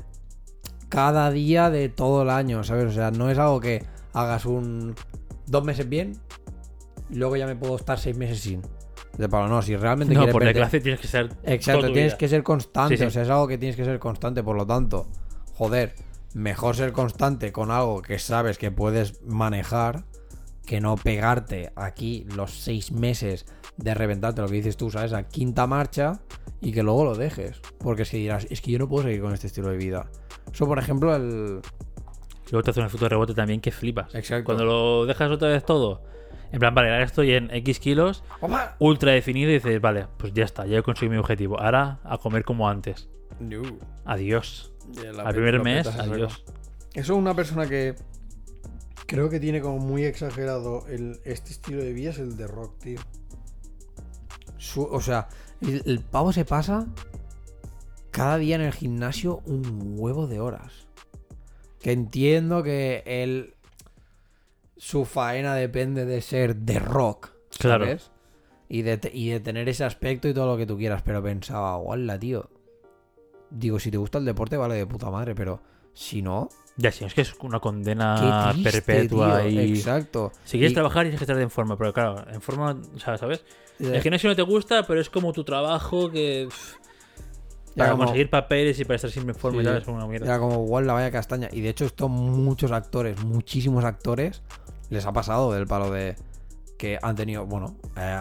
cada día de todo el año, ¿sabes? O sea, no es algo que hagas 2 meses bien y luego ya me puedo estar 6 meses sin. De palo, no, si realmente quieres por desgracia tienes que ser... Exacto, tienes que ser constante, sí. O sea, es algo que tienes que ser constante, por lo tanto, joder, mejor ser constante con algo que sabes que puedes manejar que no pegarte aquí los 6 meses de reventarte, lo que dices tú, ¿sabes? A quinta marcha y que luego lo dejes. Porque es que dirás, es que yo no puedo seguir con este estilo de vida. Eso, por ejemplo, Luego te hace un efecto de rebote también que flipas. Exacto. Cuando lo dejas otra vez todo, en plan, vale, ahora estoy en X kilos, ¡opa! Ultra definido y dices, vale, pues ya está, ya he conseguido mi objetivo. Ahora a comer como antes. No. Adiós. Al primer mes, adiós. Eso es una persona que creo que tiene como muy exagerado este estilo de vida, es el de Rock, tío. O sea, el pavo se pasa cada día en el gimnasio un huevo de horas. Que entiendo que su faena depende de ser de Rock, ¿sabes? Claro. Y de tener ese aspecto y todo lo que tú quieras. Pero pensaba, guala, tío. Digo, si te gusta el deporte, vale de puta madre, pero si no... Ya, sí, es que es una condena Qué triste, perpetua tío. y... Exacto. Si quieres trabajar tienes que estar en forma, pero claro, en forma, o sea, ¿sabes? El gimnasio no te gusta, pero es como tu trabajo que... Para como... conseguir papeles y para estar siempre en forma y tal, es una mierda. Era como igual la vaya castaña. Y de hecho esto muchos actores, muchísimos actores, les ha pasado del palo de... Que han tenido, bueno,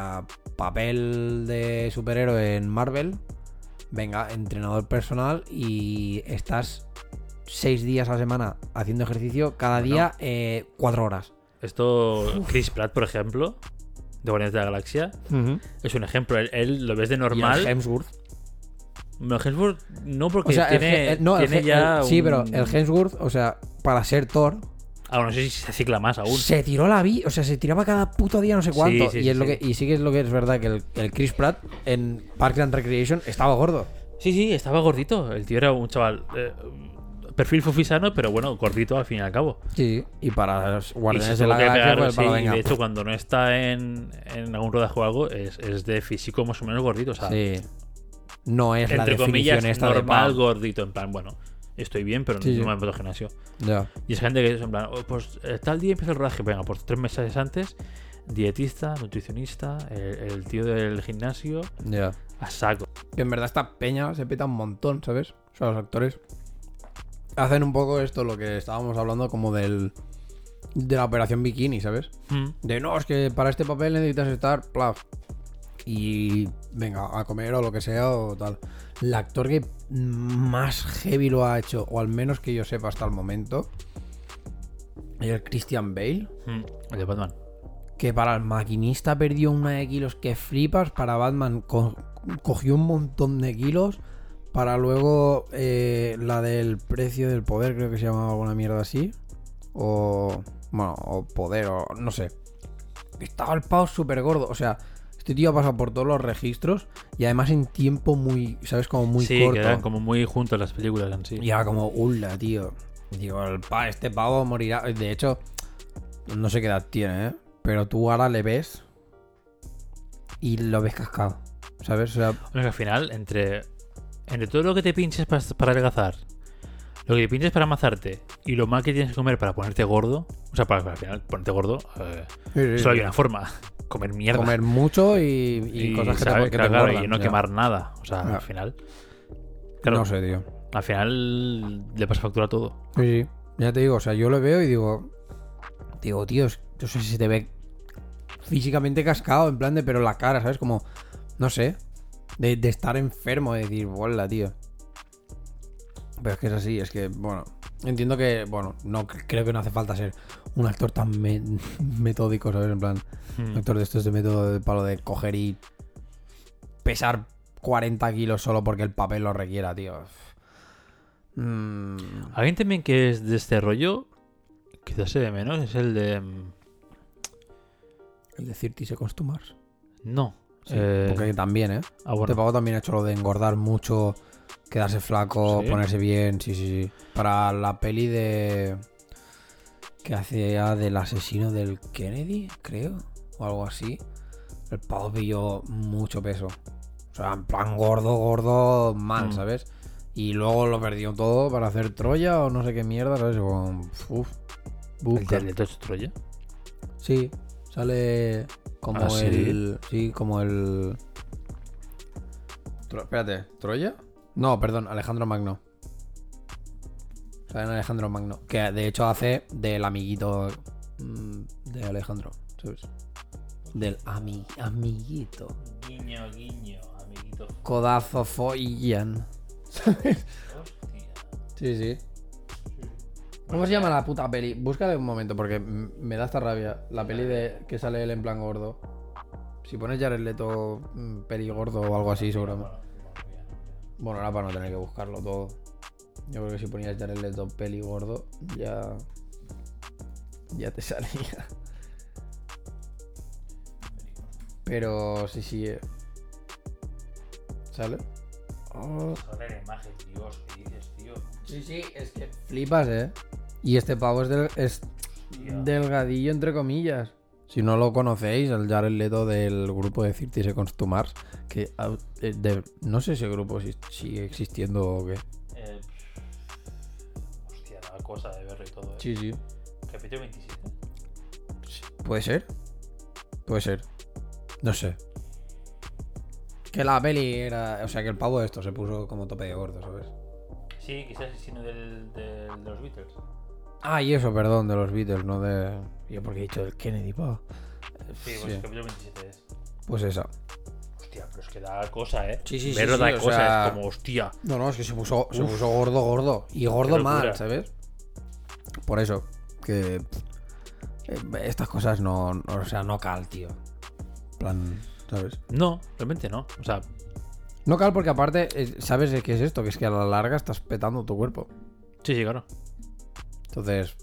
papel de superhéroe en Marvel, venga, entrenador personal y estás 6 días a la semana haciendo ejercicio, cada día 4 horas. Esto, Chris Pratt, por ejemplo, de Guardianes de la Galaxia, es un ejemplo. Él lo ves de normal. Y el Hemsworth. No, Hemsworth no, porque O sea, tiene ya sí, un... pero el Hemsworth, o sea, para ser Thor... no sé si se cicla más aún. Se tiró la vida, o sea, se tiraba cada puto día no sé cuánto. Sí, y es lo que, y sí que es lo que es verdad que el Chris Pratt en Parks and Recreation estaba gordo. Sí, estaba gordito. El tío era un chaval perfil fufisano, pero bueno, gordito al fin y al cabo. Sí, y para los Guardianes se de la tuvo que Galaxia pegar, pues, para sí, venga. de hecho, cuando no está en algún rodaje o algo, es de físico más o menos gordito. O sea, Sí. No es la entre definición comillas, esta normal de gordito. En plan, bueno, estoy bien, pero no me meto al gimnasio. Ya. Y es gente que es en plan, pues tal día empieza el rodaje, venga, pues 3 meses antes, dietista, nutricionista, el tío del gimnasio, Ya. a saco. Que en verdad esta peña se peta un montón, ¿sabes? O sea, los actores hacen un poco esto, lo que estábamos hablando como de la operación bikini, ¿sabes? De no, es que para este papel necesitas estar, plaf. Y venga, a comer o lo que sea o tal. El actor que más heavy lo ha hecho, o al menos que yo sepa hasta el momento, es el Christian Bale. El de Batman. Que para el maquinista perdió una de kilos que flipas. Para Batman cogió un montón de kilos. Para luego la del precio del poder, creo que se llamaba alguna mierda así. O bueno, o poder, o no sé. Estaba el pavo súper gordo. O sea, este tío ha pasado por todos los registros. Y además en tiempo muy, ¿sabes? Como muy corto. Sí, quedan como muy juntos las películas en sí. Y era como, ¡ula, tío! Digo, este pavo morirá. De hecho, no sé qué edad tiene, ¿eh? Pero tú ahora le ves y lo ves cascado, ¿sabes? O sea, Bueno, que al final, entre todo lo que te pinches para adelgazar, lo que te pinches para amazarte y lo mal que tienes que comer para ponerte gordo, o sea, para al final ponerte gordo, solo hay una forma: comer mierda. Comer mucho y cosas que ¿sabes? te Claro, engordan, y no ya. quemar nada. O sea, al final. Claro, No sé, tío. al final le pasa factura a todo. Sí. Ya te digo, o sea, yo lo veo y digo, tío, no sé si se te ve físicamente cascado, en plan de, pero la cara, ¿sabes? Como, no sé, de estar enfermo, de decir, bola, tío. Pero es que es así, es que, bueno, entiendo que, bueno, no creo que no hace falta ser un actor tan metódico, ¿sabes? En plan, un actor de estos de método de palo de coger y pesar 40 kilos solo porque el papel lo requiera, tío. Alguien también que es de este rollo, quizás se ve menos, es el de... El de 30 Seconds to Mars. No. Sí, porque también, ¿eh? Bueno. Este pavo también ha hecho lo de engordar mucho, quedarse flaco, ¿Sí? ponerse bien, sí. Para la peli de... que hacía del asesino del Kennedy, creo, o algo así. El pavo pilló mucho peso. O sea, en plan gordo mal, ¿sabes? Y luego lo perdió todo para hacer Troya o no sé qué mierda, ¿sabes? ¿El de Troya? Sí, sale como ¿sí? Sí, como el... Espérate, ¿Troya? No, perdón, Alejandro Magno. Sale en Alejandro Magno. Que de hecho hace del amiguito de Alejandro, ¿sabes? Del amiguito. Guiño, amiguito. Codazo follan. ¿Sabes? Sí. ¿Cómo se llama la puta peli? Búscale un momento porque me da esta rabia. La peli de que sale él en plan gordo. Si pones Jared Leto peli gordo o algo así, seguramente. Bueno, era para no tener que buscarlo todo. Yo creo que si ponías Jared Leto peli gordo, ya te salía. Pero sí. ¿Sale? Oh. Joder, la imagen, Dios, ¿qué dices, tío? Sí, es que flipas, Y este pavo es delgadillo, entre comillas. Si no lo conocéis, el Jared Leto del grupo de 30 Seconds to Mars, que no sé si el grupo sigue existiendo o qué. Hostia, la cosa de verlo y todo. Sí. Capítulo 27. ¿Puede ser. No sé. Que la peli era... O sea, que el pavo esto se puso como tope de gordo, ¿sabes? Sí, quizás asesino de los Beatles. Ah, y eso, perdón, de los Beatles, no de... Yo porque he dicho del Kennedy, pa. Sí, pues el capítulo 27 es. Pues esa. Hostia, pero es que da cosa, Sí. Verlo da o cosa, sea... es como, hostia. No, es que se puso gordo. Y gordo mal, ¿sabes? Por eso, que... estas cosas no... O sea, no cal, tío. En plan, ¿sabes? No, realmente no. O sea... No cal porque aparte, ¿sabes qué es esto? Que es que a la larga estás petando tu cuerpo. Sí, claro. Entonces...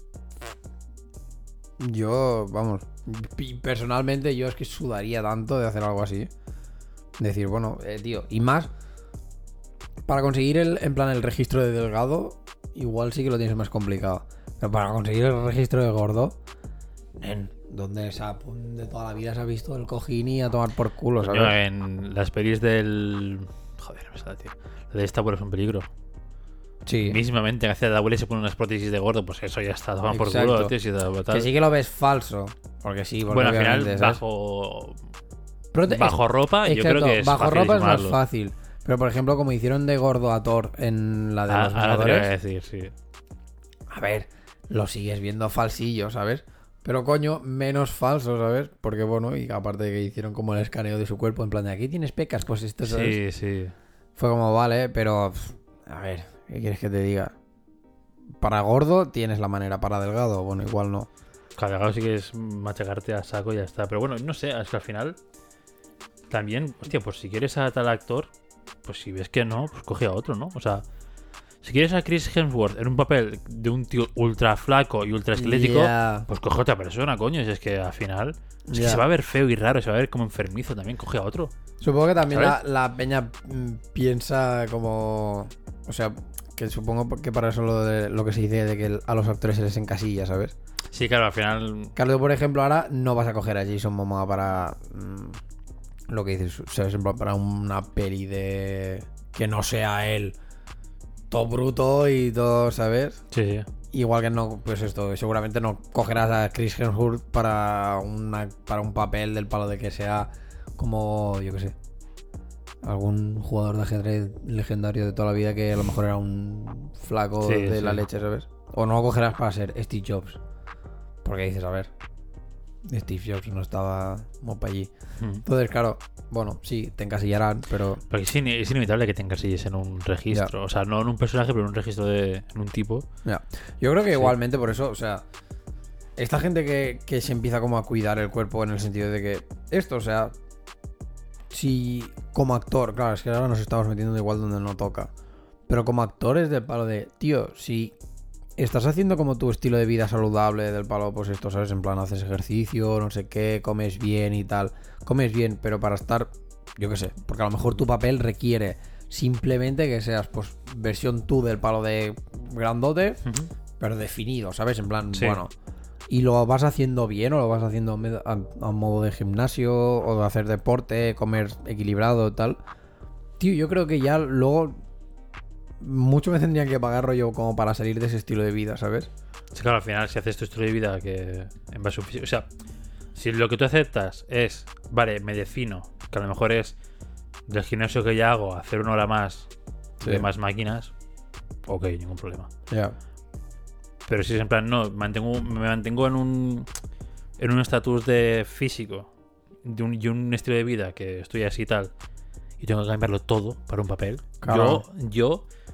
Yo, vamos... Personalmente yo es que sudaría tanto de hacer algo así. Decir, bueno, tío, y más... Para conseguir en plan el registro de delgado, igual sí que lo tienes más complicado. Pero para conseguir el registro de gordo, donde de toda la vida se ha visto el cojín y a tomar por culo, ¿sabes? Yo, en las pelis del... Joder, me sale, tío. La de esta, es un peligro. Sí. Mismamente, que hace la abuela y se pone unas prótesis de gordo, pues eso ya está, toma por Exacto. culo, tío. Si tal. Que sí que lo ves falso. Porque sí, porque bueno, al obviamente, final, ¿sabes? bajo ropa, yo creo que es bajo fácil ropa es más disimularlo. fácil. Pero por ejemplo, como hicieron de gordo a Thor en la de los Ahora te voy a Vengadores, decir, sí. a ver, lo sigues viendo falsillo, ¿sabes? Pero coño, menos falso, ¿sabes? Porque bueno, y aparte de que hicieron como el escaneo de su cuerpo, en plan de aquí tienes pecas, pues esto, ¿sabes? Sí. Fue como, vale, pero a ver, ¿qué quieres que te diga? Para gordo tienes la manera, para delgado, bueno, igual no. Cargado sí que es machacarte a saco y ya está. Pero bueno, no sé, es que al final también, hostia, pues si quieres a tal actor, pues si ves que no, pues coge a otro, ¿no? O sea, si quieres a Chris Hemsworth en un papel de un tío ultra flaco y ultra esquelético, Yeah. pues coge a otra persona, coño. Si es que al final es que Ya. se va a ver feo y raro, se va a ver como enfermizo también, coge a otro. Supongo que también ¿Sabes? la peña piensa como... O sea, que supongo que para eso lo que se dice de que a los actores se les encasilla, ¿sabes? Sí, claro, al final... Carlos, por ejemplo, ahora no vas a coger a Jason Momoa para... lo que dices, ¿sabes? En plan, para una peli de... Que no sea él todo bruto y todo, ¿sabes? Sí. Igual que no, pues esto, seguramente no cogerás a Chris Hemsworth para un papel del palo de que sea como, yo qué sé, algún jugador de ajedrez legendario de toda la vida que a lo mejor era un flaco Sí, de sí. la leche, ¿sabes? O no lo cogerás para ser Steve Jobs. Porque dices, a ver, Steve Jobs no estaba muy para allí. Entonces, claro, bueno, sí, te encasillarán, pero... Porque es inevitable que te encasilles en un registro. Ya. O sea, no en un personaje, pero en un registro en un tipo. Ya. Yo creo que Sí. igualmente por eso, o sea, esta gente que se empieza como a cuidar el cuerpo en el sentido de que esto, o sea, si como actor, claro, es que ahora nos estamos metiendo igual donde no toca, pero como actor es del palo de, tío, si estás haciendo como tu estilo de vida saludable del palo, pues esto, ¿sabes? En plan, haces ejercicio, no sé qué, comes bien y tal, comes bien, pero para estar, yo qué sé, porque a lo mejor tu papel requiere simplemente que seas, pues, versión tú del palo de grandote, pero definido, ¿sabes? En plan, Sí. bueno. Y lo vas haciendo bien o lo vas haciendo a modo de gimnasio o de hacer deporte, comer equilibrado y tal. Tío, yo creo que ya luego mucho me tendrían que pagar rollo como para salir de ese estilo de vida, ¿sabes? Sí, claro, al final, si haces tu estilo de vida que en base a un físico. O sea, si lo que tú aceptas es, vale, me defino, que a lo mejor es del gimnasio que ya hago, hacer una hora más de más máquinas, ok, ningún problema. Ya. Pero si es en plan, no, me mantengo en un estatus de físico y un estilo de vida que estoy así y tal, y tengo que cambiarlo todo para un papel. Claro. Yo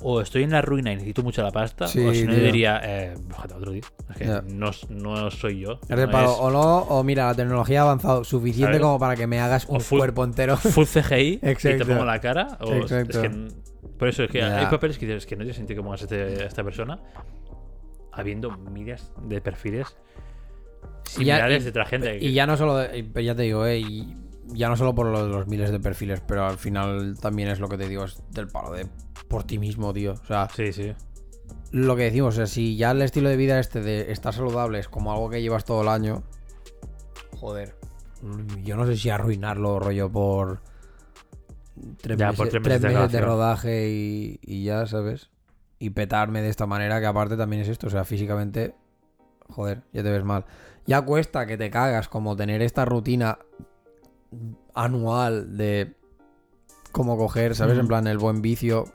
o estoy en la ruina y necesito mucho la pasta, Sí, o si no, yo tío. diría, bájate a otro, tío. Es que Ya. no soy yo. Es de No palo, es o no, o mira, la tecnología ha avanzado suficiente ¿Sabes? como para que me hagas un full- cuerpo entero. full CGI y te Exacto. pongo la cara. O Exacto. Es que, por eso es que Ya. hay papeles que dices que no tiene sentido que pongas a esta persona habiendo miles de perfiles similares de otra gente. Y ya no solo, ya te digo, y ya no solo por los miles de perfiles, pero al final también es lo que te digo, es del palo de por ti mismo, tío. O sea, Sí, sí. lo que decimos, o sea, si ya el estilo de vida este de estar saludable es como algo que llevas todo el año, joder, yo no sé si arruinarlo, rollo, por tres Ya, meses, por 3 tres meses de meses de gracia. rodaje y ya, ¿sabes? Y petarme de esta manera, que aparte también es esto, o sea, físicamente, joder, ya te ves mal. Ya cuesta que te cagas como tener esta rutina anual de cómo coger, ¿sabes? En plan, el buen vicio,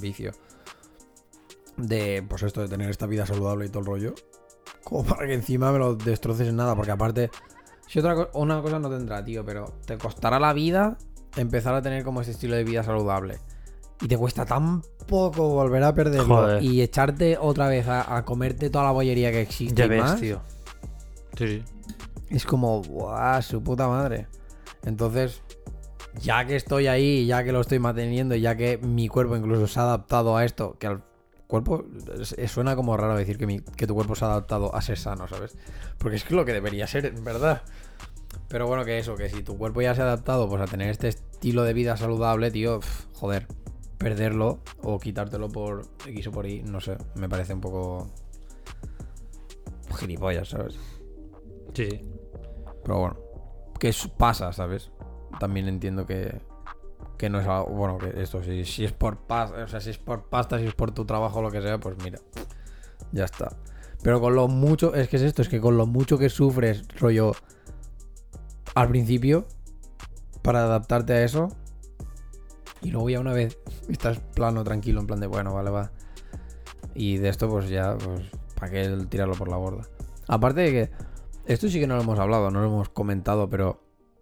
de, pues esto, de tener esta vida saludable y todo el rollo, como para que encima me lo destroces en nada, porque aparte, si una cosa no tendrá, tío, pero te costará la vida empezar a tener como ese estilo de vida saludable. Y te cuesta tan poco volver a perderlo. Joder. Y echarte otra vez a comerte toda la bollería que existe. Ya y ves, más. tío. Sí, sí. Es como, ¡buah! Su puta madre. Entonces, ya que estoy ahí, ya que lo estoy manteniendo, ya que mi cuerpo incluso se ha adaptado a esto, que al cuerpo suena como raro decir que tu cuerpo se ha adaptado a ser sano, ¿sabes? Porque es que lo que debería ser, en verdad. Pero bueno, que eso, que si tu cuerpo ya se ha adaptado pues a tener este estilo de vida saludable, tío, joder, perderlo o quitártelo por X o por Y, no sé, me parece un poco gilipollas, ¿sabes? Sí, sí. Pero bueno, que pasa, ¿sabes? También entiendo que no es algo, bueno, que esto, si es por pasta, o sea, si es por pasta, si es por tu trabajo o lo que sea, pues mira, ya está. Pero con lo mucho, es que es esto, es que con lo mucho que sufres, rollo, al principio, para adaptarte a eso, y luego ya una vez estás plano, tranquilo, en plan de, bueno, vale, va. Y de esto, pues ya, pues, ¿para qué tirarlo por la borda? Aparte de que, esto sí que no lo hemos hablado, no lo hemos comentado, pero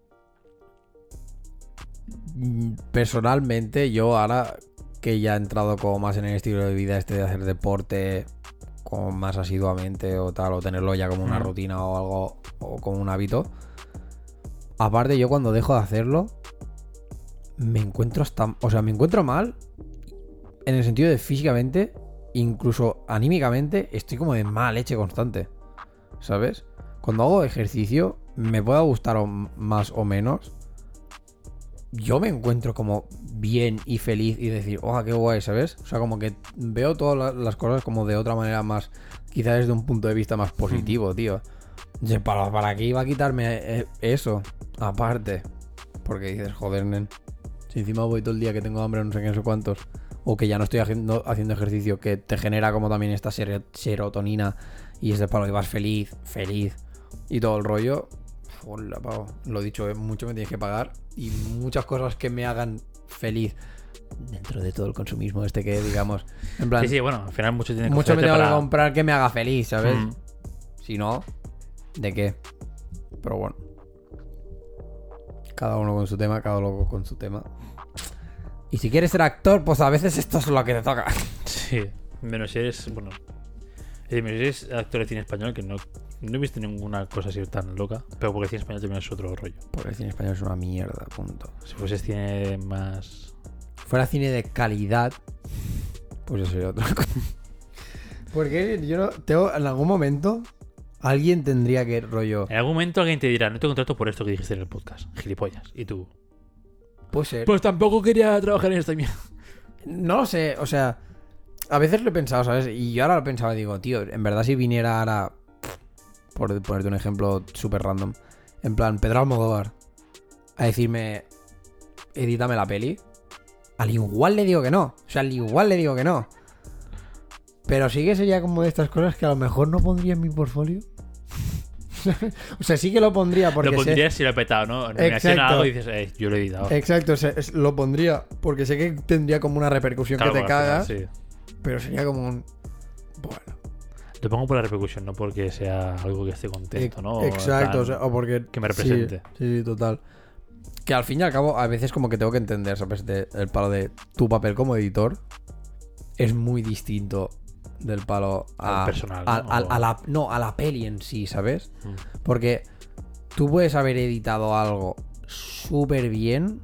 personalmente yo ahora que ya he entrado como más en el estilo de vida este de hacer deporte como más asiduamente o tal, o tenerlo ya como una rutina o algo, o como un hábito, aparte yo cuando dejo de hacerlo me encuentro me encuentro mal en el sentido de físicamente, incluso anímicamente estoy como de mala leche constante, ¿sabes? Cuando hago ejercicio, me pueda gustar más o menos, yo me encuentro como bien y feliz y decir, oh, qué guay, ¿sabes? O sea, como que veo todas las cosas como de otra manera más, quizás desde un punto de vista más positivo, tío. ¿Para qué iba a quitarme eso? Aparte, porque dices, joder, nen, si encima voy todo el día que tengo hambre, no sé qué, no sé cuántos, o que ya no estoy haciendo ejercicio, que te genera como también esta serotonina y es de palo que vas feliz y todo el rollo. Hola, pavo. Lo dicho, mucho me tienes que pagar y muchas cosas que me hagan feliz dentro de todo el consumismo este que digamos, en plan, Sí, bueno, al final mucho tiene que mucho me cogerte tengo que comprar que me haga feliz, ¿sabes? Mm. Si no, ¿de qué? Pero bueno, cada uno con su tema, cada loco con su tema. Y si quieres ser actor, pues a veces esto es lo que te toca. Sí, menos si eres, bueno, menos si eres actor de cine español, que no he visto ninguna cosa así tan loca, pero porque el cine español también es otro rollo. Porque el cine español es una mierda, punto. Si fuese cine más... Fuera cine de calidad, pues eso sería otra cosa. Porque yo no tengo, en algún momento, alguien tendría que rollo. En algún momento alguien te dirá, no te contrato por esto que dijiste en el podcast, gilipollas. Y tú, Puede ser. pues tampoco quería trabajar en esta mierda. No lo sé, o sea, a veces lo he pensado, ¿sabes? Y yo ahora lo pensaba y digo, tío, en verdad si viniera ahora, por ponerte un ejemplo súper random, en plan, Pedro Almodóvar, a decirme, edítame la peli, al igual le digo que no. O sea, al igual le digo que no. Pero sí que sería como de estas cosas que a lo mejor no pondría en mi portfolio. O sea, sí que lo pondría porque Lo pondrías si lo he petado, ¿no? Nominación a algo y dices, yo lo he editado. Exacto, o sea, lo pondría porque sé que tendría como una repercusión Claro, que te al final, cagas, sí. pero sería como un... Bueno. Lo pongo por la repercusión, no porque sea algo que esté contento, ¿no? Exacto, o sea, o porque... que me represente. Sí, total. Que al fin y al cabo, a veces como que tengo que entender, ¿sabes? El palo de tu papel como editor es muy distinto del palo Al personal, ¿no? a la peli en sí, ¿sabes? Porque tú puedes haber editado algo súper bien,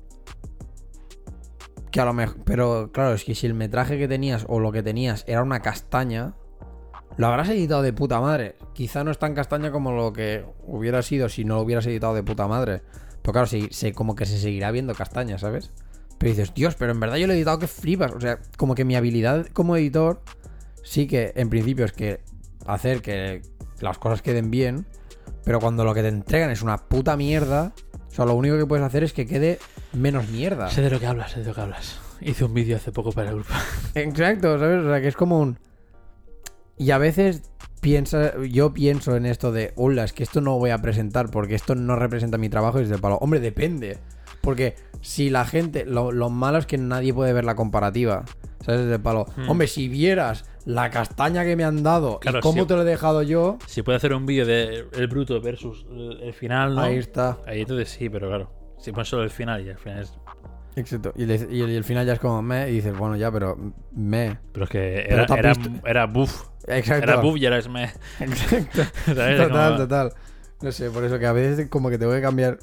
que a lo mejor, pero claro, es que si el metraje que tenías o lo que tenías era una castaña, lo habrás editado de puta madre. Quizá no es tan castaña como lo que hubiera sido si no lo hubieras editado de puta madre. Pero claro, como que se seguirá viendo castaña, ¿sabes? Pero dices, Dios, pero en verdad yo lo he editado que flipas. O sea, como que mi habilidad como editor sí que en principio es que hacer que las cosas queden bien, pero cuando lo que te entregan es una puta mierda, o sea, lo único que puedes hacer es que quede menos mierda. Sé de lo que hablas, Hice un vídeo hace poco para el grupo. Exacto, ¿sabes? O sea, que es como un... Y a veces yo pienso en esto de, hola, es que esto no voy a presentar porque esto no representa mi trabajo y es de palo. Hombre, depende. Porque si la gente... Lo malo es que nadie puede ver la comparativa. ¿Sabes? Desde el palo. Hombre, si vieras la castaña que me han dado claro, y cómo sí. te lo he dejado yo... Si puede hacer un vídeo de el bruto versus el final, ¿no? Ahí está. Ahí entonces sí, pero claro. Si pones solo el final y el final es... Exacto. Y el final ya es como me y dices, bueno, ya, pero me. Pero es que Pero era buff. Exacto. Era buff y ahora es me. Exacto. ¿Sabes? Total. No sé, por eso que a veces como que tengo que cambiar,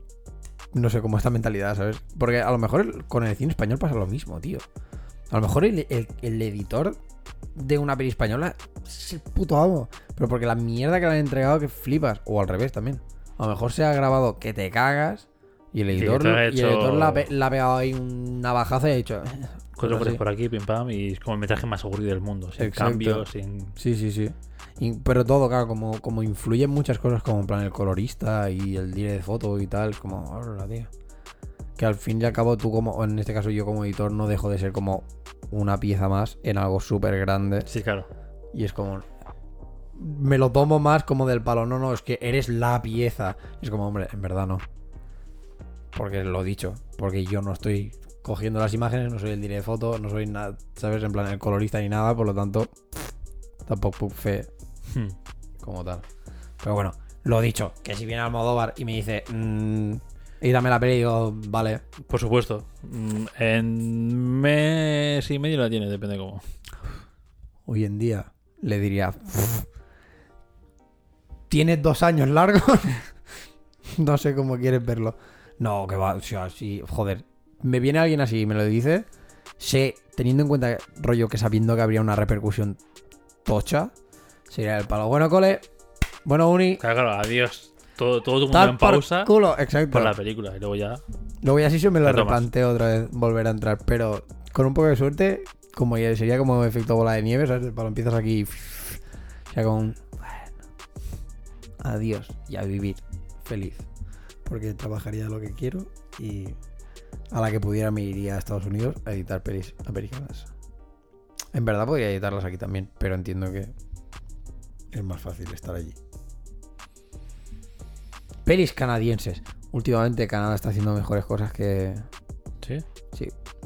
no sé, como esta mentalidad, ¿sabes? Porque a lo mejor con el cine español pasa lo mismo, tío. A lo mejor el editor de una peli española es el puto amo. Pero porque la mierda que le han entregado que flipas. O al revés también. A lo mejor se ha grabado que te cagas y el editor le ha pegado ahí una bajaza y ha dicho... 4 cosas por aquí, pim pam, y es como el metraje más aburrido del mundo. Sin Exacto. cambios, sin... Sí. Pero todo, claro, como influyen muchas cosas, como en plan el colorista y el dire de foto y tal, como, hola, tío. Que al fin y al cabo tú como, en este caso yo como editor, no dejo de ser como una pieza más en algo súper grande. Sí, claro. Y es como... Me lo tomo más como del palo, no, es que eres la pieza. Es como, hombre, en verdad no. Porque lo dicho, porque yo no estoy cogiendo las imágenes, no soy el dire de foto, no soy nada, ¿sabes? En plan el colorista ni nada, por lo tanto, tampoco fe como tal. Pero bueno, lo dicho, que si viene Almodóvar y me dice, y dame la peli, digo, vale. Por supuesto. En mes y medio la tiene, depende cómo. Hoy en día le diría, ¿tienes 2 años largos? No sé cómo quieres verlo. No, que va, o sea, sí, joder. Me viene alguien así y me lo dice, sé, teniendo en cuenta, rollo, que sabiendo que habría una repercusión tocha, sería el palo. Bueno, cole, bueno, uni. Claro, adiós. Todo tu mundo en pausa culo, exacto. por la película. Y luego ya... Luego ya sí se me lo replanteo otra vez, volver a entrar. Pero con un poco de suerte, como ya sería como efecto bola de nieve, ¿sabes? El palo empiezas aquí, o sea, con... Bueno, adiós, y a vivir feliz. Porque trabajaría lo que quiero y a la que pudiera me iría a Estados Unidos a editar pelis americanas. En verdad podría editarlas aquí también, pero entiendo que es más fácil estar allí. Pelis canadienses. Últimamente Canadá está haciendo mejores cosas que... ¿Sí? Sí.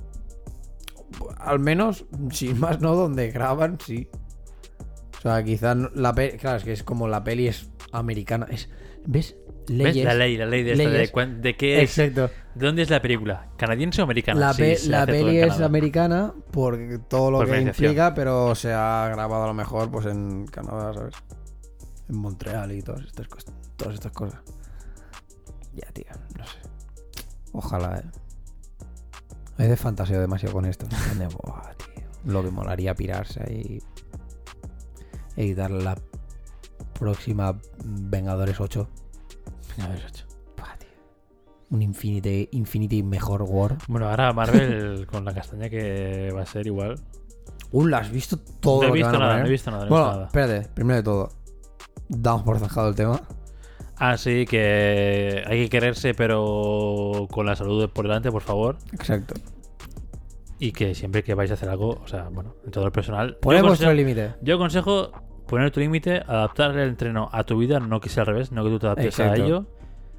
Al menos, sin más no, donde graban, sí. O sea, quizás la peli... Claro, es que es como la peli es americana. ¿Ves? Leyes. ¿Ves? La ley de esta, de qué es. Exacto. ¿De dónde es la película? ¿Canadiense o americana? La peli es Canadá. Americana por todo lo por que implica, pero se ha grabado a lo mejor pues en Canadá, ¿sabes? En Montreal y todas estas cosas. Ya, tío, no sé. Ojalá, A veces fantaseo demasiado con esto. Buah, tío. Lo que molaría pirarse ahí. Editar la próxima Vengadores 8. Vengadores 8. Buah, tío. Un Infinity mejor War. Bueno, ahora Marvel con la castaña que va a ser igual. ¿La has visto todo No he lo que visto van a nada, poner? no he visto nada. Bueno, espérate, primero de todo, damos por zanjado el tema. Ah, sí, que hay que quererse, pero con la salud por delante, por favor. Exacto. Y que siempre que vais a hacer algo, o sea, bueno, en todo el personal. Poner vuestro límite. Yo aconsejo poner tu límite, adaptar el entreno a tu vida, no que sea al revés, no que tú te adaptes Exacto. a ello.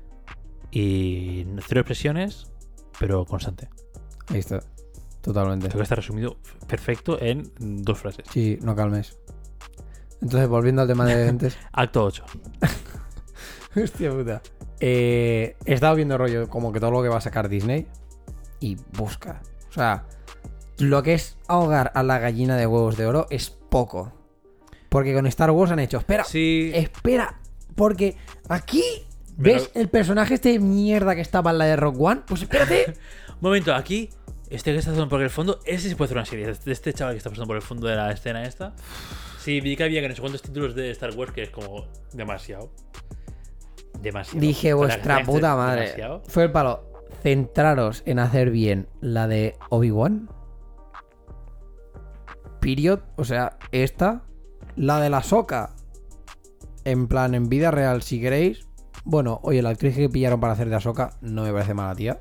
Y 0 expresiones, pero constante. Ahí está. Totalmente. Creo que está resumido perfecto en 2 frases. Sí, no calmes. Entonces, volviendo al tema de entes. Acto 8. Hostia puta. He estado viendo rollo como que todo lo que va a sacar Disney y busca. O sea, lo que es ahogar a la gallina de huevos de oro es poco. Porque con Star Wars han hecho, espera, porque aquí ¿ves el personaje este de mierda que estaba en la de Rogue One? Pues espérate. Un momento, aquí, que está pasando por el fondo, ese sí puede hacer una serie. De este chaval que está pasando por el fondo de la escena esta. Sí, vi que había que no sé cuántos títulos de Star Wars que es como demasiado. Dije, vuestra puta madre. Demasiado. Fue el palo. Centraros en hacer bien la de Obi-Wan. Period. O sea, esta. La de la Ahsoka. En plan, en vida real, si queréis. Bueno, oye, la actriz que pillaron para hacer de Ahsoka no me parece mala tía.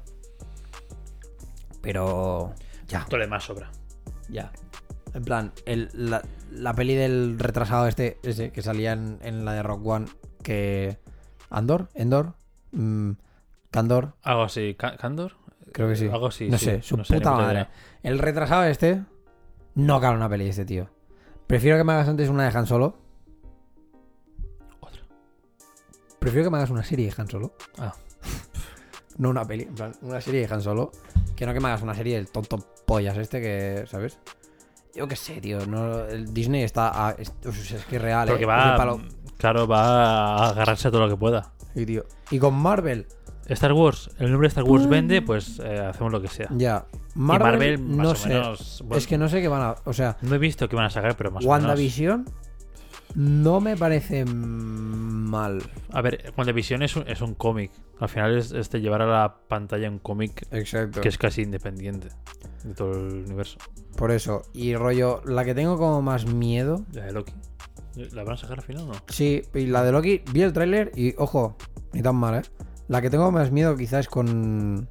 Pero... ya. Todo lo demás sobra. Ya. En plan, la peli del retrasado ese que salía en la de Rogue One, que... ¿Endor? ¿Candor? Algo así. ¿Candor? Creo que sí. Algo así. No sí. sé, su no sé, puta madre. El retrasado este no cabe una peli este tío. Prefiero que me hagas antes una de Han Solo. Otra. Prefiero que me hagas una serie de Han Solo. Ah. No una peli, en plan, una serie de Han Solo. Que no que me hagas una serie del tonto pollas este que, ¿sabes? Yo qué sé, tío. No, el Disney está... es que es real, porque va... Claro, va a agarrarse a todo lo que pueda. Sí, tío. Y con Marvel... Star Wars, el nombre de Star Wars vende, pues hacemos lo que sea. Ya. Marvel más no o sé. menos... Bueno, es que no sé qué van a... O sea... No he visto qué van a sacar, pero más o menos... WandaVision no me parece mal. A ver, WandaVision es un cómic. Al final es de llevar a la pantalla un cómic. Exacto. Que es casi independiente de todo el universo. Por eso. Y rollo, la que tengo como más miedo... La de Loki. ¿La van a sacar al final o no? Sí, y la de Loki, vi el tráiler y, ojo, ni tan mal, ¿eh? La que tengo más miedo quizás es con...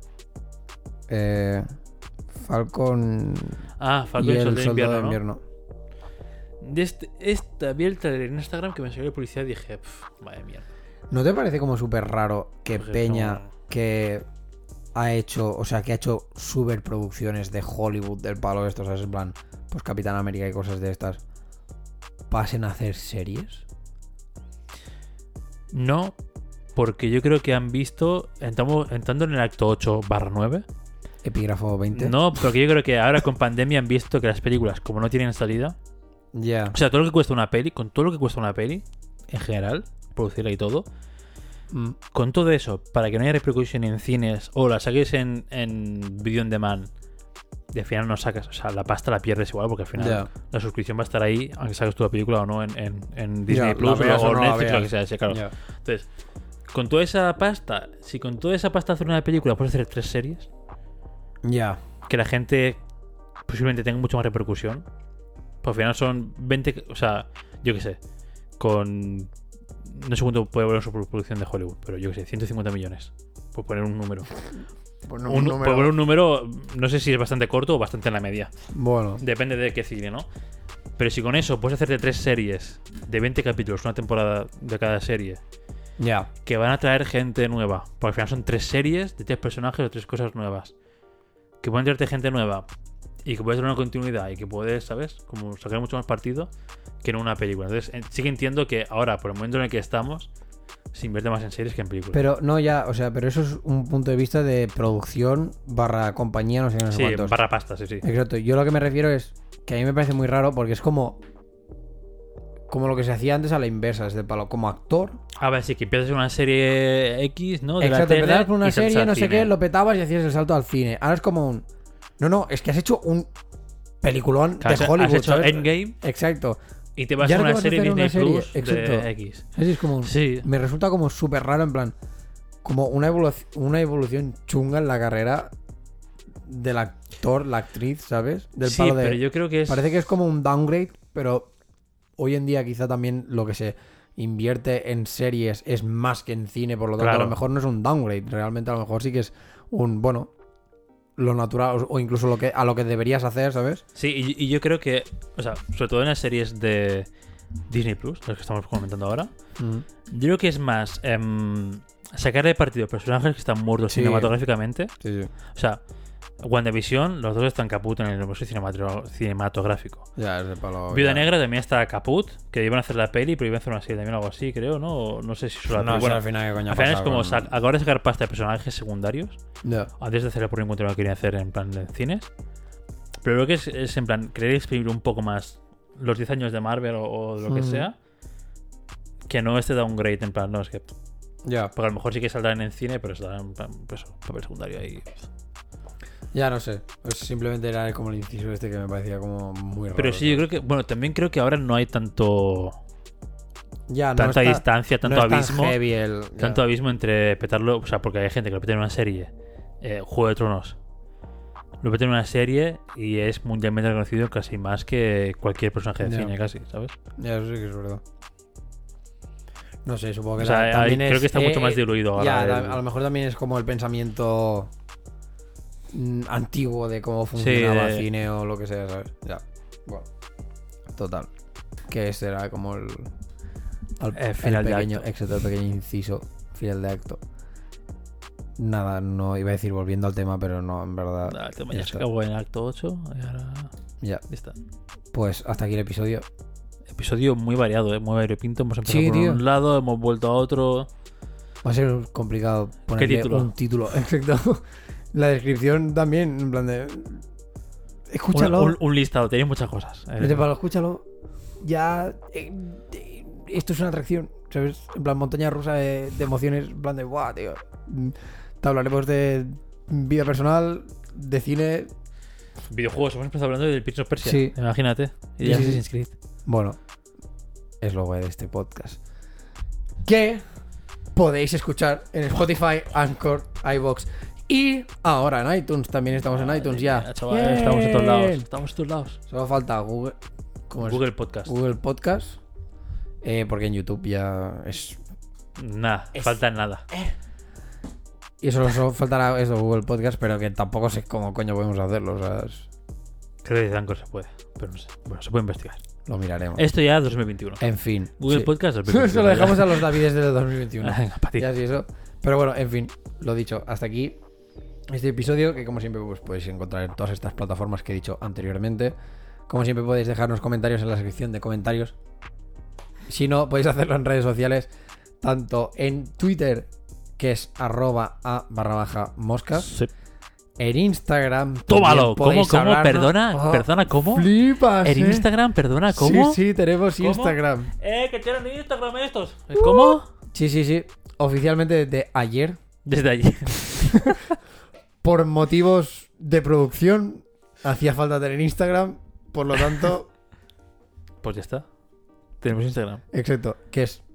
Falcon... Falcon y el Soldado de Soldado de ¿no? Invierno. Esta vi el trailer en Instagram que me salió publicidad y dije, vaya mierda. ¿No te parece como súper raro que Porque Peña no... que ha hecho, o sea, que ha hecho superproducciones de Hollywood del palo estos, ¿sabes? En plan, pues Capitán América y cosas de estas, pasen a hacer series? No, porque yo creo que han visto, entrando en el acto 8/9. Epígrafo 20. No, porque yo creo que ahora con pandemia han visto que las películas, como no tienen salida, Ya. o sea, todo lo que cuesta una peli, con todo lo que cuesta una peli, en general, producirla y todo, con todo eso, para que no haya repercusión en cines o la saques en video on demand, y al final no sacas, o sea, la pasta la pierdes igual, porque al final la suscripción va a estar ahí, aunque saques tú la película o no en Disney Plus o Netflix o lo que sea, sí, claro. Entonces, con toda esa pasta, si con toda esa pasta hacer una película, puedes hacer 3 series. Ya. Que la gente posiblemente tenga mucho más repercusión. Pues al final son 20, o sea, yo qué sé, con... No sé cuánto puede valer su producción de Hollywood, pero yo qué sé, 150 millones. Por poner un número. Por poner un número, no sé si es bastante corto o bastante en la media. Bueno. Depende de qué cine, ¿no? Pero si con eso puedes hacerte 3 series de 20 capítulos, una temporada de cada serie, Ya. que van a traer gente nueva. Porque al final son 3 series de 3 personajes o 3 cosas nuevas. Que pueden traerte gente nueva y que puedes tener una continuidad y que puedes, ¿sabes? Como sacar mucho más partido que en una película. Entonces, sí que entiendo que ahora, por el momento en el que estamos, se invierte más en series que en películas. Pero no, ya, o sea, pero eso es un punto de vista de producción / compañía, no sé qué, no sé cuántos. Sí, / pasta, sí. Exacto. Yo lo que me refiero es que a mí me parece muy raro porque es como lo que se hacía antes a la inversa, desde el palo. Como actor. A ver, sí, que empiezas una serie X, ¿no? De exacto, la tele, empezabas con una serie, no sé cine. qué, lo petabas y hacías el salto al cine. Ahora es como un... No, es que has hecho un peliculón de Hollywood. Has hecho ¿sabes? Endgame. Exacto. Y te vas ya a no una te vas serie a hacer Disney una Plus serie, exacto. de X. Así es como... Sí. Me resulta como súper raro, en plan... Como una evolución chunga en la carrera del actor, la actriz, ¿sabes? Del Sí, palo de... pero yo creo que es... Parece que es como un downgrade, pero hoy en día quizá también lo que se invierte en series es más que en cine, por lo tanto a lo mejor no es un downgrade, realmente a lo mejor sí que es un, bueno, lo natural o incluso a lo que deberías hacer, ¿sabes? Sí, y yo creo que, o sea, sobre todo en las series de Disney Plus, las que estamos comentando ahora, yo creo que es más sacarle partido a personajes que están muertos cinematográficamente. Sí. O sea, WandaVision, los dos están caput en el universo cinematográfico. Ya, es de palo. Viuda Negra también está caput, que iban a hacer la peli, pero iban a hacer una serie también, algo así, creo, ¿no? No sé si solo la No, peli. Bueno, al final, ¿qué coño al final es como con... acabar de sacar pasta de personajes secundarios. No. Antes de hacer por encuentro lo que querían hacer en plan de cines. Pero creo que es en plan, querer exprimir un poco más los 10 años de Marvel o lo que sea, que no este downgrade, en plan, no, es que... Ya. Porque a lo mejor sí que saldrán en cine, pero estarán en plan, pues, papel secundario ahí. Ya no sé. Pues simplemente era como el inciso este que me parecía como muy raro. Pero sí, yo creo que... Bueno, también creo que ahora no hay tanto... Ya, no tanta está, distancia, tanto no es tan abismo. heavy el, ya. Tanto abismo entre petarlo... O sea, porque hay gente que lo peta en una serie. Juego de Tronos. Lo peta en una serie y es mundialmente reconocido casi más que cualquier personaje de Ya. cine, casi, ¿sabes? Ya, eso sí que es verdad. No sé, supongo que O sea, también creo es, que está mucho más diluido ahora. Ya, a lo mejor también es como el pensamiento antiguo de cómo funcionaba el cine o lo que sea, ¿sabes? Ya. Bueno. Total. Que ese era como el final de pequeño, acto. exacto, el pequeño inciso final de acto. Nada, no iba a decir volviendo al tema, pero no, en verdad. Nada, el tema ya ya se está. acabó en el acto 8 y ahora Ya. ya está. Pues hasta aquí el episodio. Episodio muy variado, muy variopinto. Hemos empezado Sí, por tío. un lado, hemos vuelto a otro. Va a ser complicado ponerle título? un título. Exacto. La descripción también, en plan de... Escúchalo. Un listado, tenéis muchas cosas. Vete, Pablo, escúchalo. Ya... esto es una atracción, ¿sabes? En plan, montaña rusa de emociones. En plan de, ¡buah, tío! Te hablaremos de vida personal, de cine... Videojuegos, hemos empezado hablando del Prince of Persia. Sí. Imagínate. Y Sí, de sí, Assassin's Creed. Bueno, es lo guay de este podcast. Que podéis escuchar en Spotify, Anchor, iVoox y ahora en iTunes. También estamos en iTunes ya. Chaval, Bien. estamos en todos lados. Estamos en todos lados. Solo falta Google. ¿Cómo es? Google Podcast. Google Podcast. Porque en YouTube ya es. Nada, falta nada. Y solo faltará eso, Google Podcast, pero que tampoco sé cómo coño podemos hacerlo. O sea, Creo que de Anchor se puede, pero no sé. Bueno, se puede investigar. lo miraremos. Esto ya es 2021. En fin. Google sí. Podcast 2021. Eso lo dejamos a los Davides del 2021. Venga, pa' ti. Ya sí, eso. Pero bueno, en fin, lo dicho, hasta aquí este episodio, que como siempre pues podéis encontrar en todas estas plataformas que he dicho anteriormente. Como siempre podéis dejarnos comentarios en la sección de comentarios. Si no, podéis hacerlo en redes sociales, tanto en Twitter, que es @a_moscas, Sí. en Instagram. Tómalo. también ¿Cómo? podéis hablarnos. Perdona. Oh, Perdona, ¿cómo? Flipas, En Instagram, perdona, ¿cómo? Sí, tenemos ¿Cómo? Instagram. Que tienen Instagram estos. ¿Cómo? Sí. Oficialmente desde ayer. Desde allí. Por motivos de producción, hacía falta tener Instagram. Por lo tanto, Pues ya está. Tenemos Instagram. exacto, que es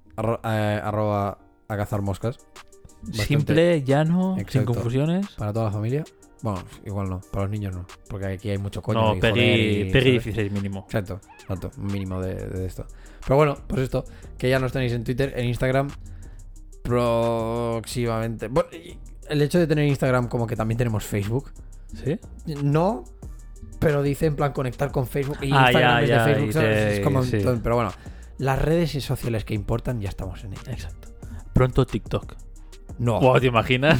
arroba a cazar moscas. Bastante Simple, llano, sin Exacto. confusiones. para toda la familia. Bueno, igual no, para los niños no, porque aquí hay mucho coño. No, y joder Peggy ¿sabes? 16 mínimo. Exacto, un mínimo de esto. Pero bueno, pues esto, que ya nos tenéis en Twitter, en Instagram, próximamente. Bueno, y el hecho de tener Instagram como que también tenemos Facebook. ¿Sí? No, pero dice en plan conectar con Facebook y Ah, Instagram ya, es ya, de Facebook, y ¿sabes? Es como sí. pero bueno, las redes sociales que importan ya estamos en ellas. Exacto. Pronto TikTok. No. Wow, ¿te imaginas?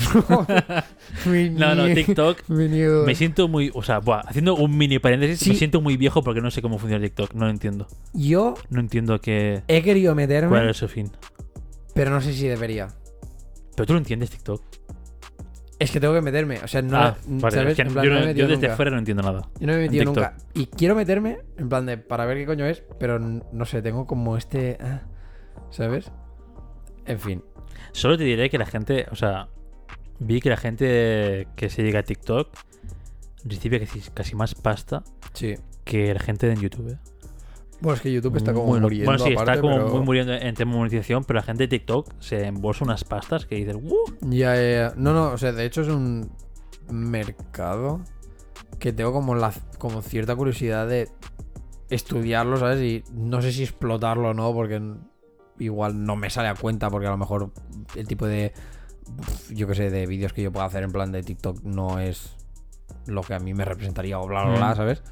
No, TikTok. Me siento muy... O sea, buah, haciendo un mini paréntesis, Sí. me siento muy viejo porque no sé cómo funciona TikTok. No lo entiendo. Yo No entiendo qué... he querido cuál meterme, es su fin. pero no sé si debería. Pero tú lo entiendes, TikTok. Es que tengo que meterme, o sea, no, Vale, ¿sabes? es que En plan, yo, no me he yo metido desde nunca. fuera no entiendo nada. Yo no me he metido en TikTok. nunca. Y quiero meterme, en plan de, para ver qué coño es, pero no sé, tengo como ¿sabes? En fin. Solo te diré que la gente... O sea, vi que la gente que se llega a TikTok recibe casi más pasta Sí. que la gente en YouTube. Bueno, es que YouTube está como Bueno, muriendo. sí, aparte, está como pero... muy muriendo en tema de monetización, pero la gente de TikTok se embolsa unas pastas que dices, Ya. No, o sea, de hecho es un mercado que tengo como cierta curiosidad de estudiarlo, ¿sabes? Y no sé si explotarlo o no, porque igual no me sale a cuenta, porque a lo mejor el tipo de, yo qué sé, de vídeos que yo pueda hacer en plan de TikTok no es lo que a mí me representaría o bla, bla, bla, ¿sabes?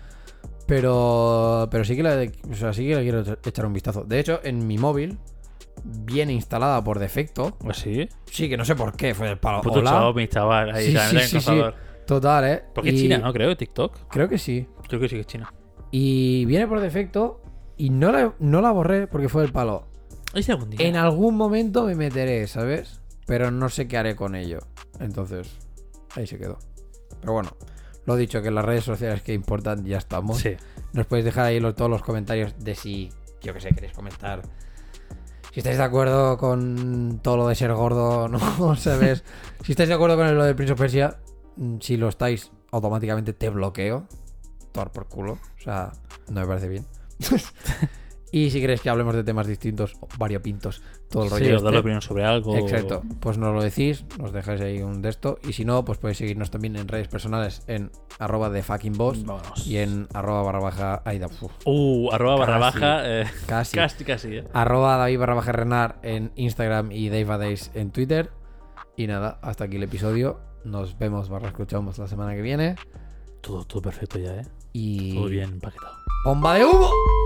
Pero sí que le quiero echar un vistazo. De hecho, en mi móvil viene instalada por defecto. ¿Así? Sí, que no sé por qué, fue el palo. Puto Hola. Xiaomi, chaval. Ahí, Sí, también sí, el sí, cazador. Total, ¿eh? Porque es Y China, ¿no? Creo, TikTok. Creo que sí. Creo que sí que es China. Y viene por defecto y no la borré porque fue el palo. ¿Es algún día? En algún momento me meteré, ¿sabes? Pero no sé qué haré con ello. Entonces, ahí se quedó. Pero bueno, Lo dicho, que las redes sociales que importan ya estamos. Sí. Nos podéis dejar ahí todos los comentarios de si, yo que sé, queréis comentar. Si estáis de acuerdo con todo lo de ser gordo, no sabes. Si estáis de acuerdo con lo de Prince of Persia, si lo estáis, automáticamente te bloqueo. Tomar por culo. O sea, no me parece bien. Y si queréis que hablemos de temas distintos, variopintos, todo el rollo. Sí, os doy la opinión sobre algo. Exacto. Pues nos lo decís, nos dejáis ahí un de esto. Y si no, pues podéis seguirnos también en redes personales en @thefuckingboss Vámonos. y en @barra Aida. @barra baja. Casi. Casi. @David_Renar en Instagram y Daveadays en Twitter. Y nada, hasta aquí el episodio. Nos vemos, escuchamos la semana que viene. Todo perfecto ya, Y todo bien empaquetado. ¡bomba de humo!